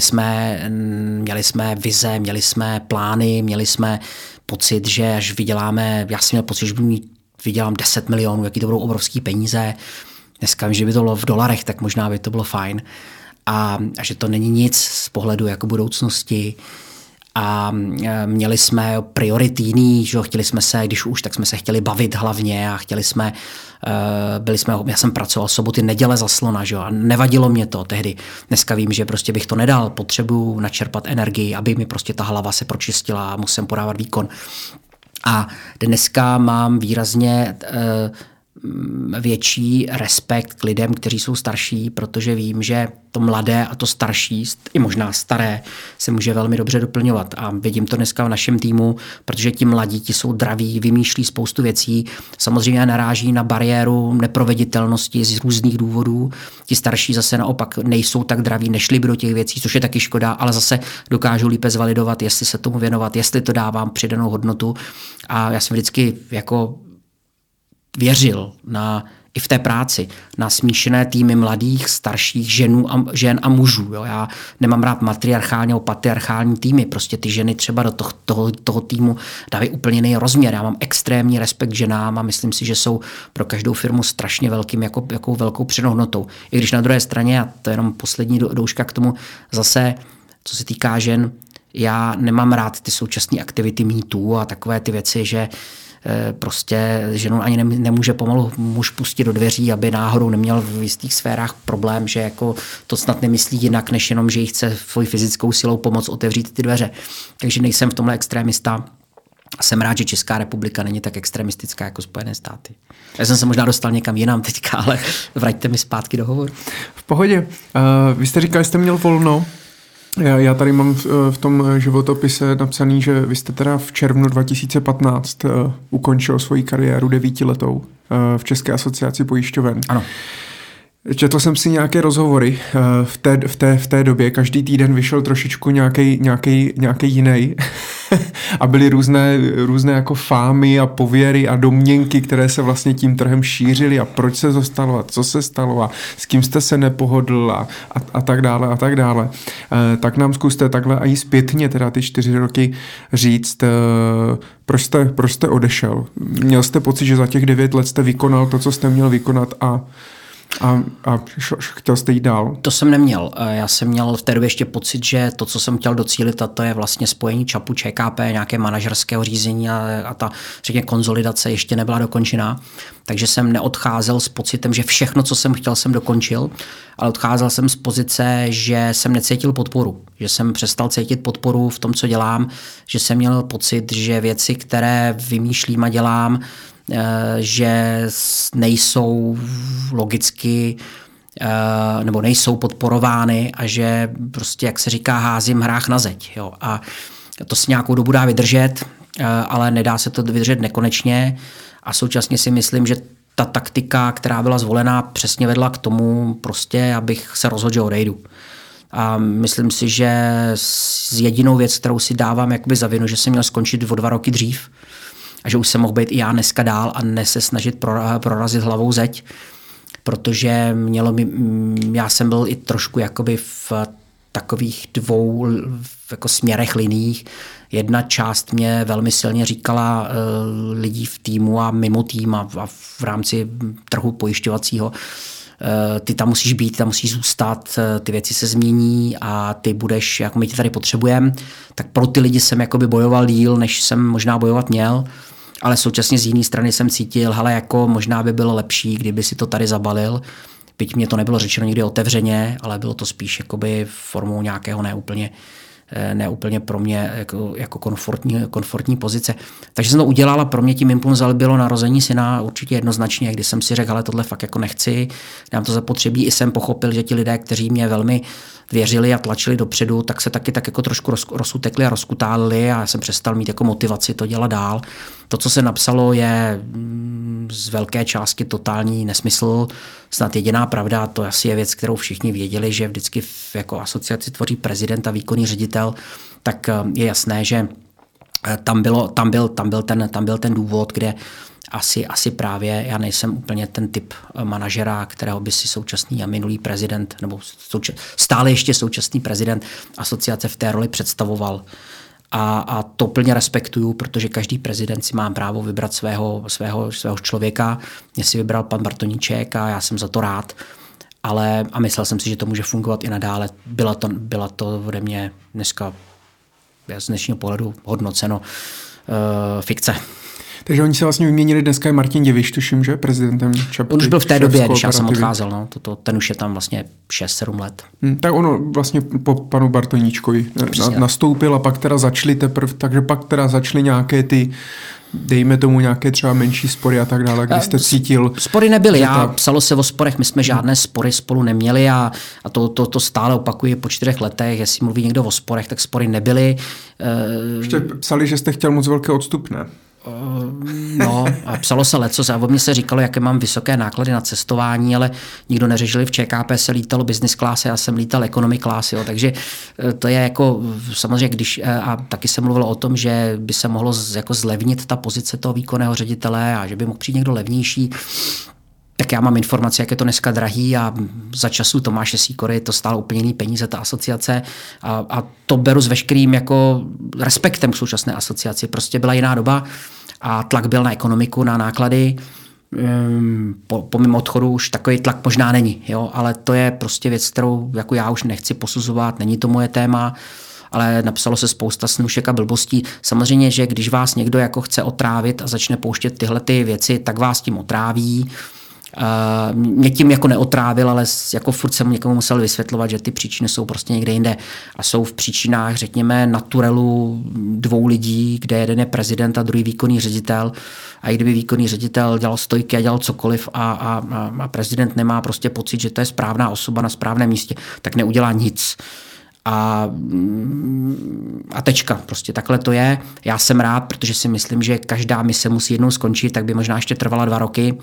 jsme vize, měli jsme plány, měli jsme pocit, že až vyděláme, já jsem měl pocit, že vydělám 10 milionů, jaký to budou obrovský peníze. Dneska vím, že by to bylo v dolarech, tak možná by to bylo fajn. A že to není nic z pohledu jako budoucnosti. A měli jsme priority jiný, že chtěli jsme se, když už, tak jsme se chtěli bavit hlavně a já jsem pracoval soboty, neděle za slona, že jo, a nevadilo mě to tehdy. Dneska vím, že prostě bych to nedal, potřebuju načerpat energii, aby mi prostě ta hlava se pročistila a musím podávat výkon. A dneska mám výrazně větší respekt k lidem, kteří jsou starší, protože vím, že to mladé a to starší, i možná staré, se může velmi dobře doplňovat. A vidím to dneska v našem týmu, protože ti mladí, ti jsou draví, vymýšlí spoustu věcí, samozřejmě naráží na bariéru neproveditelnosti z různých důvodů. Ti starší zase naopak nejsou tak draví, nešli by do těch věcí, což je taky škoda, ale zase dokážou lépe zvalidovat, jestli se tomu věnovat, jestli to dávám přidanou hodnotu. A já jsem vždycky jako věřil i v té práci na smíšené týmy mladých, starších žen a mužů. Jo. Já nemám rád matriarchální nebo patriarchální týmy. Prostě ty ženy třeba do toho týmu dávají úplně jiný rozměr. Já mám extrémní respekt k ženám a myslím si, že jsou pro každou firmu strašně jako velkou předhodnotou. I když na druhé straně, a to je jenom poslední douška k tomu, zase, co se týká žen, já nemám rád ty současné aktivity mýtů a takové ty věci, že prostě ženu ani nemůže pomalu muž pustit do dveří, aby náhodou neměl v jistých sférách problém, že jako to snad nemyslí jinak, než jenom, že jí chce svojí fyzickou silou pomoct otevřít ty dveře. Takže nejsem v tomhle extrémista. Jsem rád, že Česká republika není tak extremistická jako Spojené státy. Já jsem se možná dostal někam jinam teďka, ale vraťte mi zpátky do hovoru. V pohodě. Vy jste říkal, že jste měl volno. Já tady mám v tom životopise napsaný, že vy jste teda v červnu 2015 ukončil svoji kariéru 9letou v České asociaci pojišťoven. Ano. Četl jsem si nějaké rozhovory v té době, každý týden vyšel trošičku nějaký jiný a byly různé jako fámy a pověry a domněnky, které se vlastně tím trhem šířily a proč se to stalo a co se stalo a s kým jste se nepohodl a tak dále a tak dále. Tak nám zkuste takhle a i zpětně teda ty 4 roky říct, proč jste odešel. Měl jste pocit, že za těch 9 let jste vykonal to, co jste měl vykonat a chtěl jste jít dál? To jsem neměl. Já jsem měl v té době ještě pocit, že to, co jsem chtěl docílit, a to je vlastně spojení ČAPu, ČKP, nějaké manažerského řízení a ta, řekněme, konzolidace ještě nebyla dokončená. Takže jsem neodcházel s pocitem, že všechno, co jsem chtěl, jsem dokončil, ale odcházel jsem z pozice, že jsem necítil podporu. Že jsem přestal cítit podporu v tom, co dělám, že jsem měl pocit, že věci, které vymýšlím a dělám, že nejsou logicky nebo nejsou podporovány a že prostě, jak se říká, házím hrách na zeď. Jo. A to si nějakou dobu dá vydržet, ale nedá se to vydržet nekonečně a současně si myslím, že ta taktika, která byla zvolená, přesně vedla k tomu, prostě, abych se rozhodl, že odejdu. A myslím si, že jedinou věc, kterou si dávám jakoby za vinu, že jsem měl skončit o 2 roky dřív a že už jsem mohl být i já dneska dál a ne se snažit prorazit hlavou zeď, protože já jsem byl i trošku jakoby v takových 2 jako směrech liních. Jedna část mě velmi silně říkala lidí v týmu a mimo tým a v rámci trhu pojišťovacího, ty tam musíš být, tam musíš zůstat, ty věci se změní a ty budeš, jako my tě tady potřebujeme, tak pro ty lidi jsem jakoby bojoval díl, než jsem možná bojovat měl, ale současně z jiné strany jsem cítil, hele, jako možná by bylo lepší, kdyby si to tady zabalil, byť mě to nebylo řečeno nikdy otevřeně, ale bylo to spíš jakoby formou nějakého neúplně pro mě jako komfortní pozice. Takže jsem to udělal a pro mě tím impulzem bylo narození syna určitě jednoznačně, kdy jsem si řekl, ale tohle fakt jako nechci, dám to zapotřebí. I jsem pochopil, že ti lidé, kteří mě velmi věřili a tlačili dopředu, tak se taky tak jako trošku rozutekli a rozkutálili a já jsem přestal mít jako motivaci to dělat dál. To, co se napsalo, je z velké části totální nesmysl. Snad jediná pravda, to asi je věc, kterou všichni věděli, že vždycky jako asociaci tvoří prezident a výkonný ředitel, tak je jasné, že tam byl ten důvod, kde asi právě já nejsem úplně ten typ manažera, kterého by si současný a minulý prezident, nebo stále ještě současný prezident asociace v té roli představoval. A to plně respektuju, protože každý prezident si má právo vybrat svého člověka. Mě si vybral pan Bartoníček a já jsem za to rád. A myslel jsem si, že to může fungovat i nadále. Byla to ode mě dneska z dnešního pohledu hodnoceno fikce. Takže oni se vlastně vyměnili, dneska je Martin Diviš, tuším, že prezidentem Čapky. On už byl v té době, když já jsem odcházel, no. Ten už je tam vlastně 6-7 let. Tak ono vlastně po panu Bartoníčkovi nastoupil a pak teda začali takže pak teda začaly nějaké ty, dejme tomu nějaké třeba menší spory a tak dále, když jste cítil... Spory nebyly, psalo se o sporech, my jsme žádné spory spolu neměli a to stále opakuji po 4 letech, jestli mluví někdo o sporech, tak spory nebyly. Ještě psali, že jste chtěl moc velké odstupné. No a psalo se lecos a o mně se říkalo, jaké mám vysoké náklady na cestování, ale nikdo neřešili, v ČKP se lítalo business class, já jsem lítal economy class, jo, takže to je jako samozřejmě, a taky se mluvilo o tom, že by se mohlo jako zlevnit ta pozice toho výkonného ředitele a že by mohl přijít někdo levnější. Tak já mám informaci, jak je to dneska drahý a za času Tomáše Sýkory to stálo úplně jiný peníze, ta asociace a to beru s veškerým jako respektem k současné asociaci. Prostě byla jiná doba a tlak byl na ekonomiku, na náklady. Po mém odchodu už takový tlak možná není, jo? Ale to je prostě věc, kterou jako já už nechci posuzovat, není to moje téma, ale napsalo se spousta snůšek a blbostí. Samozřejmě, že když vás někdo jako chce otrávit a začne pouštět tyhle ty věci, tak vás tím otráví. Mě tím jako neotrávil, ale jako furt jsem někomu musel vysvětlovat, že ty příčiny jsou prostě někde jinde a jsou v příčinách, řekněme, naturelu 2 lidí, kde jeden je prezident a druhý výkonný ředitel a i kdyby výkonný ředitel dělal stojky a dělal cokoliv a prezident nemá prostě pocit, že to je správná osoba na správném místě, tak neudělá nic. A tečka, prostě takhle to je. Já jsem rád, protože si myslím, že každá mise musí jednou skončit, tak by možná ještě trvala 2 roky.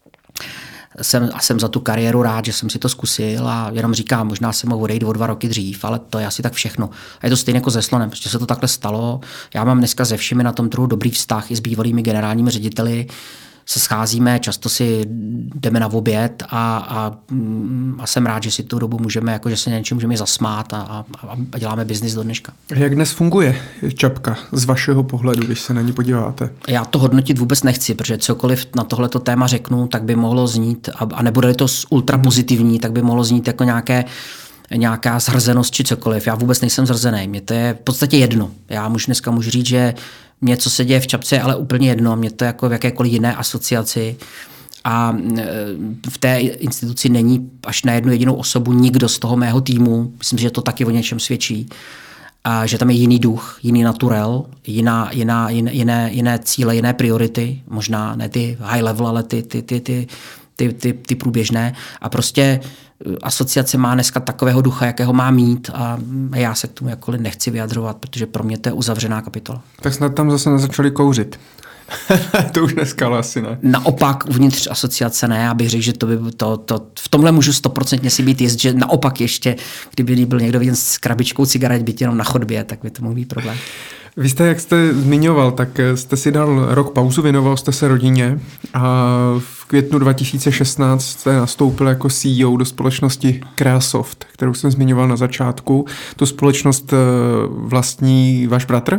Jsem za tu kariéru rád, že jsem si to zkusil a jenom říkám, možná jsem mohl odejít o 2 roky dřív, ale to je asi tak všechno. A je to stejně jako se Slonem, prostě se to takhle stalo. Já mám dneska se všemi na tom trhu dobrý vztah i s bývalými generálními řediteli. Se scházíme, často si jdeme na oběd a jsem rád, že si tu dobu můžeme, jako že se něčemu můžeme zasmát a děláme biznis do dneška. Jak dnes funguje Čapka z vašeho pohledu, když se na ní podíváte? Já to hodnotit vůbec nechci, protože cokoliv na tohleto téma řeknu, tak by mohlo znít, a nebude to ultra pozitivní, tak by mohlo znít jako nějaká zhrzenost či cokoliv. Já vůbec nejsem zhrzený, mě to je v podstatě jedno. Já dneska můžu říct, že mě, co se děje v Čapce, je ale úplně jedno. Mě to jako v jakékoliv jiné asociaci a v té instituci není až na jednu jedinou osobu nikdo z toho mého týmu. Myslím, že to taky o něčem svědčí. A že tam je jiný duch, jiný naturel, jiné cíle, jiné priority. Možná ne ty high level, ale ty průběžné. A prostě asociace má dneska takového ducha, jakého má mít a já se k tomu jakkoliv nechci vyjadřovat, protože pro mě to je uzavřená kapitola. Tak snad tam zase nezačali kouřit. To už dneska asi ne. Naopak uvnitř asociace ne, abych řekl, že to by v tomhle můžu 100% si být jist, že naopak ještě, kdyby byl někdo viděn s krabičkou cigaret byt jenom na chodbě, tak by to mohl být problém. Vy jste, jak jste zmiňoval, tak jste si dal rok pauzu, věnoval jste se rodině a v květnu 2016 jste nastoupil jako CEO do společnosti Creasoft, kterou jsem zmiňoval na začátku. Tu společnost vlastní váš bratr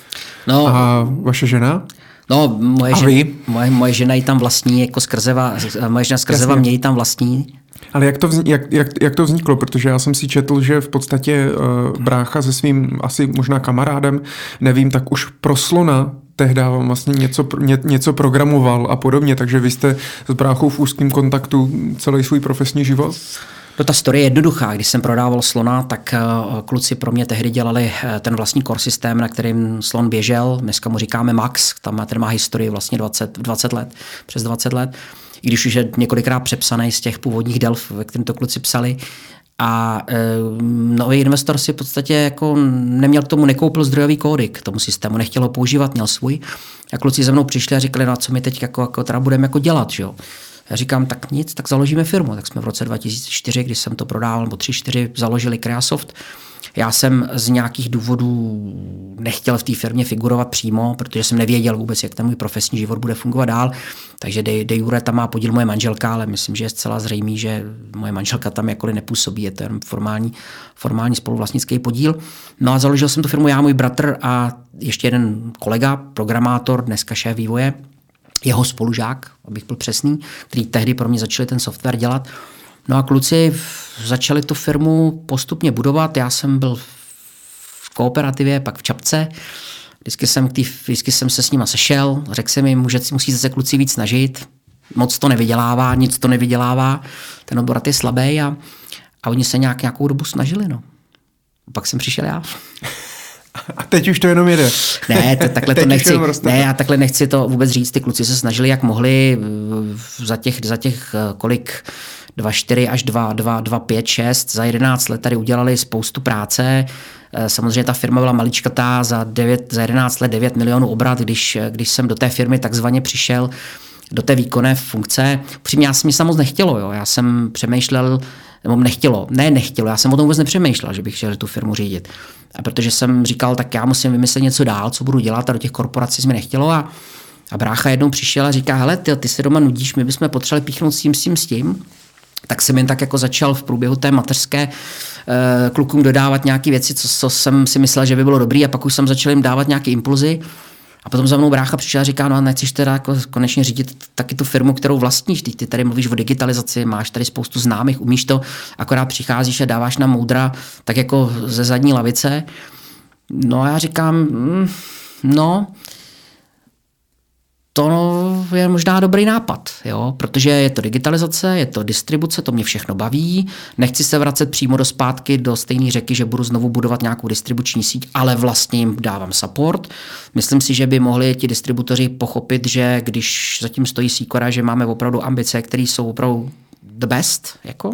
a vaše žena? No, moje žena ji tam vlastní, jako moje žena skrzeva mě ji tam vlastní. Ale jak to vzniklo? Protože já jsem si četl, že v podstatě brácha se svým asi možná kamarádem, nevím, tak už pro Slona tehdy vlastně něco programoval a podobně, takže vy jste s bráchou v úzkém kontaktu celý svůj profesní život? No, ta story je jednoduchá. Když jsem prodával Slona, tak kluci pro mě tehdy dělali ten vlastní core systém, na kterým Slon běžel. Dneska mu říkáme Max, ten má historii vlastně 20 let, přes 20 let. I když už je několikrát přepsaný z těch původních delf, ve kterém to kluci psali. A nový investor si v podstatě jako neměl k tomu, nekoupil zdrojový kódy k tomu systému, nechtěl ho používat, měl svůj. A kluci za mnou přišli a říkali, no a co my teď jako teda budeme jako dělat, že jo? Já říkám, tak nic, tak založíme firmu. Tak jsme v roce 2004, když jsem to prodával, nebo 3-4, založili Creasoft. Já jsem z nějakých důvodů nechtěl v té firmě figurovat přímo, protože jsem nevěděl vůbec, jak ten můj profesní život bude fungovat dál. Takže de jure tam má podíl moje manželka, ale myslím, že je zcela zřejmý, že moje manželka tam jakkoliv nepůsobí, je to jen formální spoluvlastnický podíl. No a založil jsem tu firmu já, můj bratr a ještě jeden kolega, programátor, dneska šéf vývoje, jeho spolužák, abych byl přesný, který tehdy pro mě začali ten software dělat. No a kluci začali tu firmu postupně budovat. Já jsem byl v kooperativě, pak v Čapce. Vždycky jsem se s nima sešel. Řekl jsem jim, musíte se kluci víc snažit. Moc to nevydělává, nic to nevydělává. Ten obrat je slabý a oni se nějakou dobu snažili. No. Pak jsem přišel já. A teď už to jenom jede. Ne, takhle to nechci. Ne, já takhle nechci to vůbec říct. Ty kluci se snažili, jak mohli za těch kolik 2,4 až 2,5, 6 za 11 let tady udělali spoustu práce. Samozřejmě ta firma byla maličkatá, za 11 let 9 milionů obrat, když jsem do té firmy takzvaně přišel, do té výkonné funkce. Přímě mě se moc nechtělo. Jo. Já jsem přemýšlel, nebo nechtělo, já jsem o tom vůbec nepřemýšlel, že bych chtěl tu firmu řídit. A protože jsem říkal, tak já musím vymyslet něco dál, co budu dělat, a do těch korporací se mi nechtělo. A brácha jednou přišel a říká, hele, ty se doma nudíš, my bychom potřebovali píchnout s tím. Tak jsem jen tak jako začal v průběhu té mateřské klukům dodávat nějaké věci, co jsem si myslel, že by bylo dobrý, a pak už jsem začal jim dávat nějaké impulzy. A potom za mnou brácha přišel a říká, no a nechceš teda jako konečně řídit taky tu firmu, kterou vlastníš. Ty tady mluvíš o digitalizaci, máš tady spoustu známých, umíš to, akorát přicházíš a dáváš nám moudra tak jako ze zadní lavice. No a já říkám, to je možná dobrý nápad, jo? Protože je to digitalizace, je to distribuce, to mě všechno baví. Nechci se vracet přímo do zpátky do stejné řeky, že budu znovu budovat nějakou distribuční síť, ale vlastně jim dávám support. Myslím si, že by mohli ti distributoři pochopit, že když zatím stojí Sicora, že máme opravdu ambice, které jsou opravdu the best, jako.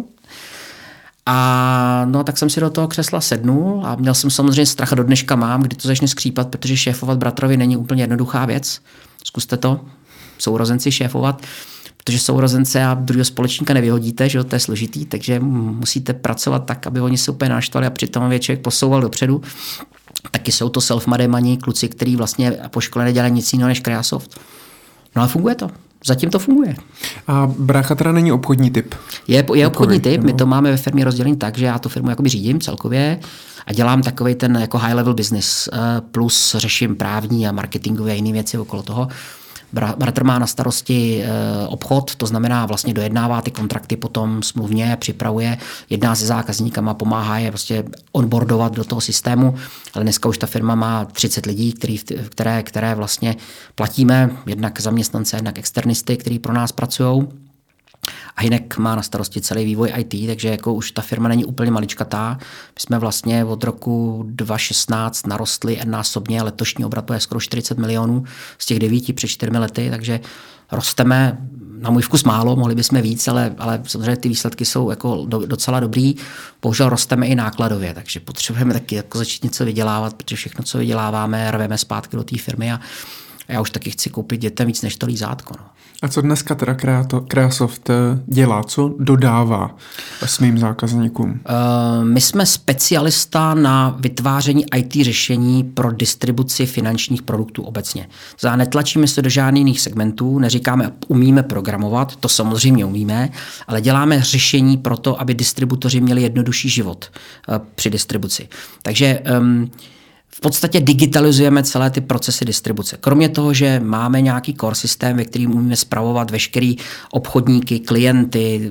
A no, tak jsem si do toho křesla sednul a měl jsem samozřejmě strach, do dneška mám, kdy to začne skřípat, protože šéfovat bratrovi není úplně jednoduchá věc. Zkuste to, sourozenci šéfovat, protože sourozence a druhého společníka nevyhodíte, že to je složitý, takže musíte pracovat tak, aby oni se úplně naštvali a přitom je člověk posouval dopředu. Taky jsou to self-made money, kluci, který vlastně po škole nedělají nic jiného než Creasoft. No ale funguje to. Zatím to funguje. A brácha teda není obchodní typ? Je obchodní typ, my to máme ve firmě rozdělený tak, že já tu firmu jakoby řídím celkově a dělám takovej ten jako high level business, plus řeším právní a marketingové a jiné věci okolo toho. Bratr má na starosti obchod, to znamená vlastně dojednává ty kontrakty potom smluvně, připravuje, jedná se zákazníkama, pomáhá je prostě onboardovat do toho systému, ale dneska už ta firma má 30 lidí, které vlastně platíme, jednak zaměstnance, jednak externisty, kteří pro nás pracují. a Hynek má na starosti celý vývoj IT, takže jako už ta firma není úplně maličkatá. My jsme vlastně od roku 2016 narostli násobně, letošní obrat je skoro 40 milionů z těch 9 před 4 lety, takže rosteme na můj vkus málo, mohli bychom víc, ale samozřejmě ty výsledky jsou jako docela dobrý. Bohužel rosteme i nákladově, takže potřebujeme taky jako začít něco vydělávat, protože všechno, co vyděláváme, rveme zpátky do té firmy a já už taky chci koupit dětem víc než to lízátko. No. A co dneska teda Kreasoft dělá? Co dodává svým zákazníkům? My jsme specialista na vytváření IT řešení pro distribuci finančních produktů obecně. Netlačíme se do žádných jiných segmentů, neříkáme, umíme programovat, to samozřejmě umíme, ale děláme řešení pro to, aby distributoři měli jednodušší život při distribuci. Takže v podstatě digitalizujeme celé ty procesy distribuce. Kromě toho, že máme nějaký core systém, ve kterým umíme spravovat veškerý obchodníky, klienty,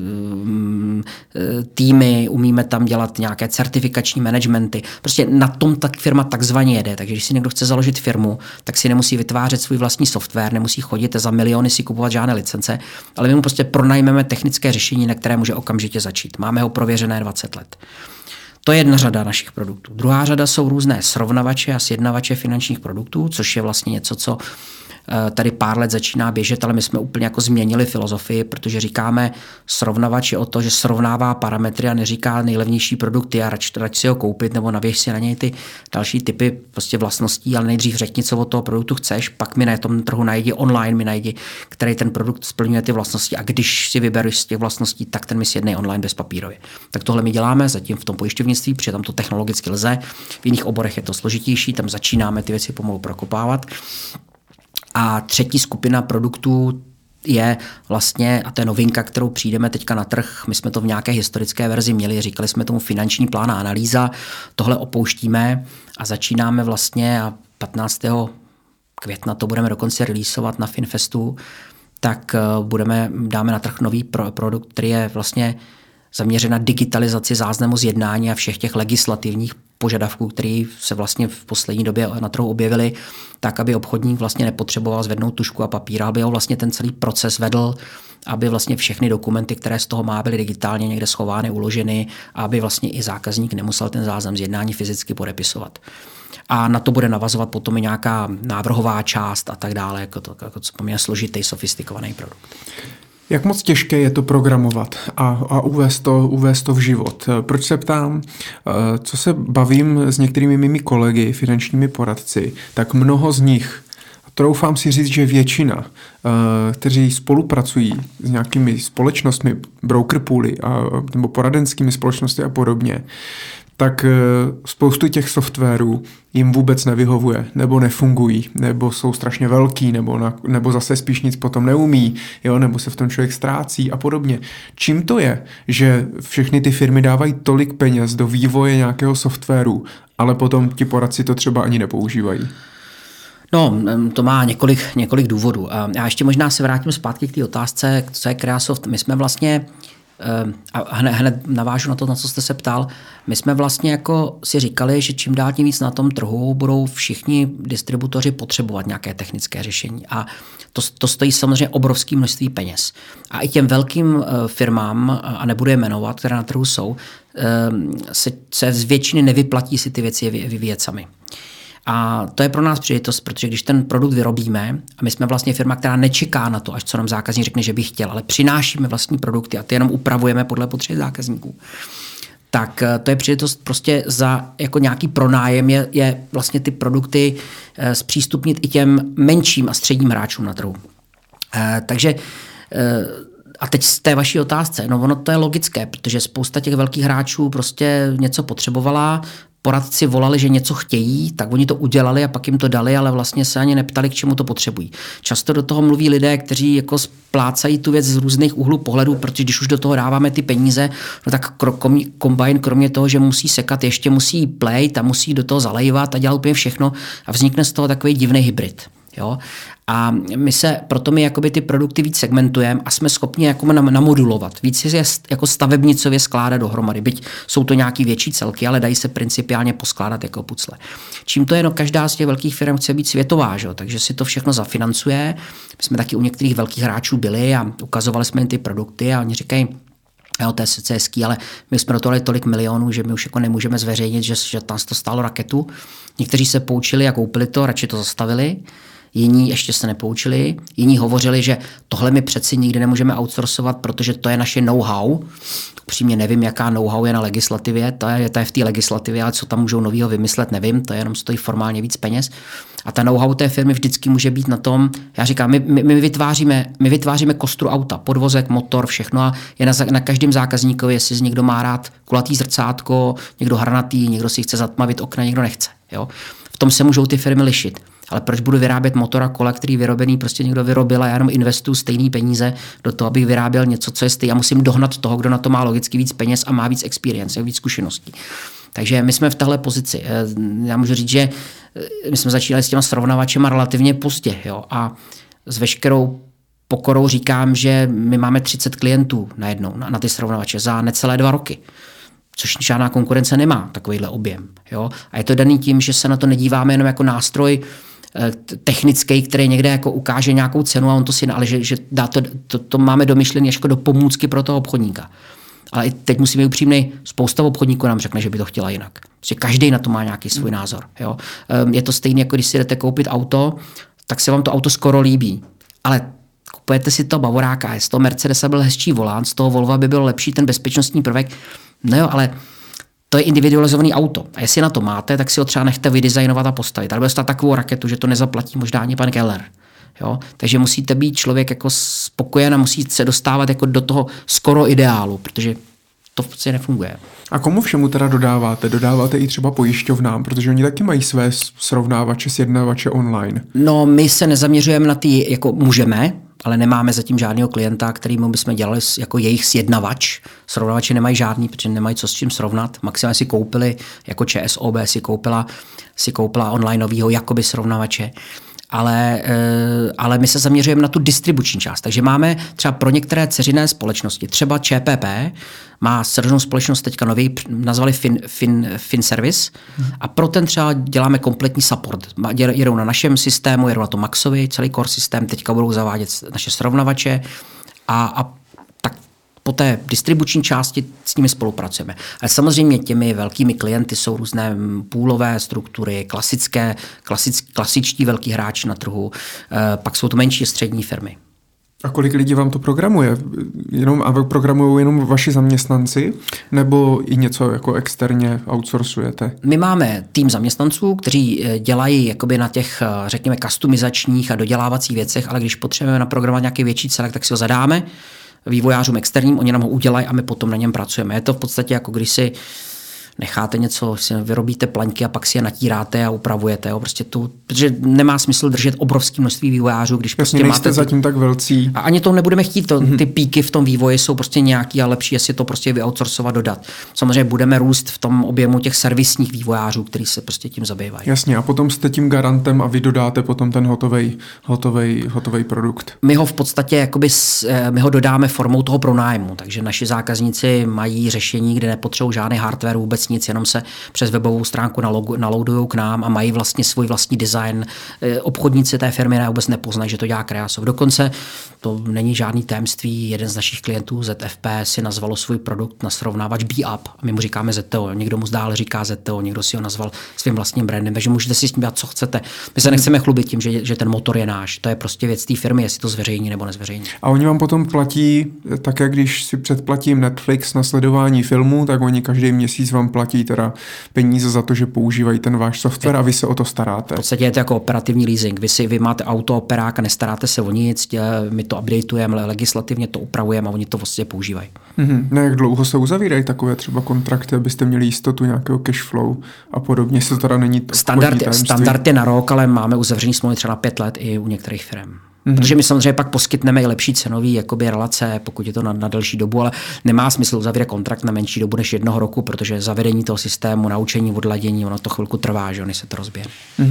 týmy, umíme tam dělat nějaké certifikační managementy. Prostě na tom tak firma takzvaně jede. Takže když si někdo chce založit firmu, tak si nemusí vytvářet svůj vlastní software, nemusí chodit za miliony si kupovat žádné licence, ale my mu prostě pronajmeme technické řešení, na které může okamžitě začít. Máme ho prověřené 20 let. To je jedna řada našich produktů. Druhá řada jsou různé srovnavače a sjednavače finančních produktů, což je vlastně něco, co tady pár let začíná běžet, ale my jsme úplně jako změnili filozofii, protože říkáme, srovnavač je o to, že srovnává parametry a neříká nejlevnější produkty a radši si ho koupit nebo navěž si na něj ty další typy prostě vlastností, ale nejdřív řekni, co od toho produktu chceš, pak mi na tom trhu najdi online, mi najdi, který ten produkt splňuje ty vlastnosti a když si vybereš z těch vlastností, tak ten mi sjednej online bez papírově. Tak tohle my děláme zatím v tom pojišťovnictví, protože tam to technologicky lze, v jiných oborech je to složitější, tam začínáme ty věci pomalu prokopávat. A třetí skupina produktů je vlastně, a to je novinka, kterou přijdeme teďka na trh, my jsme to v nějaké historické verzi měli, říkali jsme tomu finanční plán a analýza, tohle opouštíme a začínáme vlastně a 15. května to budeme dokonce releaseovat na FinFestu, tak dáme na trh nový produkt, který je vlastně zaměřen na digitalizaci záznamu z jednání a všech těch legislativních požadavků, které se vlastně v poslední době na trhu objevily, tak, aby obchodník vlastně nepotřeboval zvednout tužku a papír, aby ho vlastně ten celý proces vedl, aby vlastně všechny dokumenty, které z toho má, byly digitálně někde schovány, uloženy, a aby vlastně i zákazník nemusel ten záznam z jednání fyzicky podepisovat. A na to bude navazovat potom i nějaká návrhová část a tak dále, jako poměrně složitý, sofistikovaný produkt. Jak moc těžké je to programovat a uvést to v život? Proč se ptám? Co se bavím s některými mými kolegy, finančními poradci, tak mnoho z nich, troufám si říct, že většina, kteří spolupracují s nějakými společnostmi, broker pooly nebo poradenskými společnosti a podobně, tak spoustu těch softwarů jim vůbec nevyhovuje, nebo nefungují, nebo jsou strašně velký, nebo zase spíš nic potom neumí, jo, nebo se v tom člověk ztrácí a podobně. Čím to je, že všechny ty firmy dávají tolik peněz do vývoje nějakého softwaru, ale potom ti poradci to třeba ani nepoužívají? No, to má několik důvodů. A já ještě možná se vrátím zpátky k té otázce, co je Kreasoft. My jsme vlastně a hned navážu na to, na co jste se ptal. My jsme vlastně jako si říkali, že čím dál tím víc na tom trhu budou všichni distributoři potřebovat nějaké technické řešení. A to stojí samozřejmě obrovské množství peněz. A i těm velkým firmám, a nebudu je jmenovat, které na trhu jsou, se z většiny nevyplatí si ty věci vyvíjet sami. A to je pro nás příležitost, protože když ten produkt vyrobíme, a my jsme vlastně firma, která nečeká na to, až co nám zákazník řekne, že by chtěl, ale přinášíme vlastní produkty a ty jenom upravujeme podle potřeb zákazníků, tak to je příležitost prostě za jako nějaký pronájem je vlastně ty produkty zpřístupnit i těm menším a středním hráčům na trhu. Takže a teď z té vaší otázce, no ono to je logické, protože spousta těch velkých hráčů prostě něco potřebovala, poradci volali, že něco chtějí, tak oni to udělali a pak jim to dali, ale vlastně se ani neptali, k čemu to potřebují. Často do toho mluví lidé, kteří jako splácají tu věc z různých úhlů pohledu, protože když už do toho dáváme ty peníze, no tak Combine kromě toho, že musí sekat, ještě musí plejt a musí do toho zalejvat a dělat úplně všechno a vznikne z toho takový divný hybrid. Jo? A proto my jakoby ty produkty víc segmentujeme a jsme schopni jako namodulovat. Víc je jako stavebnicově skládat dohromady. Byť jsou to nějaký větší celky, ale dají se principiálně poskládat jako pucle. Čím to je, no každá z těch velkých firm chce být světová, že? Takže si to všechno zafinancuje. My jsme taky u některých velkých hráčů byli a ukazovali jsme jim ty produkty a oni říkají, jo, to je sice hezký, ale my jsme do toho dali tolik milionů, že my už jako nemůžeme zveřejnit, že tam to stálo raketu. Někteří se poučili a koupili to, radši to zastavili. Jiní ještě se nepoučili, jiní hovořili, že tohle my přeci nikdy nemůžeme outsourcovat, protože to je naše know-how. Upřímně nevím, jaká know-how je na legislativě, to je v té legislativě, ale co tam můžou novýho vymyslet, nevím, to jenom stojí formálně víc peněz. A ta know-how té firmy vždycky může být na tom, já říkám, my vytváříme kostru auta, podvozek, motor, všechno a je na každém zákazníkovi, jestli někdo má rád kulatý zrcátko, někdo hranatý, někdo si chce zatmavit okna, někdo nechce. Jo? V tom se můžou ty firmy lišit. Ale proč budu vyrábět motor a kola, který vyrobený prostě někdo vyrobil a já jenom investuju stejný peníze do toho, abych vyráběl něco, co je stejné. Já musím dohnat toho, kdo na to má logicky víc peněz a má víc experience, víc zkušeností. Takže my jsme v téhle pozici. Já můžu říct, že my jsme začínali s těma srovnávačema relativně pozdě. Jo? A s veškerou pokorou říkám, že my máme 30 klientů najednou na ty srovnávače za necelé 2 roky. Což žádná konkurence nemá takovýhle objem. Jo? A je to daný tím, že se na to nedíváme jenom jako nástroj technický, který někde jako ukáže nějakou cenu a on to si, ale že dá to máme domyšlený jako do pomůcky pro toho obchodníka. Ale i teď musíme být upřímnej, spousta obchodníků nám řekne, že by to chtěla jinak. Protože každý na to má nějaký svůj názor. Jo? Je to stejné, jako když si jdete koupit auto, tak se vám to auto skoro líbí. Ale kupujete si to Bavoráka, z toho Mercedesa byl hezčí volant, z toho Volva by byl lepší ten bezpečnostní prvek. No jo, ale to je individualizovaný auto. A jestli na to máte, tak si ho třeba nechte vydesignovat a postavit. Ale bude stát takovou raketu, že to nezaplatí možná ani pan Keller. Jo? Takže musíte být člověk jako spokojen a musíte se dostávat jako do toho skoro ideálu, protože to prostě nefunguje. A komu všemu teda dodáváte? Dodáváte i třeba pojišťovnám, protože oni taky mají své srovnávače, sjednavače online. No, my se nezaměřujeme na ty, jako můžeme, ale nemáme zatím žádného klienta, kterýmu bychom dělali jako jejich sjednavač. Srovnávače nemají žádný, protože nemají co s čím srovnat. Maximálně si koupili, jako ČSOB si koupila onlineovýho jakoby srovnávače. Ale my se zaměřujeme na tu distribuční část. Takže máme třeba pro některé dceřiné společnosti, třeba ČPP má dceřinou společnost teďka nový, nazvali FinService a pro ten třeba děláme kompletní support. Jedou na našem systému, jedou na to Maxovi, celý core systém, teďka budou zavádět naše srovnavače a tak po té distribuční části s nimi spolupracujeme. Ale samozřejmě těmi velkými klienty jsou různé půlové struktury, klasičtí velký hráči na trhu, pak jsou to menší střední firmy. A kolik lidí vám to programuje? Programují jenom vaši zaměstnanci? Nebo i něco jako externě outsourcujete? My máme tým zaměstnanců, kteří dělají jakoby na těch, řekněme, customizačních a dodělávacích věcech, ale když potřebujeme naprogramovat nějaký větší celek, tak si ho zadáme vývojářům externím, oni nám ho udělají a my potom na něm pracujeme. Je to v podstatě jako když si necháte něco, si vyrobíte plaňky a pak si je natíráte a upravujete. Jo. Prostě protože nemá smysl držet obrovské množství vývojářů, když prostě nejste máte zatím tak velcí. A ani to nebudeme chtít. Ty píky v tom vývoji jsou prostě nějaký a lepší, jestli to prostě vyoutsourcovat, dodat. Samozřejmě budeme růst v tom objemu těch servisních vývojářů, kteří se prostě tím zabývají. Jasně, a potom jste tím garantem a vy dodáte potom ten hotový produkt. My ho v podstatě jakoby, my ho dodáme formou toho pronájmu, takže naši zákazníci mají řešení, kde nepotřebují žádný hardware, vůbec nic, jenom se přes webovou stránku naloadujou k nám a mají vlastně svůj vlastní design. Obchodníci té firmy vůbec nepoznají, že to dělá Kreasov. Dokonce to není žádný tajemství. Jeden z našich klientů ZFP si nazvalo svůj produkt na srovnávač BeUp a my mu říkáme ZTO. Někdo mu dále říká ZTO, někdo si ho nazval svým vlastním brandem, takže můžete si s tím dělat, co chcete. My se nechceme chlubit tím, že ten motor je náš. To je prostě věc té firmy, jestli to zveřejní nebo nezveřejní. A oni vám potom platí, tak jak když si předplatím Netflix na sledování filmů, tak oni každý měsíc vám platí teda peníze za to, že používají ten váš software a vy se o to staráte. V podstatě je to jako operativní leasing. Vy máte auto, operák a nestaráte se o nic, my to updateujeme, legislativně to upravujeme a oni to vlastně používají. Ne, jak dlouho se uzavírají takové třeba kontrakty, abyste měli jistotu nějakého cash flow a podobně, jestli to teda není standard je na rok, ale máme uzavřený smlouvy třeba na 5 let i u některých firm. Protože my samozřejmě pak poskytneme i lepší cenový jakoby relace, pokud je to na delší dobu, ale nemá smysl uzavírat kontrakt na menší dobu než 1 roku, protože zavedení toho systému, naučení, odladění, ono to chvilku trvá, že než se to rozbije.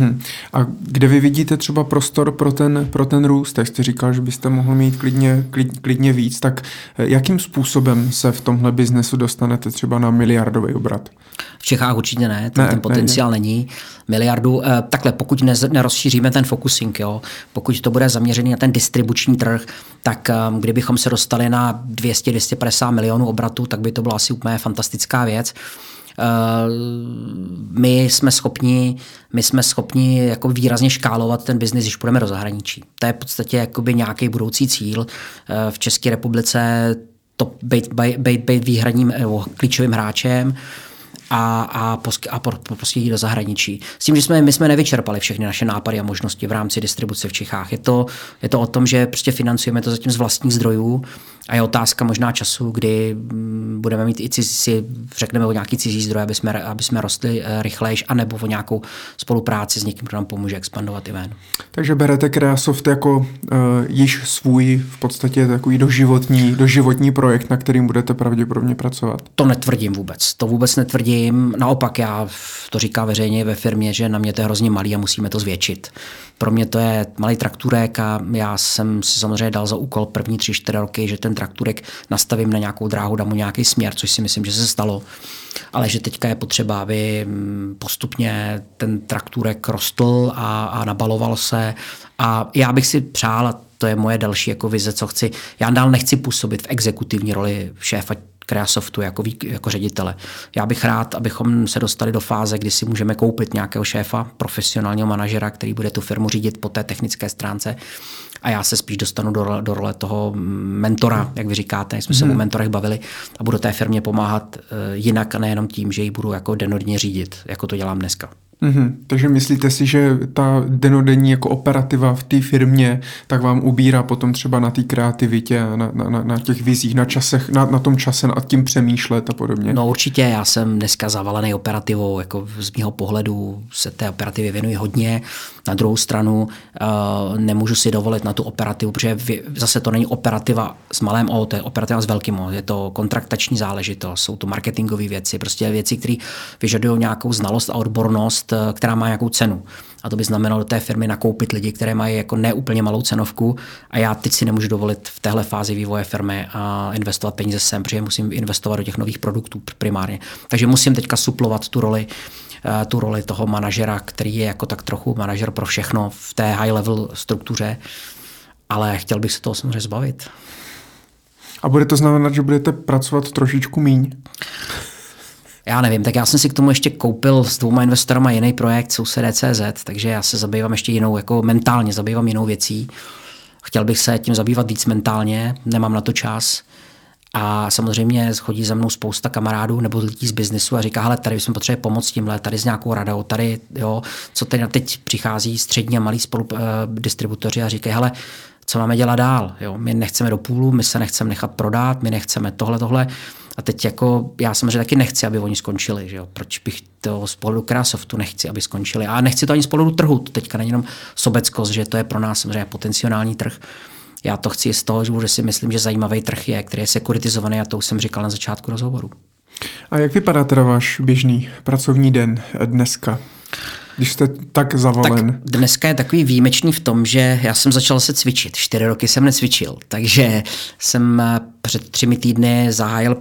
A kde vy vidíte třeba prostor pro ten růst? Jak jste říkal, že byste mohl mít klidně víc, tak jakým způsobem se v tomhle biznesu dostanete třeba na miliardový obrat? V Čechách určitě ne, ten potenciál není. Miliardu, takhle, pokud nerozšíříme ten focusing, jo, pokud to bude zaměřené zaměřený na ten distribuční trh, tak kdybychom se dostali na 200-250 milionů obratů, tak by to byla asi úplně fantastická věc. My jsme schopni jako výrazně škálovat ten biznis, když půjdeme do zahraničí. To je v podstatě jakoby nějaký budoucí cíl. V České republice to být výhradním klíčovým hráčem a prostě jít do zahraničí. S tím, že my jsme nevyčerpali všechny naše nápady a možnosti v rámci distribuce v Čechách. Je to o tom, že prostě financujeme to zatím z vlastních zdrojů a je otázka možná času, kdy budeme mít i řekneme o nějaký cizí zdroj, aby jsme rostli rychlejš, anebo o nějakou spolupráci s někým, kdo nám pomůže expandovat i ven. Takže berete Kreasoft jako již svůj v podstatě takový doživotní projekt, na kterým budete pravděpodobně pracovat? To netvrdím vůbec. To vůbec netvrdím. Naopak já to říkám veřejně ve firmě, že na mě to je hrozně malý a musíme to zvětšit. Pro mě to je malý traktůrek a já jsem si samozřejmě dal za úkol první 3-4 roky, že ten traktůrek nastavím na nějakou dráhu, dám mu nějaký směr, což si myslím, že se stalo. Ale že teďka je potřeba, aby postupně ten traktůrek rostl a nabaloval se. A já bych si přál, a to je moje další jako vize, co chci. Já dál nechci působit v exekutivní roli šéfa Kreasoftu jako ředitele. Já bych rád, abychom se dostali do fáze, kdy si můžeme koupit nějakého šéfa, profesionálního manažera, který bude tu firmu řídit po té technické stránce. A já se spíš dostanu do role toho mentora, jak vy říkáte, jak jsme se o mentorech bavili, a budu té firmě pomáhat jinak a nejenom tím, že ji budu jako dennodenně řídit, jako to dělám dneska. Takže myslíte si, že ta dennodenní jako operativa v té firmě tak vám ubírá potom třeba na té kreativitě, na těch vizích, na tom čase, nad tím přemýšlet a podobně? No určitě, já jsem dneska zavalený operativou, jako z mého pohledu se té operativě věnuji hodně. Na druhou stranu nemůžu si dovolit na tu operativu, protože zase to není operativa s malém O, to je operativa s velkým O, je to kontraktační záležitost, jsou to marketingové věci, prostě věci, které vyžadují nějakou znalost a odbornost, která má nějakou cenu. A to by znamenalo do té firmy nakoupit lidi, které mají jako neúplně malou cenovku a já teď si nemůžu dovolit v téhle fázi vývoje firmy a investovat peníze sem, protože musím investovat do těch nových produktů primárně. Takže musím teďka suplovat tu roli toho manažera, který je jako tak trochu manažer pro všechno v té high level struktuře, ale chtěl bych se toho samozřejmě zbavit. A bude to znamenat, že budete pracovat trošičku míň? Já nevím, tak já jsem si k tomu ještě koupil s 2 investorama jiný projekt, Sousedé.cz, takže já se zabývám ještě jinou, jako mentálně zabývám jinou věcí. Chtěl bych se tím zabývat víc mentálně, nemám na to čas. A samozřejmě chodí za mnou spousta kamarádů nebo lidí z biznesu a říká, hele, tady bychom potřebovali pomoct tímhle, tady s nějakou radou, tady, jo, co teď přichází střední a malí distributoři a říkají, hele, co máme dělat dál, jo, my nechceme do půlu, my se nechceme nechat prodat, my nechceme tohle. A teď jako já samozřejmě taky nechci, aby oni skončili, že jo? Proč bych to z pohledu Kreasoftu nechci, aby skončili. A nechci to ani z pohledu trhu, to teďka není jenom sobeckost, že to je pro nás samozřejmě potenciální trh. Já to chci z toho, že si myslím, že zajímavý trh je, který je sekuritizovaný a to už jsem říkal na začátku rozhovoru. A jak vypadá teda váš běžný pracovní den dneska, když jste tak zavalen? Tak dneska je takový výjimečný v tom, že já jsem začal se cvičit. 4 roky jsem necvičil, takže jsem před 3 týdny zahájil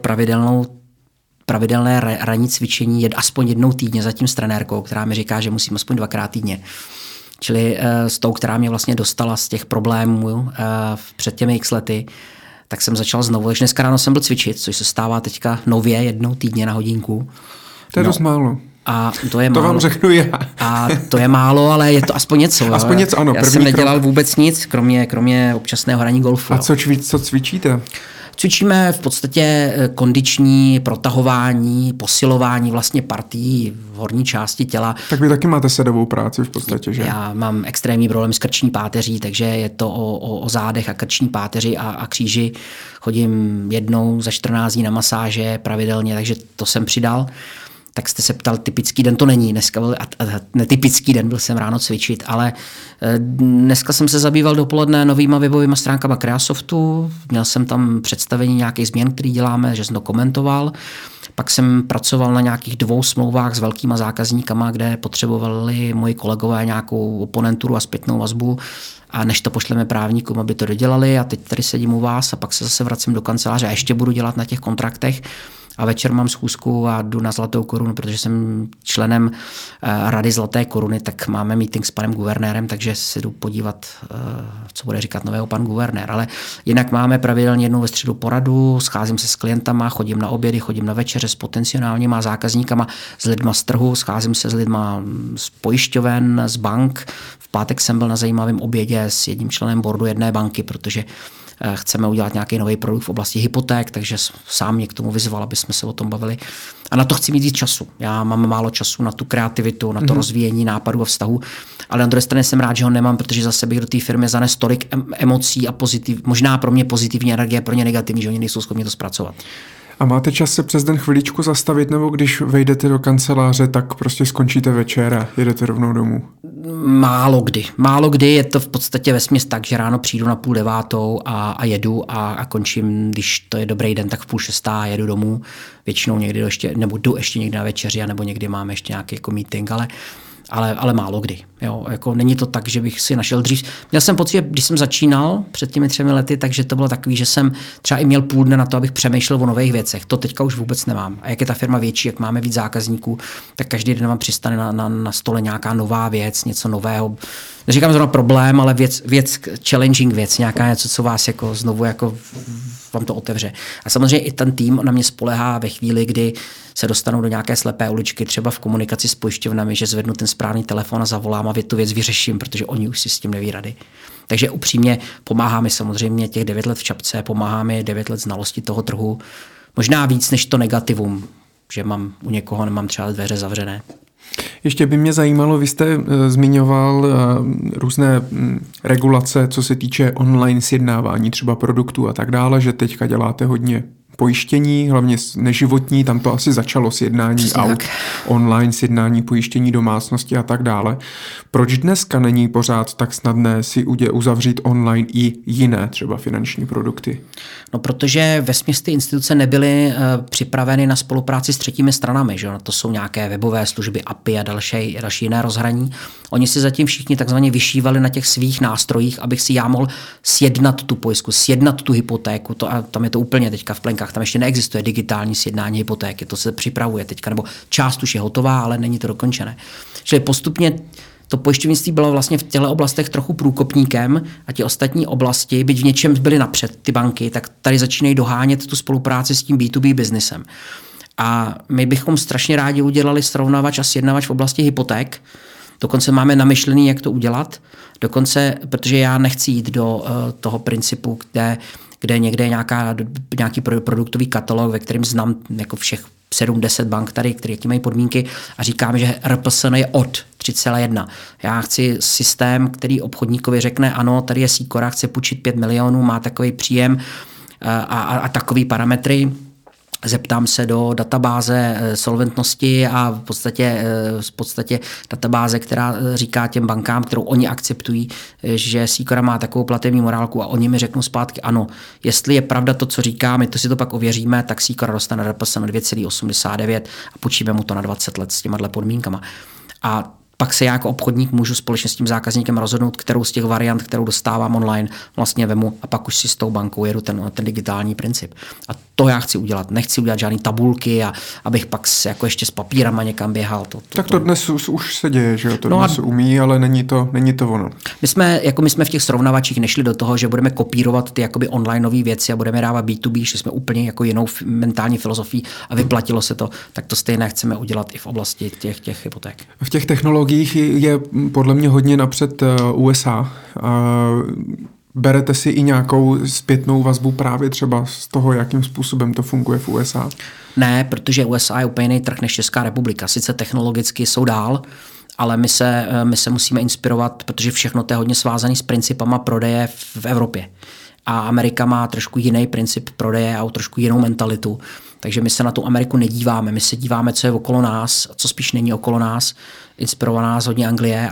pravidelné ranní cvičení aspoň jednou týdně za tím s trenérkou, která mi říká, že musím aspoň 2krát týdně. Čili s tou, která mě vlastně dostala z těch problémů před těmi x lety, tak jsem začal znovu. Takže dneska ráno jsem byl cvičit, což se stává teďka nově jednou týdně na hodinku. To je dost málo. A to je to málo. Vám řeknu já. A to je málo, ale je to aspoň něco. Aspoň něco, ano. Já jsem nedělal vůbec nic, kromě občasného hraní golfu. A co cvičíte? Cvičíme v podstatě kondiční protahování, posilování vlastně partií v horní části těla. Tak vy taky máte sedovou práci v podstatě, že? Já mám extrémní problém s krční páteří, takže je to o zádech a krční páteři a kříži. Chodím jednou za 14 dní na masáže pravidelně, takže to jsem přidal. Tak jste se ptal, typický den to není. Dneska byl netypický den, byl jsem ráno cvičit, ale dneska jsem se zabýval dopoledne novýma webovýma stránkama Kreasoftu. Měl jsem tam představení nějakých změn, které děláme, že jsem to komentoval. Pak jsem pracoval na nějakých 2 smlouvách s velkýma zákazníkama, kde potřebovali moji kolegové nějakou oponenturu a zpětnou vazbu. A než to pošleme právníkům, aby to dodělali, a teď tady sedím u vás a pak se zase vracím do kanceláře a ještě budu dělat na těch kontraktech. a večer mám schůzku a jdu na Zlatou korunu, protože jsem členem Rady Zlaté koruny, tak máme meeting s panem guvernérem, takže si jdu podívat, co bude říkat nového pan guvernér. Ale jinak máme pravidelně jednou ve středu poradu, scházím se s klientama, chodím na obědy, chodím na večeře s potenciálníma zákazníkama, s lidma z trhu, scházím se s lidma z pojišťoven, z bank. V pátek jsem byl na zajímavém obědě s jedním členem boardu jedné banky, protože chceme udělat nějaký nový produkt v oblasti hypoték, takže sám mě k tomu vyzval, aby jsme se o tom bavili. A na to chci mít víc času. Já mám málo času na tu kreativitu, na to rozvíjení nápadů a vztahu, ale na druhé straně jsem rád, že ho nemám, protože zase bych do té firmy zanes tolik emocí a možná pro mě pozitivní energie, pro ně negativní, že oni nejsou schopni to zpracovat. A máte čas se přes den chviličku zastavit, nebo když vejdete do kanceláře, tak prostě skončíte večer a jedete rovnou domů? Málo kdy je to v podstatě vesměs tak, že ráno přijdu na 8:30 a jedu a končím, když to je dobrý den, tak v 5:30 a jedu domů. Většinou někdy nebo jdu ještě někdy na večeři, nebo někdy máme ještě nějaký jako meeting, ale málo kdy. Jo, jako není to tak, že bych si našel dřív. Měl jsem pocit, že když jsem začínal před těmi 3 lety, takže to bylo takový, že jsem třeba i měl půl dne na to, abych přemýšlel o nových věcech. To teďka už vůbec nemám. A jak je ta firma větší, jak máme víc zákazníků, tak každý den vám přistane na stole nějaká nová věc, něco nového. Neříkám zrovna problém, ale věc challenging věc, nějaká něco, co vás jako znovu jako vám to otevře. A samozřejmě i ten tým na mě spolehá ve chvíli, kdy se dostanou do nějaké slepé uličky, třeba v komunikaci s pojišťovnami, že zvednu ten správný telefon a zavolám a tu věc vyřeším, protože oni už si s tím neví rady. Takže upřímně pomáhá mi samozřejmě těch 9 let v čapce, pomáhá mi 9 let znalosti toho trhu, možná víc než to negativum, že u někoho nemám třeba dveře zavřené. Ještě by mě zajímalo, vy jste zmiňoval různé regulace, co se týče online sjednávání třeba produktů a tak dále, že teďka děláte hodně pojištění, hlavně neživotní, tam to asi začalo sjednání přesně aut, tak. online sjednání pojištění domácnosti a tak dále. Proč dneska není pořád tak snadné si uzavřít online i jiné třeba finanční produkty? No, protože vesměs ty instituce nebyly připraveny na spolupráci s třetími stranami, že? To jsou nějaké webové služby, API a další jiné rozhraní. Oni si zatím všichni takzvaně vyšívali na těch svých nástrojích, abych si já mohl sjednat tu pojistku, sjednat tu hypotéku. A tam je to úplně teďka v plenkách. Tam ještě neexistuje digitální sjednání hypotéky. To se připravuje teďka, nebo část už je hotová, ale není to dokončené. Čili postupně to pojišťovnictví bylo vlastně v těchto oblastech trochu průkopníkem a ti ostatní oblasti, byť v něčem byly napřed ty banky, tak tady začínají dohánět tu spolupráci s tím B2B biznesem. A my bychom strašně rádi udělali srovnávač a sjednavač v oblasti hypoték. Dokonce máme namyšlený, jak to udělat. Dokonce, protože já nechci jít do toho principu, kde někde je nějaký produktový katalog, ve kterém znám jako všech 7-10 bank tady, které tím mají podmínky a říkám, že RPSN je od 3,1. Já chci systém, který obchodníkovi řekne, ano, tady je Sicora, chce půjčit 5 milionů, má takový příjem a takový parametry. Zeptám se do databáze solventnosti a v podstatě databáze, která říká těm bankám, kterou oni akceptují, že Sicora má takovou platební morálku a oni mi řeknou zpátky, ano, jestli je pravda to, co říká, my to si to pak ověříme, tak Sicora dostane RPSN 2,89 a půjčíme mu to na 20 let s těma podmínkama. A pak se já jako obchodník můžu společně s tím zákazníkem rozhodnout, kterou z těch variant, kterou dostávám online, vlastně vemu a pak už si s tou bankou jedu ten digitální princip. A to já chci udělat. Nechci udělat žádný tabulky a abych pak jako ještě s papírama někam běhal. Tak to dnes už se děje, že jo? To dnes umí, ale není to ono. My jsme v těch srovnavačích nešli do toho, že budeme kopírovat ty jakoby online nové věci a budeme dávat B2B, že jsme úplně jako jinou mentální filozofii a vyplatilo se to, tak to stejné chceme udělat i v oblasti těch hypoték. V těch technologiích je podle mě hodně napřed USA. Berete si i nějakou zpětnou vazbu právě třeba z toho, jakým způsobem to funguje v USA? Ne, protože USA je úplně jiný trh než Česká republika. Sice technologicky jsou dál, ale my se musíme inspirovat, protože všechno to je hodně svázané s principama prodeje v Evropě. A Amerika má trošku jiný princip prodeje a trošku jinou mentalitu. Takže my se na tu Ameriku nedíváme. My se díváme, co je okolo nás, co spíš není okolo nás. Inspirovaná nás hodně Anglie,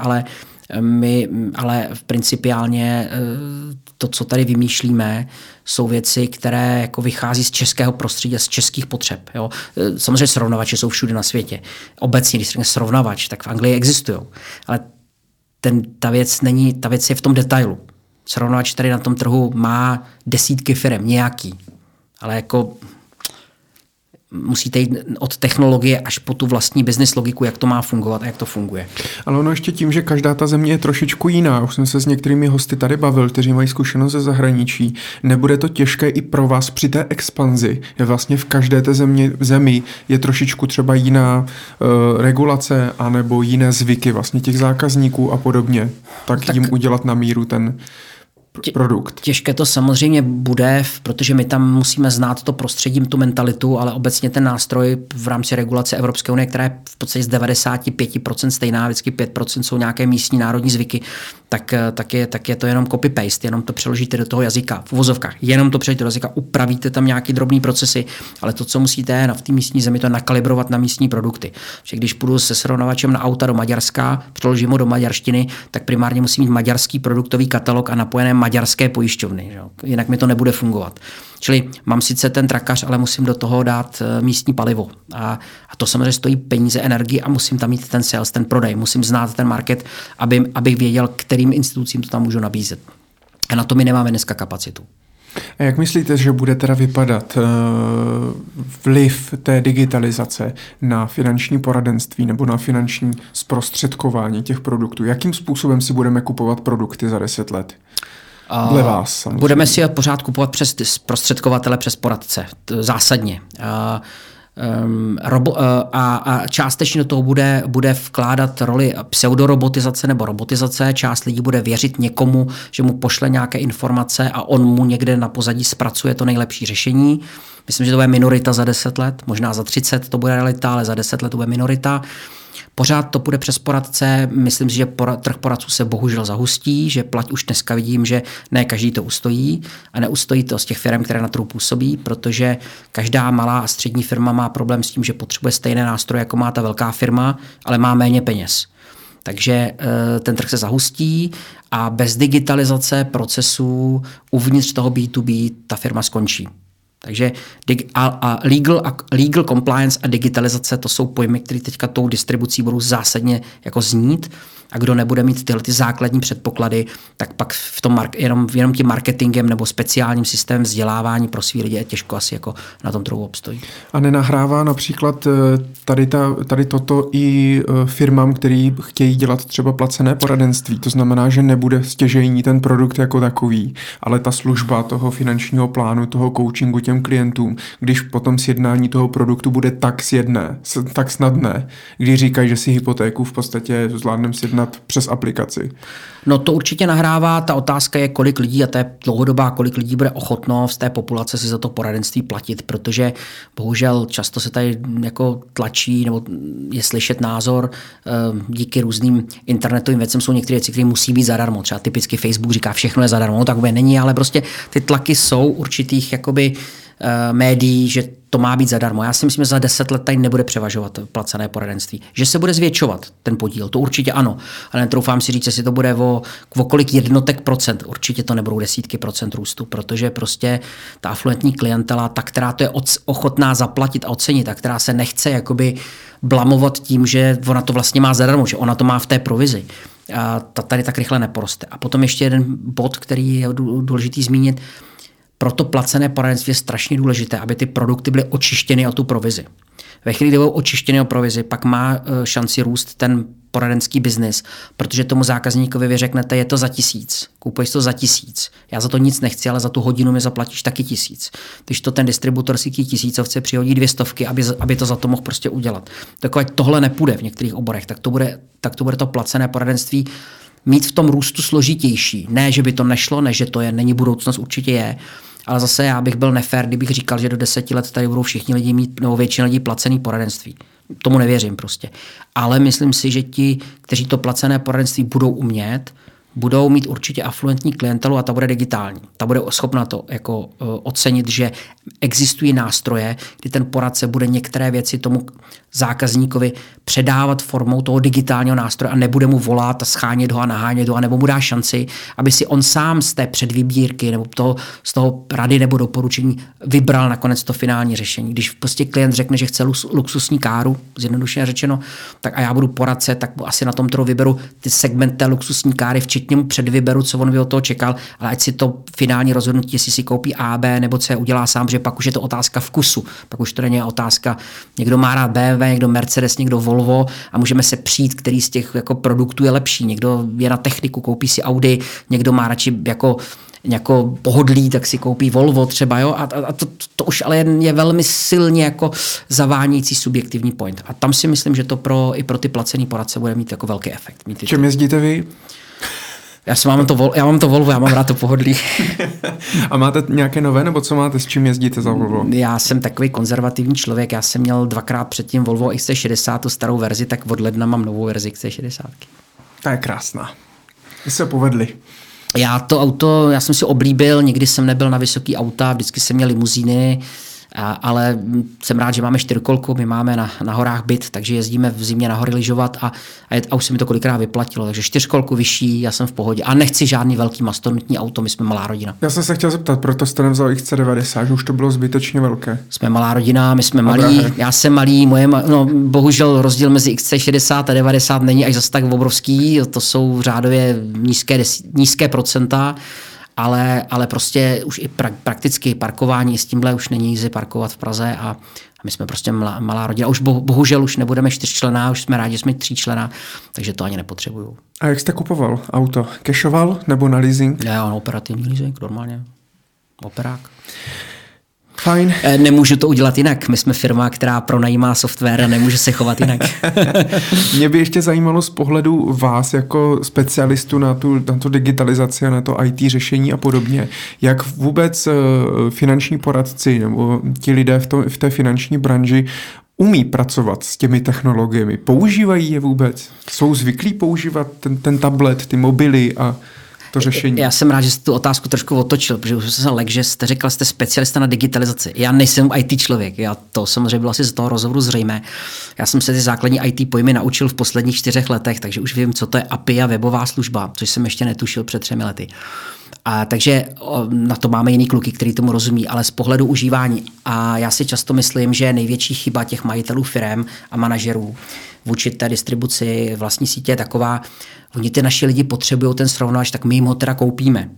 ale principiálně to, co tady vymýšlíme, jsou věci, které jako vychází z českého prostředí a z českých potřeb. Jo. Samozřejmě srovnavače jsou všude na světě. Obecně, když řekne srovnavač, tak v Anglii existují. Ale ta věc je v tom detailu. Srovnavač tady na tom trhu má desítky firem, nějaký. Ale jako musíte jít od technologie až po tu vlastní business logiku, jak to má fungovat a jak to funguje. Ale ono ještě tím, že každá ta země je trošičku jiná. Už jsem se s některými hosty tady bavil, kteří mají zkušenost ze zahraničí. Nebude to těžké i pro vás při té expanzi? Je vlastně v každé té zemi je trošičku třeba jiná regulace anebo jiné zvyky vlastně těch zákazníků a podobně. Tak jim udělat na míru ten produkt. Těžké to samozřejmě bude, protože my tam musíme znát to prostředí, tu mentalitu, ale obecně ten nástroj v rámci regulace Evropské unie, která je v podstatě z 95% stejná, vždycky 5% jsou nějaké místní národní zvyky, tak je to jenom copy-paste, jenom to přeložíte do toho jazyka, v uvozovkách, jenom to přeložíte do jazyka, upravíte tam nějaký drobný procesy, ale to, co musíte v té místní zemi, to nakalibrovat na místní produkty. Že když půjdu se srovnavačem na auta do Maďarska, přeložím ho do maďarštiny, tak primárně musím mít maďarský produktový katalog a napojené maďarské pojišťovny, že? Jinak mi to nebude fungovat. Čili mám sice ten trakař, ale musím do toho dát místní palivo. A to samozřejmě stojí peníze, energii a musím tam mít ten sales, ten prodej. Musím znát ten market, abych věděl, kterým institucím to tam můžu nabízet. A na to my nemáme dneska kapacitu. A jak myslíte, že bude teda vypadat vliv té digitalizace na finanční poradenství nebo na finanční zprostředkování těch produktů? Jakým způsobem si budeme kupovat produkty za 10 let? Dle vás, samozřejmě. Budeme si je pořád kupovat přes zprostředkovatele, přes poradce. Zásadně. A částečně do toho bude vkládat roli pseudorobotizace nebo robotizace. Část lidí bude věřit někomu, že mu pošle nějaké informace a on mu někde na pozadí zpracuje to nejlepší řešení. Myslím, že to bude minorita za 10 let, možná za 30 to bude realita, ale za 10 let to bude minorita. Pořád to půjde přes poradce, myslím si, že trh poradců se bohužel zahustí, že plať už dneska vidím, že ne každý to ustojí a neustojí to z těch firm, které na trhu působí, protože každá malá a střední firma má problém s tím, že potřebuje stejné nástroje, jako má ta velká firma, ale má méně peněz. Takže ten trh se zahustí a bez digitalizace procesů uvnitř toho B2B ta firma skončí. Takže legal compliance a digitalizace, to jsou pojmy, které teďka tou distribucí budou zásadně jako znít. A kdo nebude mít tyhle ty základní předpoklady, tak pak v tom jenom tím marketingem nebo speciálním systémem vzdělávání pro svý lidi je těžko asi jako na tom trhu obstojí. A nenahrává například tady toto i firmám, který chtějí dělat třeba placené poradenství. To znamená, že nebude stěžejní ten produkt jako takový, ale ta služba toho finančního plánu, toho coachingu těm klientům, když potom sjednání toho produktu bude tak snadné, když říkají, že si hypotéku v podstatě zvládneme sjednat přes aplikaci. No to určitě nahrává, ta otázka je, kolik lidí, a to je dlouhodobá, kolik lidí bude ochotno z té populace si za to poradenství platit, protože bohužel často se tady jako tlačí, nebo je slyšet názor, díky různým internetovým věcem jsou některé věci, které musí být zadarmo. Třeba typicky Facebook říká, všechno je zadarmo, no tak není, ale prostě ty tlaky jsou určitých jakoby médií, že to má být zadarmo. Já si myslím, že za 10 let tady nebude převažovat placené poradenství. Že se bude zvětšovat ten podíl, to určitě ano. Ale netroufám si říct, jestli to bude o kolik jednotek procent. Určitě to nebudou desítky procent růstu, protože prostě ta afluentní klientela, ta, která to je ochotná zaplatit a ocenit, a která se nechce jakoby blamovat tím, že ona to vlastně má zadarmo, že ona to má v té provizi. A tady tak rychle neporoste. A potom ještě jeden bod, který je důležitý zmínit. Proto placené poradenství je strašně důležité, aby ty produkty byly očištěny o tu provizi. Ve chvíli, kdy budou očištěny o provizi, pak má šanci růst ten poradenský biznis, protože tomu zákazníkovi vy řeknete, je to za 1000, kupuješ to za 1000, já za to nic nechci, ale za tu hodinu mi zaplatíš taky 1000. Když to ten distributor si k 1000 přihodí 200, aby to za to mohl prostě udělat. Takové tohle nepůjde v některých oborech, tak to bude to placené poradenství mít v tom růstu složitější. Ne, že by to nešlo, ne, že to není budoucnost, určitě je. Ale zase já bych byl nefér, kdybych říkal, že do 10 let tady budou všichni lidi mít, nebo většina lidí placený poradenství. Tomu nevěřím prostě. Ale myslím si, že ti, kteří to placené poradenství budou umět, budou mít určitě afluentní klientelu a ta bude digitální. Ta bude schopna to jako ocenit, že existují nástroje, kdy ten poradce bude některé věci tomu zákazníkovi předávat formou toho digitálního nástroje a nebude mu volat a schánět ho a nahánět ho, a nebo mu dá šanci, aby si on sám z té předvýbírky nebo z toho rady nebo doporučení vybral nakonec to finální řešení. Když prostě klient řekne, že chce luxusní káru, zjednodušeně řečeno, tak a já budu poradce, tak asi na tom trhu vyberu ty segment té luxusní káry, včetně k němu předvyberu, co on by od toho čekal, ale ať si to finální rozhodnutí, jestli si koupí A, B nebo C, udělá sám, že pak už je to otázka vkusu. Pak už to není otázka, někdo má rád BMW, někdo Mercedes, někdo Volvo a můžeme se přijít, který z těch jako produktů je lepší. Někdo je na techniku, koupí si Audi, někdo má radši jako pohodlí, tak si koupí Volvo třeba, jo, a to už ale je velmi silně jako zavánějící subjektivní point. A tam si myslím, že to i pro ty placený poradce bude mít jako velký efekt. Čem jezdíte vy? Já mám to Volvo, já mám rád to pohodlí. A máte nějaké nové, nebo co máte, s čím jezdíte za Volvo? Já jsem takový konzervativní člověk, já jsem měl 2krát předtím Volvo XC60, tu starou verzi, tak od ledna mám novou verzi XC60. To je krásná. Vy se povedli. Já jsem si oblíbil, nikdy jsem nebyl na vysoký auta, vždycky jsem měl limuzíny, ale jsem rád, že máme 4kolku, my máme na horách byt, takže jezdíme v zimě na hory lyžovat a už se mi to kolikrát vyplatilo, takže 4kolku vyšší, já jsem v pohodě a nechci žádný velký mastodonní auto, my jsme malá rodina. Já jsem se chtěl zeptat, proto jste nevzal XC90, že už to bylo zbytečně velké. Jsme malá rodina, my jsme malí, já jsem malý, bohužel rozdíl mezi XC60 a 90 není až zase tak obrovský, to jsou řádově nízké procenta, ale prostě už i prakticky parkování s tímhle už není easy parkovat v Praze a my jsme prostě malá rodina. Už bohužel už nebudeme 4členná, už jsme rádi, že jsme 3členná, takže to ani nepotřebuju. A jak jste kupoval auto? Cashoval nebo na leasing? Já operativní leasing, normálně. Operák. Fajn. Nemůžu to udělat jinak. My jsme firma, která pronajímá software a nemůže se chovat jinak. Mě by ještě zajímalo z pohledu vás jako specialistu na tu digitalizaci a na to IT řešení a podobně. Jak vůbec finanční poradci nebo ti lidé v té finanční branži umí pracovat s těmi technologiemi? Používají je vůbec? Jsou zvyklí používat ten tablet, ty mobily a to řešení? Já jsem rád, že jste tu otázku trošku otočil, protože už jsem se lek, že jste řekl, jste specialista na digitalizaci. Já nejsem IT člověk, to samozřejmě bylo asi z toho rozhovoru zřejmé. Já jsem se ty základní IT pojmy naučil v posledních 4 letech, takže už vím, co to je API a webová služba, což jsem ještě netušil před 3 lety. Takže na to máme jiný kluky, který tomu rozumí, ale z pohledu užívání. A já si často myslím, že největší chyba těch majitelů firem a manažerů vůči té distribuci vlastní sítě je taková, oni ty naši lidi potřebují ten srovnávač, tak my jim ho teda koupíme.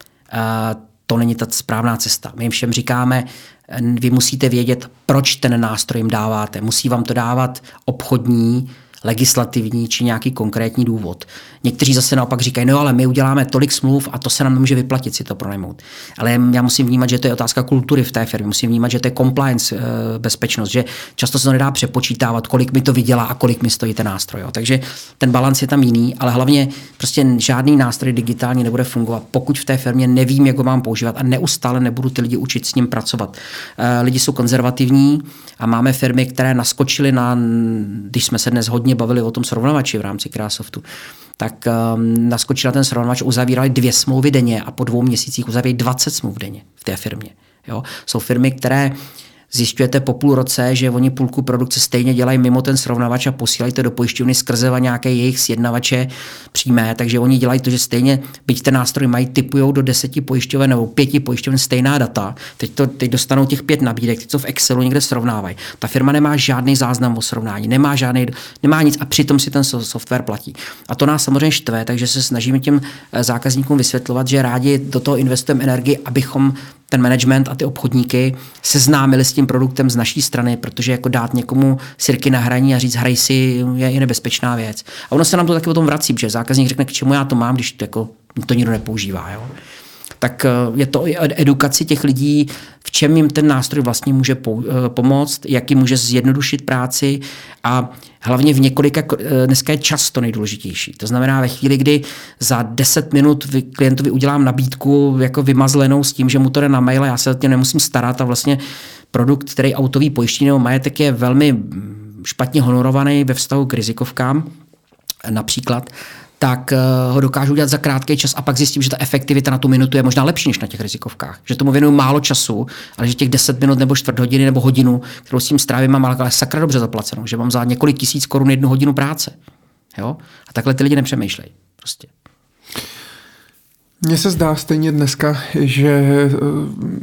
To není ta správná cesta. My jim všem říkáme, vy musíte vědět, proč ten nástroj jim dáváte. Musí vám to dávat obchodní, legislativní či nějaký konkrétní důvod. Někteří zase naopak říkají, no ale my uděláme tolik smluv a to se nám nemůže vyplatit si to pronajmout. Ale já musím vnímat, že to je otázka kultury v té firmě, musím vnímat, že to je compliance, bezpečnost, že často se to nedá přepočítávat, kolik mi to vydělá a kolik mi stojí ten nástroj. Jo. Takže ten balans je tam jiný, ale hlavně prostě žádný nástroj digitální nebude fungovat, pokud v té firmě nevím, jak ho mám používat a neustále nebudu ty lidi učit s ním pracovat. Lidi jsou konzervativní a máme firmy, které naskočily když jsme se dnes hodně bavili o tom srovnavači v rámci Crasoftu, tak naskočila ten srovnavač, uzavírali 2 smlouvy denně a po 2 měsících uzavírají 20 smluv denně v té firmě. Jo? Jsou firmy, které zjišťujete po půl roce, že oni půlku produkce stejně dělají mimo ten srovnavač a posílají to do pojišťovny skrze nějaké jejich sjednavače přímé, takže oni dělají to, že stejně, byť ten nástroj mají, typujou do 10 pojišťoven nebo 5 pojišťoven stejná data, teď dostanou těch 5 nabídek, teď co v Excelu někde srovnávají. Ta firma nemá žádný záznam o srovnání, nemá nic a přitom si ten software platí. A to nás samozřejmě štve, takže se snažíme těm zákazníkům vysvětlovat, že rádi do toho investujeme energii, abychom ten management a ty obchodníky seznámili s tím produktem z naší strany, protože jako dát někomu sirky na hraní a říct hraj si je nebezpečná věc. A ono se nám to taky o tom vrací, že zákazník řekne, k čemu já to mám, když to nikdo nepoužívá. Jo? Tak je to i edukaci těch lidí, v čem jim ten nástroj vlastně může pomoct, jak jim může zjednodušit práci a hlavně v několika, dneska je čas to nejdůležitější. To znamená ve chvíli, kdy za 10 minut klientovi udělám nabídku jako vymazlenou s tím, že mu to jde na mail a já se o tě nemusím starat a vlastně produkt, který autový pojištění nebo majetek je velmi špatně honorovaný ve vztahu k rizikovkám například, tak ho dokážu udělat za krátký čas a pak zjistím, že ta efektivita na tu minutu je možná lepší než na těch rizikovkách. Že tomu věnuju málo času, ale že těch 10 minut nebo 4 hodiny nebo hodinu, kterou s tím strávím, mám ale sakra dobře zaplacenou, že mám za několik tisíc korun 1 hodinu práce. Jo? A takhle ty lidi nepřemýšlejí. Prostě. Mně se zdá stejně dneska, že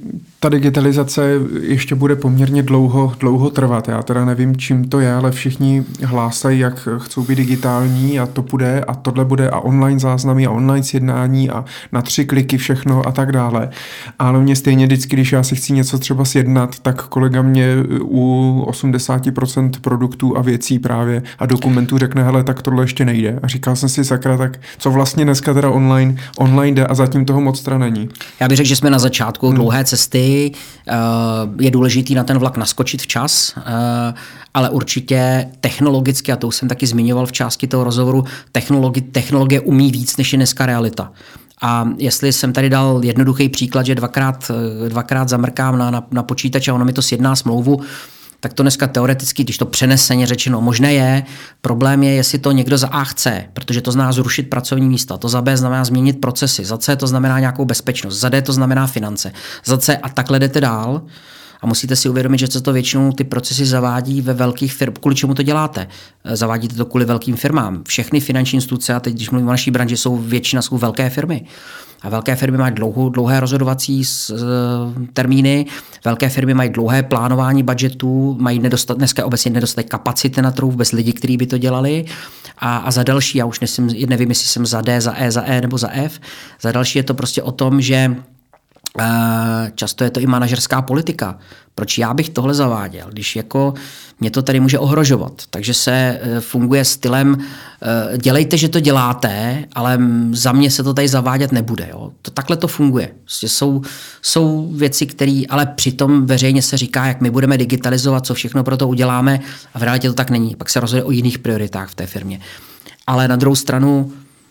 Ta digitalizace ještě bude poměrně dlouho trvat. Já teda nevím, čím to je, ale všichni hlásají, jak chcou být digitální a to bude a tohle bude a online záznamy a online sjednání a na 3 kliky všechno a tak dále. Ale mě stejně vždycky, když já si chci něco třeba sjednat, tak kolega mě u 80% produktů a věcí právě a dokumentů řekne, hele, tak tohle ještě nejde. A říkal jsem si, sakra, tak co vlastně dneska teda online jde a zatím toho moc teda není. Já bych řekl, že jsme na začátku dlouhé cesty. Je důležitý na ten vlak naskočit včas, ale určitě technologicky, a to už jsem taky zmiňoval v části toho rozhovoru, technologie umí víc, než je dneska realita. A jestli jsem tady dal jednoduchý příklad, že dvakrát zamrkám na počítač a ono mi to sjedná smlouvu, tak to dneska teoreticky, když to přeneseně řečeno možné je, problém je, jestli to někdo za A chce, protože to znamená zrušit pracovní místa, to za B znamená změnit procesy, za C to znamená nějakou bezpečnost, za D to znamená finance, za C a takhle jdete dál. A musíte si uvědomit, že se to většinou ty procesy zavádí ve velkých firmách. Kvůli čemu to děláte? Zavádíte to kvůli velkým firmám. Všechny finanční instituce, a teď, když mluvím o naší branži, většina jsou velké firmy. A velké firmy mají dlouhé rozhodovací termíny, velké firmy mají dlouhé plánování budgetů, mají dneska obecně nedostatek kapacity na trhu, vůbec lidi, kteří by to dělali. A za další, já už nevím, jestli jsem za D, za E, za E nebo za F, za další je to prostě o tom, že často je to i manažerská politika. Proč já bych tohle zaváděl, když jako mě to tady může ohrožovat. Takže se funguje stylem dělejte, že to děláte, ale za mě se to tady zavádět nebude. Jo? Takhle to funguje. Prostě jsou věci, které, ale přitom veřejně se říká, jak my budeme digitalizovat, co všechno pro to uděláme a v realitě to tak není. Pak se rozhoduje o jiných prioritách v té firmě. Ale na druhou stranu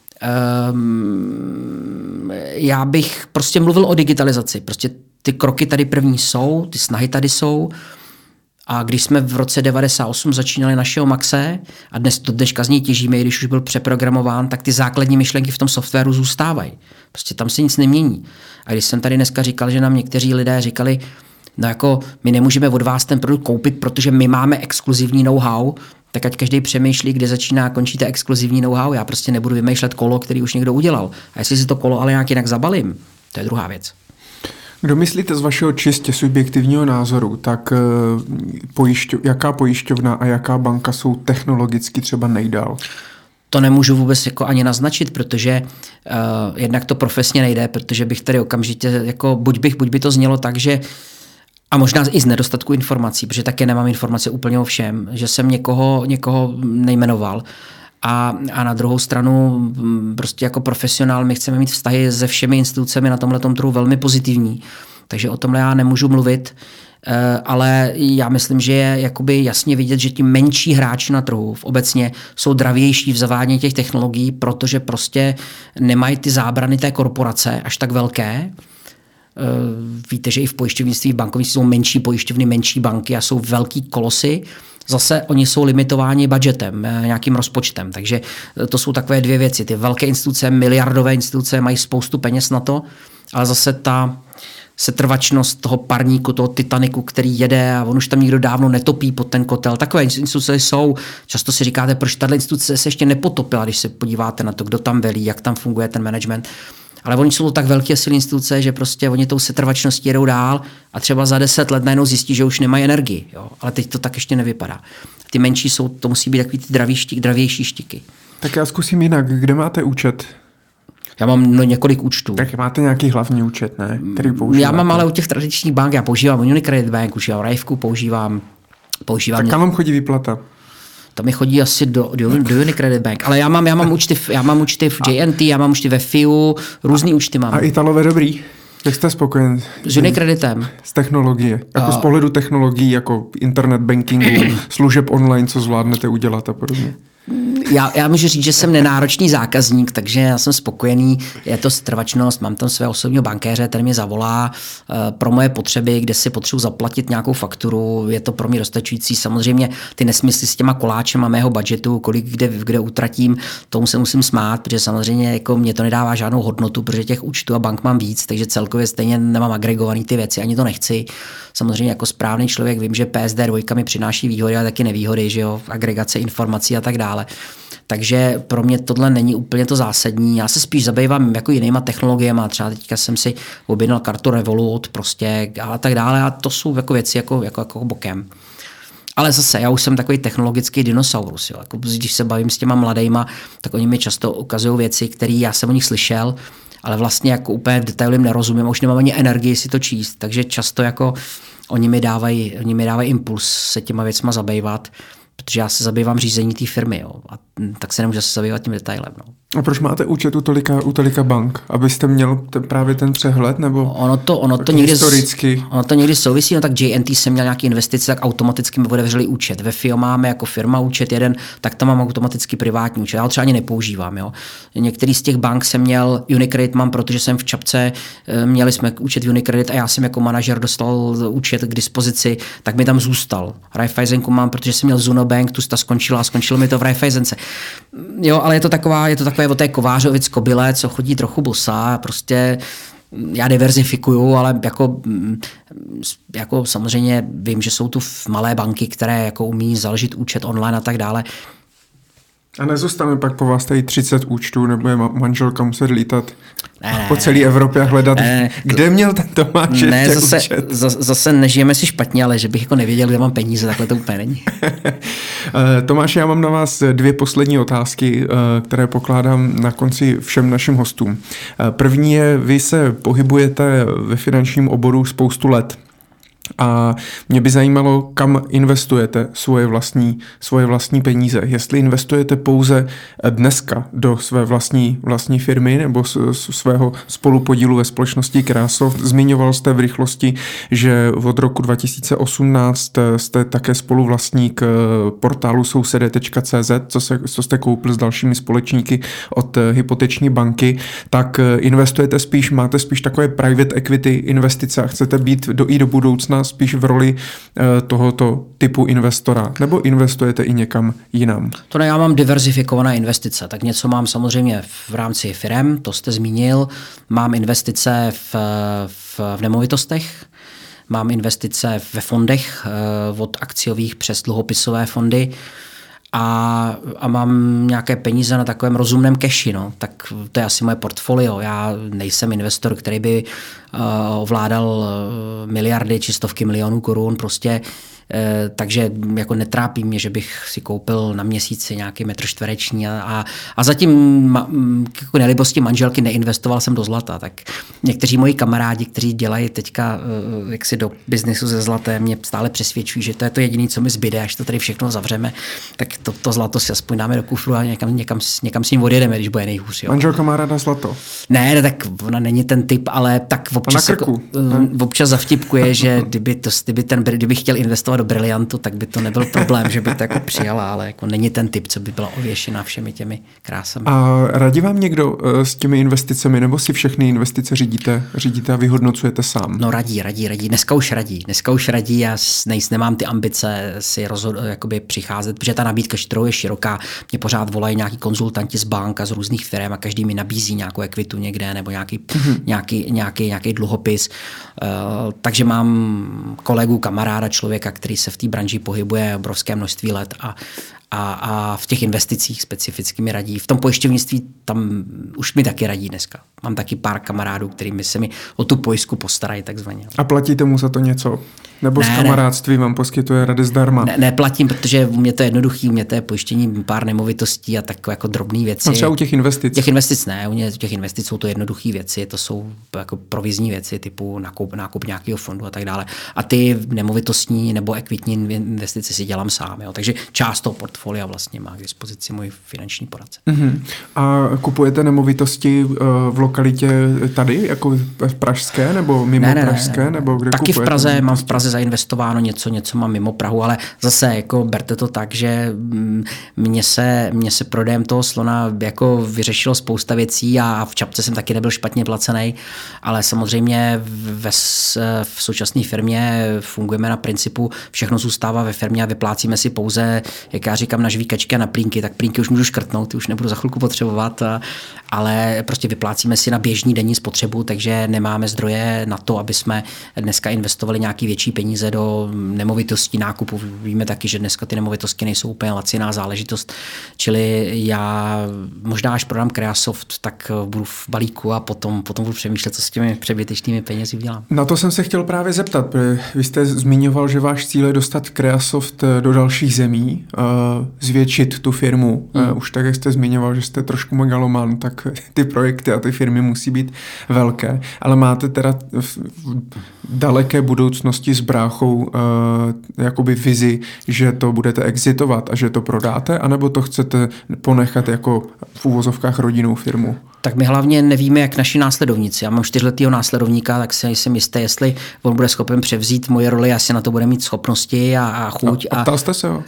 já bych prostě mluvil o digitalizaci. Prostě ty kroky tady první jsou, ty snahy tady jsou. A když jsme v roce 98 začínali našeho Maxe a dneška z něj těžíme, i když už byl přeprogramován, tak ty základní myšlenky v tom softwaru zůstávají. Prostě tam se nic nemění. A když jsem tady dneska říkal, že nám někteří lidé říkali, no jako my nemůžeme od vás ten produkt koupit, protože my máme exkluzivní know-how, tak ať každý přemýšlí, kde začíná a končí ta exkluzivní know-how. Já prostě nebudu vymýšlet kolo, který už někdo udělal. A jestli si to kolo ale nějak jinak zabalím, to je druhá věc. Kdo myslíte z vašeho čistě subjektivního názoru, tak jaká pojišťovna a jaká banka jsou technologicky třeba nejdál? To nemůžu vůbec jako ani naznačit, protože jednak to profesně nejde, protože bych tady okamžitě, jako buď by to znělo tak, že a možná i z nedostatku informací, protože také nemám informace úplně o všem, že jsem někoho nejmenoval. A na druhou stranu prostě jako profesionál my chceme mít vztahy se všemi institucemi na tomhletom trhu velmi pozitivní. Takže o tomhle já nemůžu mluvit, ale já myslím, že je jakoby jasně vidět, že ti menší hráči na trhu obecně jsou dravější v zavádění těch technologií, protože prostě nemají ty zábrany té korporace až tak velké. Víte, že i v pojišťovnictví, v bankovnictví jsou menší pojišťovny, menší banky a jsou velký kolosy. Zase oni jsou limitováni budgetem, nějakým rozpočtem. Takže to jsou takové dvě věci. Ty velké instituce, miliardové instituce mají spoustu peněz na to, ale zase ta setrvačnost toho parníku, toho Titaniku, který jede a on už tam nikdo dávno netopí pod ten kotel. Takové instituce jsou. Často si říkáte, proč tato instituce se ještě nepotopila, když se podíváte na to, kdo tam velí, jak tam funguje ten management. Ale oni jsou tak velké silné instituce, že prostě oni tou setrvačností jedou dál a třeba za 10 let najednou zjistí, že už nemají energii. Jo? Ale teď to tak ještě nevypadá. Ty menší to musí být takový ty dravější štiky. Tak já zkusím jinak. Kde máte účet? Já mám několik účtů. Tak máte nějaký hlavní účet, ne? Který používáte? Já mám ale u těch tradičních bank, já používám Unicredit Bank, používám Rajvku, používám. Tak kam vám chodí výplata? To mi chodí asi do Unicredit Bank, ale já mám účty v JNT, já mám účty ve FIU, různý účty mám. A Italové dobrý? Jak jste spokojen? S Unicreditem? Z technologie. Jako z pohledu technologií, jako internet bankingu, služeb online, co zvládnete udělat a podobně. Já můžu říct, že jsem nenáročný zákazník, takže já jsem spokojený, je to setrvačnost, mám tam svého osobního bankéře, který mě zavolá pro moje potřeby, kde si potřebuji zaplatit nějakou fakturu, je to pro mě dostačující. Samozřejmě ty nesmysly s těma koláčema mého budgetu, kolik kde utratím, tomu se musím smát, protože samozřejmě jako mě to nedává žádnou hodnotu, protože těch účtů a bank mám víc, takže celkově stejně nemám agregovaný ty věci, ani to nechci. Samozřejmě jako správný člověk vím, že PSD 2 mi přináší výhody a taky nevýhody, že jo, agregace informací a tak dále. Takže pro mě tohle není úplně to zásadní. Já se spíš zabývám jako jinýma technologiemi. Třeba teďka jsem si objednal kartu Revolut prostě a tak dále. A to jsou jako věci jako bokem. Ale zase, já už jsem takový technologický dinosaurus. Jo. Jako, když se bavím s těma mladejma, tak oni mi často ukazují věci, které já jsem o nich slyšel, ale vlastně jako úplně v detailu jim nerozumím, už nemám ani energii si to číst. Takže často jako oni mi dávají impuls se těma věcma zabývat, protože já se zabývám řízení té firmy, jo. A tak se nemůžu se zabývat tím detailem. No. A proč máte účet u tolika bank? Abyste měl právě ten přehled? Nebo ono to někdy souvisí, no tak JNT jsem měl nějaké investice, tak automaticky mi otevřeli účet. Ve FIO máme jako firma účet jeden, tak tam mám automaticky privátní účet. Já ho třeba ani nepoužívám. Jo. Některý z těch bank jsem měl, Unicredit mám, protože jsem v Čapce, měli jsme účet Unicredit a já jsem jako manažer dostal účet k dispozici, tak mi tam zůstal. Raiffeisenku mám, protože jsem měl Zuno Bank, tu ta skončila a skončilo mi to v Raiffeisence. Jo, ale je to takové o té kovářovic kobyle, co chodí trochu bosá, prostě já diverzifikuju, ale jako samozřejmě vím, že jsou tu malé banky, které jako umí založit účet online a tak dále. A nezůstane pak po vás tady 30 účtů, nebo je manželka muset lítat po celé Evropě a hledat, kde měl ten Tomáš účet? Zase nežijeme si špatně, ale že bych jako nevěděl, kde mám peníze, takhle to úplně není. Tomáš, já mám na vás 2 poslední otázky, které pokládám na konci všem našim hostům. První je, vy se pohybujete ve finančním oboru spoustu let. A mě by zajímalo, kam investujete svoje vlastní peníze. Jestli investujete pouze dneska do své vlastní firmy nebo svého spolupodílu ve společnosti Krásoft. Zmiňoval jste v rychlosti, že od roku 2018 jste také spoluvlastník portálu sousede.cz, co jste koupil s dalšími společníky od hypoteční banky. Tak investujete máte spíš takové private equity investice a chcete být i do budoucna spíš v roli tohoto typu investora, nebo investujete i někam jinam? To ne, já mám diverzifikované investice, tak něco mám samozřejmě v rámci firem, to jste zmínil, mám investice v nemovitostech, mám investice ve fondech, od akciových přes dluhopisové fondy, a mám nějaké peníze na takovém rozumném cashi, no. Tak to je asi moje portfolio. Já nejsem investor, který by ovládal miliardy či stovky milionů korun, prostě, takže jako netrápí mě, že bych si koupil na měsíci nějaký metr čtvereční a zatím jako nelibosti manželky neinvestoval jsem do zlata, tak někteří moji kamarádi, kteří dělají teďka jaksi do biznesu ze zlatem, mě stále přesvědčují, že to je to jediné, co mi zbyde, až to tady všechno zavřeme, tak to zlato si aspoň dáme do kufru a někam s ním odjedeme, když bude nejhůř. Jo. Manželka má ráda zlato? Ne, tak ona není ten typ, ale tak občas zavtipkuje, že kdyby chtěl investovat do briliantu, tak by to nebyl problém, že by to jako přijala, ale jako není ten typ, co by byla ověšená všemi těmi krásami. A radí vám někdo s těmi investicemi, nebo si všechny investice řídíte a vyhodnocujete sám? No radí. Dneska už radí, já nemám ty ambice si jakoby přicházet, protože ta nabídka je široká. Mě pořád volají nějaký konzultanti z bank a z různých firm a každý mi nabízí nějakou ekvitu někde nebo nějaký dluhopis. Takže mám kolegu, kamaráda, člověka, který se v té branži pohybuje obrovské množství let a v těch investicích specificky mi radí. V tom pojišťovnictví tam už mi taky radí dneska. Mám taky pár kamarádů, kterými se mi o tu pojistku postarají takzvaně. A platíte mu za to něco? Nebo z kamarádství vám poskytuje rady zdarma? Neplatím, protože u mě to je jednoduchý, u mě to je pojištění pár nemovitostí a takové jako drobné věci. No třeba u těch investic? Těch investic ne, u těch investic jsou to jednoduché věci, to jsou jako provizní věci typu nákup nějakého fondu a tak dále. A ty nemovitostní nebo ekvitní investice si dělám sám. Jo. Takže část toho portfolia vlastně má k dispozici můj finanční poradce. A kupujete nemovitosti v lokalitě tady, jako v pražské nebo mimo pražské? Nebo kde taky kupujete? V Praze, mám v Praze zainvestováno něco mám mimo Prahu, ale zase jako berte to tak, že mě se prodejem toho slona jako vyřešilo spousta věcí a v Čapce jsem taky nebyl špatně placený, ale samozřejmě v současné firmě fungujeme na principu všechno zůstává ve firmě a vyplácíme si pouze, jak já říkám, někam na žvíkačky a na plínky, tak plínky už můžu škrtnout, ty už nebudu za chvilku potřebovat, ale prostě vyplácíme si na běžný denní spotřebu, takže nemáme zdroje na to, aby jsme dneska investovali nějaký větší peníze do nemovitostí, nákupu. Víme taky, že dneska ty nemovitosti nejsou úplně laciná záležitost, čili já možná až prodám Creasoft, tak budu v balíku a potom budu přemýšlet, co s těmi přebytečnými penězi udělám. Na to jsem se chtěl právě zeptat. Vy jste zmiňoval, že váš cíl je dostat Creasoft do dalších zemí, zvětšit tu firmu. Už tak, jak jste zmiňoval, že jste trošku megaloman, tak ty projekty a ty firmy musí být velké. Ale máte teda v daleké budoucnosti s bráchou jakoby vizi, že to budete exitovat a že to prodáte, anebo to chcete ponechat jako v uvozovkách rodinnou firmu? Tak my hlavně nevíme, jak naši následovníci. Já mám 4letýho následovníka, tak si jsem jistý, jestli on bude schopen převzít moje roli, asi na to bude mít schopnosti a chuť. A ptal jste se ho?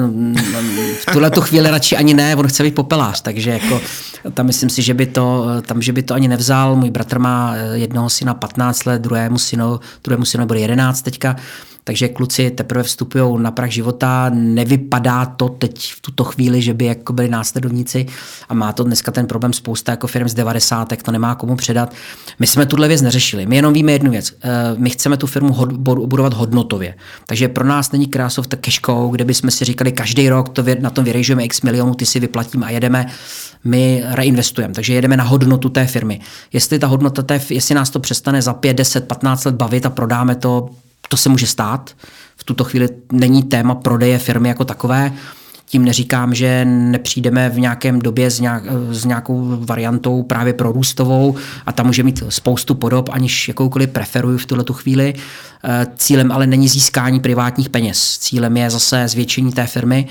V tuhletu chvíli radši ani ne, on chce být popelář, takže jako, tam myslím si, že by to ani nevzal. Můj bratr má jednoho syna 15 let, druhému synu bude 11 teďka. Takže kluci teprve vstupují na prah života, nevypadá to teď v tuto chvíli, že by jako byli následovníci a má to dneska ten problém spousta jako firm z 90, to nemá komu předat. My jsme tuhle věc neřešili, my jenom víme jednu věc, my chceme tu firmu budovat hodnotově, takže pro nás není Creasoft cash cow, kde bychom si říkali každý rok na tom vyrejžujeme x milionů, ty si vyplatíme a jedeme, my reinvestujeme, takže jedeme na hodnotu té firmy. Jestli ta hodnota jestli nás to přestane za 5, 10, 15 let bavit a prodáme to se může stát. V tuto chvíli není téma prodeje firmy jako takové. Tím neříkám, že nepřijdeme v nějakém době s nějakou variantou právě prorůstovou a tam může mít spoustu podob, aniž jakoukoliv preferuji v tuhletu chvíli. Cílem ale není získání privátních peněz. Cílem je zase zvětšení té firmy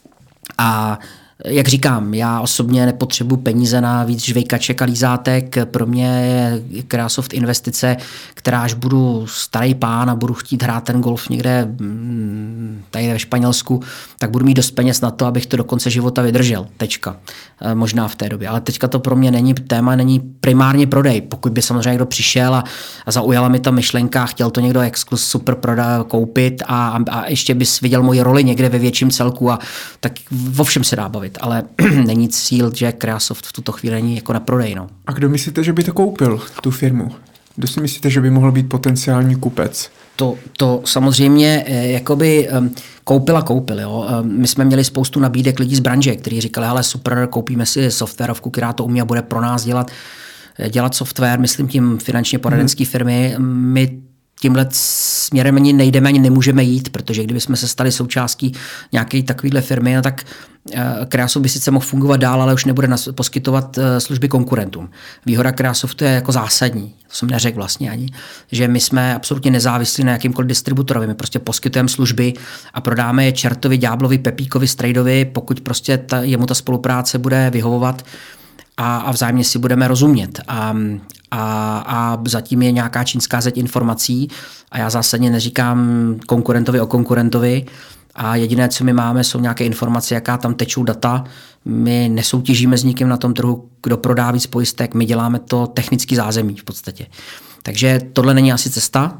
a jak říkám, já osobně nepotřebuji peníze na víc žvejkaček a lízátek. Pro mě je Creasoft investice, která až budu starý pán a budu chtít hrát ten golf někde tady ve Španělsku, tak budu mít dost peněz na to, abych to do konce života vydržel. Tečka. Možná v té době. Ale teďka to pro mě není téma, není primárně prodej. Pokud by samozřejmě někdo přišel a zaujala mi ta myšlenka, chtěl to někdo super koupit a ještě bys viděl moji roli někde ve větším celku, tak o všem se dá bavit. Ale není cíl, že Creasoft v tuto chvíli není jako na prodej. No. A kdo myslíte, že by to koupil, tu firmu? Kdo si myslíte, že by mohl být potenciální kupec? To samozřejmě jakoby koupil. Jo. My jsme měli spoustu nabídek lidí z branže, kteří říkali, hele super, koupíme si softwarovku, která to umí a bude pro nás dělat software, myslím tím finančně poradenské firmy. My tímhle směrem ani nejdeme, ani nemůžeme jít, protože kdybychom se stali součástí nějaké takovéhle firmy, tak Creasoft by sice mohl fungovat dál, ale už nebude poskytovat služby konkurentům. Výhoda Creasoftu je jako zásadní, to jsem neřekl vlastně ani, že my jsme absolutně nezávislí na jakýmkoliv distributorovi, my prostě poskytujeme služby a prodáme je čertovi, ďáblovi, Pepíkovi, Strejdovi, pokud prostě jemu ta spolupráce bude vyhovovat a vzájemně si budeme rozumět. A zatím je nějaká čínská zeď informací a já zásadně neříkám konkurentovi o konkurentovi a jediné, co my máme, jsou nějaké informace, jaká tam tečou data. My nesoutěžíme s nikým na tom trhu, kdo prodá víc pojistek, my děláme to technický zázemí v podstatě. Takže tohle není asi cesta.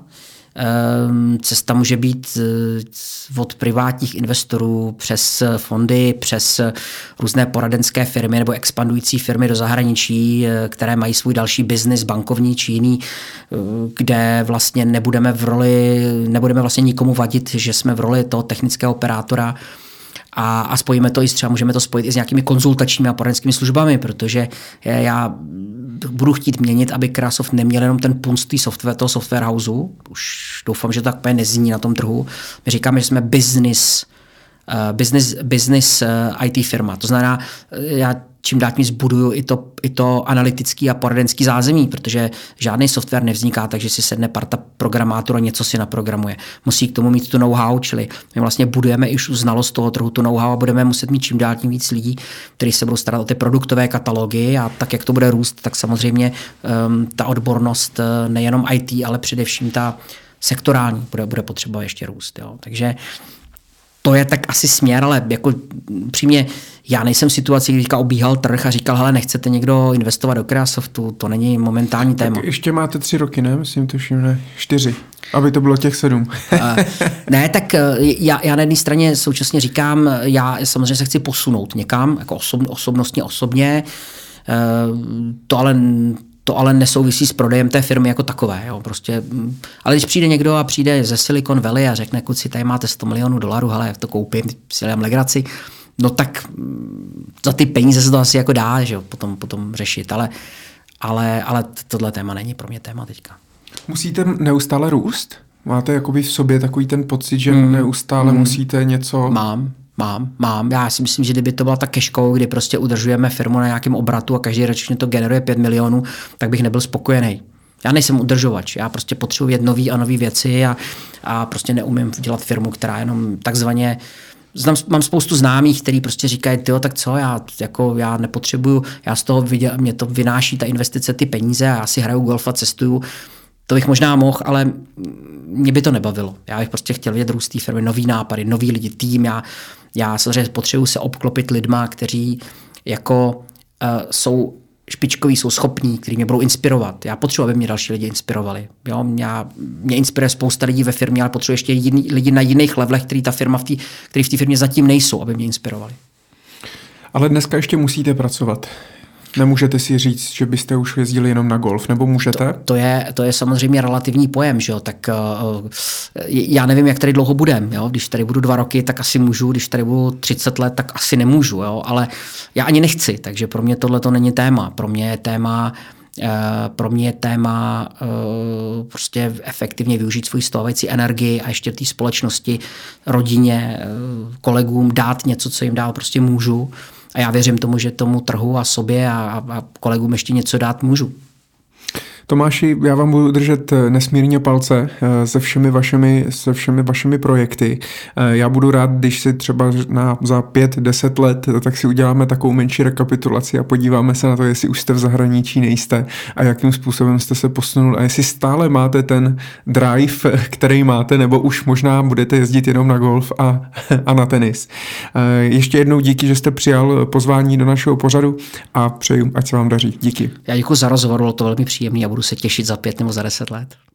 Cesta může být od privátních investorů přes fondy, přes různé poradenské firmy nebo expandující firmy do zahraničí, které mají svůj další biznis, bankovní či jiný, kde vlastně nebudeme vlastně nikomu vadit, že jsme v roli toho technického operátora a spojíme to i třeba, můžeme to spojit i s nějakými konzultačními a poradenskými službami, protože já budu chtít měnit, aby Creasoft neměl jenom ten punc toho software houseu. Už doufám, že to tak úplně nezní na tom trhu. My říkáme, že jsme business IT firma. To znamená, já čím dál tím zbuduju i to analytický a poradenský zázemí, protože žádný software nevzniká, takže si sedne parta programátora a něco si naprogramuje. Musí k tomu mít tu know-how, čili my vlastně budujeme i znalost toho trhu, tu know-how a budeme muset mít čím dál tím víc lidí, kteří se budou starat o ty produktové katalogy a tak, jak to bude růst, tak samozřejmě ta odbornost nejenom IT, ale především ta sektorální bude potřeba ještě růst. Jo. Takže To je tak asi směr, ale jako přímě já nejsem v situaci, kdy obíhal trh a říkal, hele, nechcete někdo investovat do Creasoftu, to není momentální téma. Tak ještě máte 3 roky, ne? Myslím, tuším, ne? 4. Aby to bylo těch 7. Ne, tak já na jedné straně současně říkám, já samozřejmě se chci posunout někam, jako osobně, to ale nesouvisí s prodejem té firmy jako takové. Jo, prostě. Ale když přijde někdo a přijde ze Silicon Valley a řekne, kuci, tady máte $100 milionů, hele, jak to koupím, si dám legraci, no tak za ty peníze se to asi jako dá, že jo, potom řešit, ale tohle téma není pro mě téma teďka. Musíte neustále růst? Máte jakoby v sobě takový ten pocit, že neustále musíte něco... Mám. Já si myslím, že kdyby to byla ta cashkou, kdy prostě udržujeme firmu na nějakém obratu a každý ročně to generuje 5 milionů, tak bych nebyl spokojený. Já nejsem udržovač, já prostě potřebuji jet nový a nový věci a prostě neumím dělat firmu, která jenom takzvaně... Mám spoustu známých, kteří prostě říkají, tyjo, tak co, já nepotřebuju, já z toho mě to vynáší ta investice, ty peníze a já si hraju golf a cestuju. To bych možná mohl, ale mě by to nebavilo. Já bych prostě chtěl vidět růst té firmy, nový nápady, noví lidi, tým. Já samozřejmě potřebuji se obklopit lidma, kteří jako jsou špičkoví, jsou schopní, kteří mě budou inspirovat. Já potřebuji, aby mě další lidi inspirovali. Jo? Mě inspiruje spousta lidí ve firmě, ale potřebuji ještě lidi na jiných levelech, kteří v té firmě zatím nejsou, aby mě inspirovali. Ale dneska ještě musíte pracovat. Nemůžete si říct, že byste už jezdili jenom na golf, nebo můžete? To je samozřejmě relativní pojem, že jo? Tak já nevím, jak tady dlouho budem. Jo? Když tady budu 2 roky, tak asi můžu, když tady budu 30 let, tak asi nemůžu, jo? Ale já ani nechci, takže pro mě tohle to není téma. Pro mě je téma prostě efektivně využít svou stávající energii a ještě té společnosti, rodině, kolegům dát něco, co jim dál prostě můžu. A já věřím tomu, že tomu trhu a sobě a kolegům ještě něco dát můžu. Tomáši, já vám budu držet nesmírně palce se všemi vašimi projekty. Já budu rád, když si třeba za 5-10 let, tak si uděláme takovou menší rekapitulaci a podíváme se na to, jestli už jste v zahraničí, nejste a jakým způsobem jste se posunul a jestli stále máte ten drive, který máte, nebo už možná budete jezdit jenom na golf a na tenis. Ještě jednou díky, že jste přijal pozvání do našeho pořadu a přeju, ať se vám daří. Díky. Já děkuji za rozhovor, bylo to velmi příjemné a budu se těšit za 5 nebo za 10 let.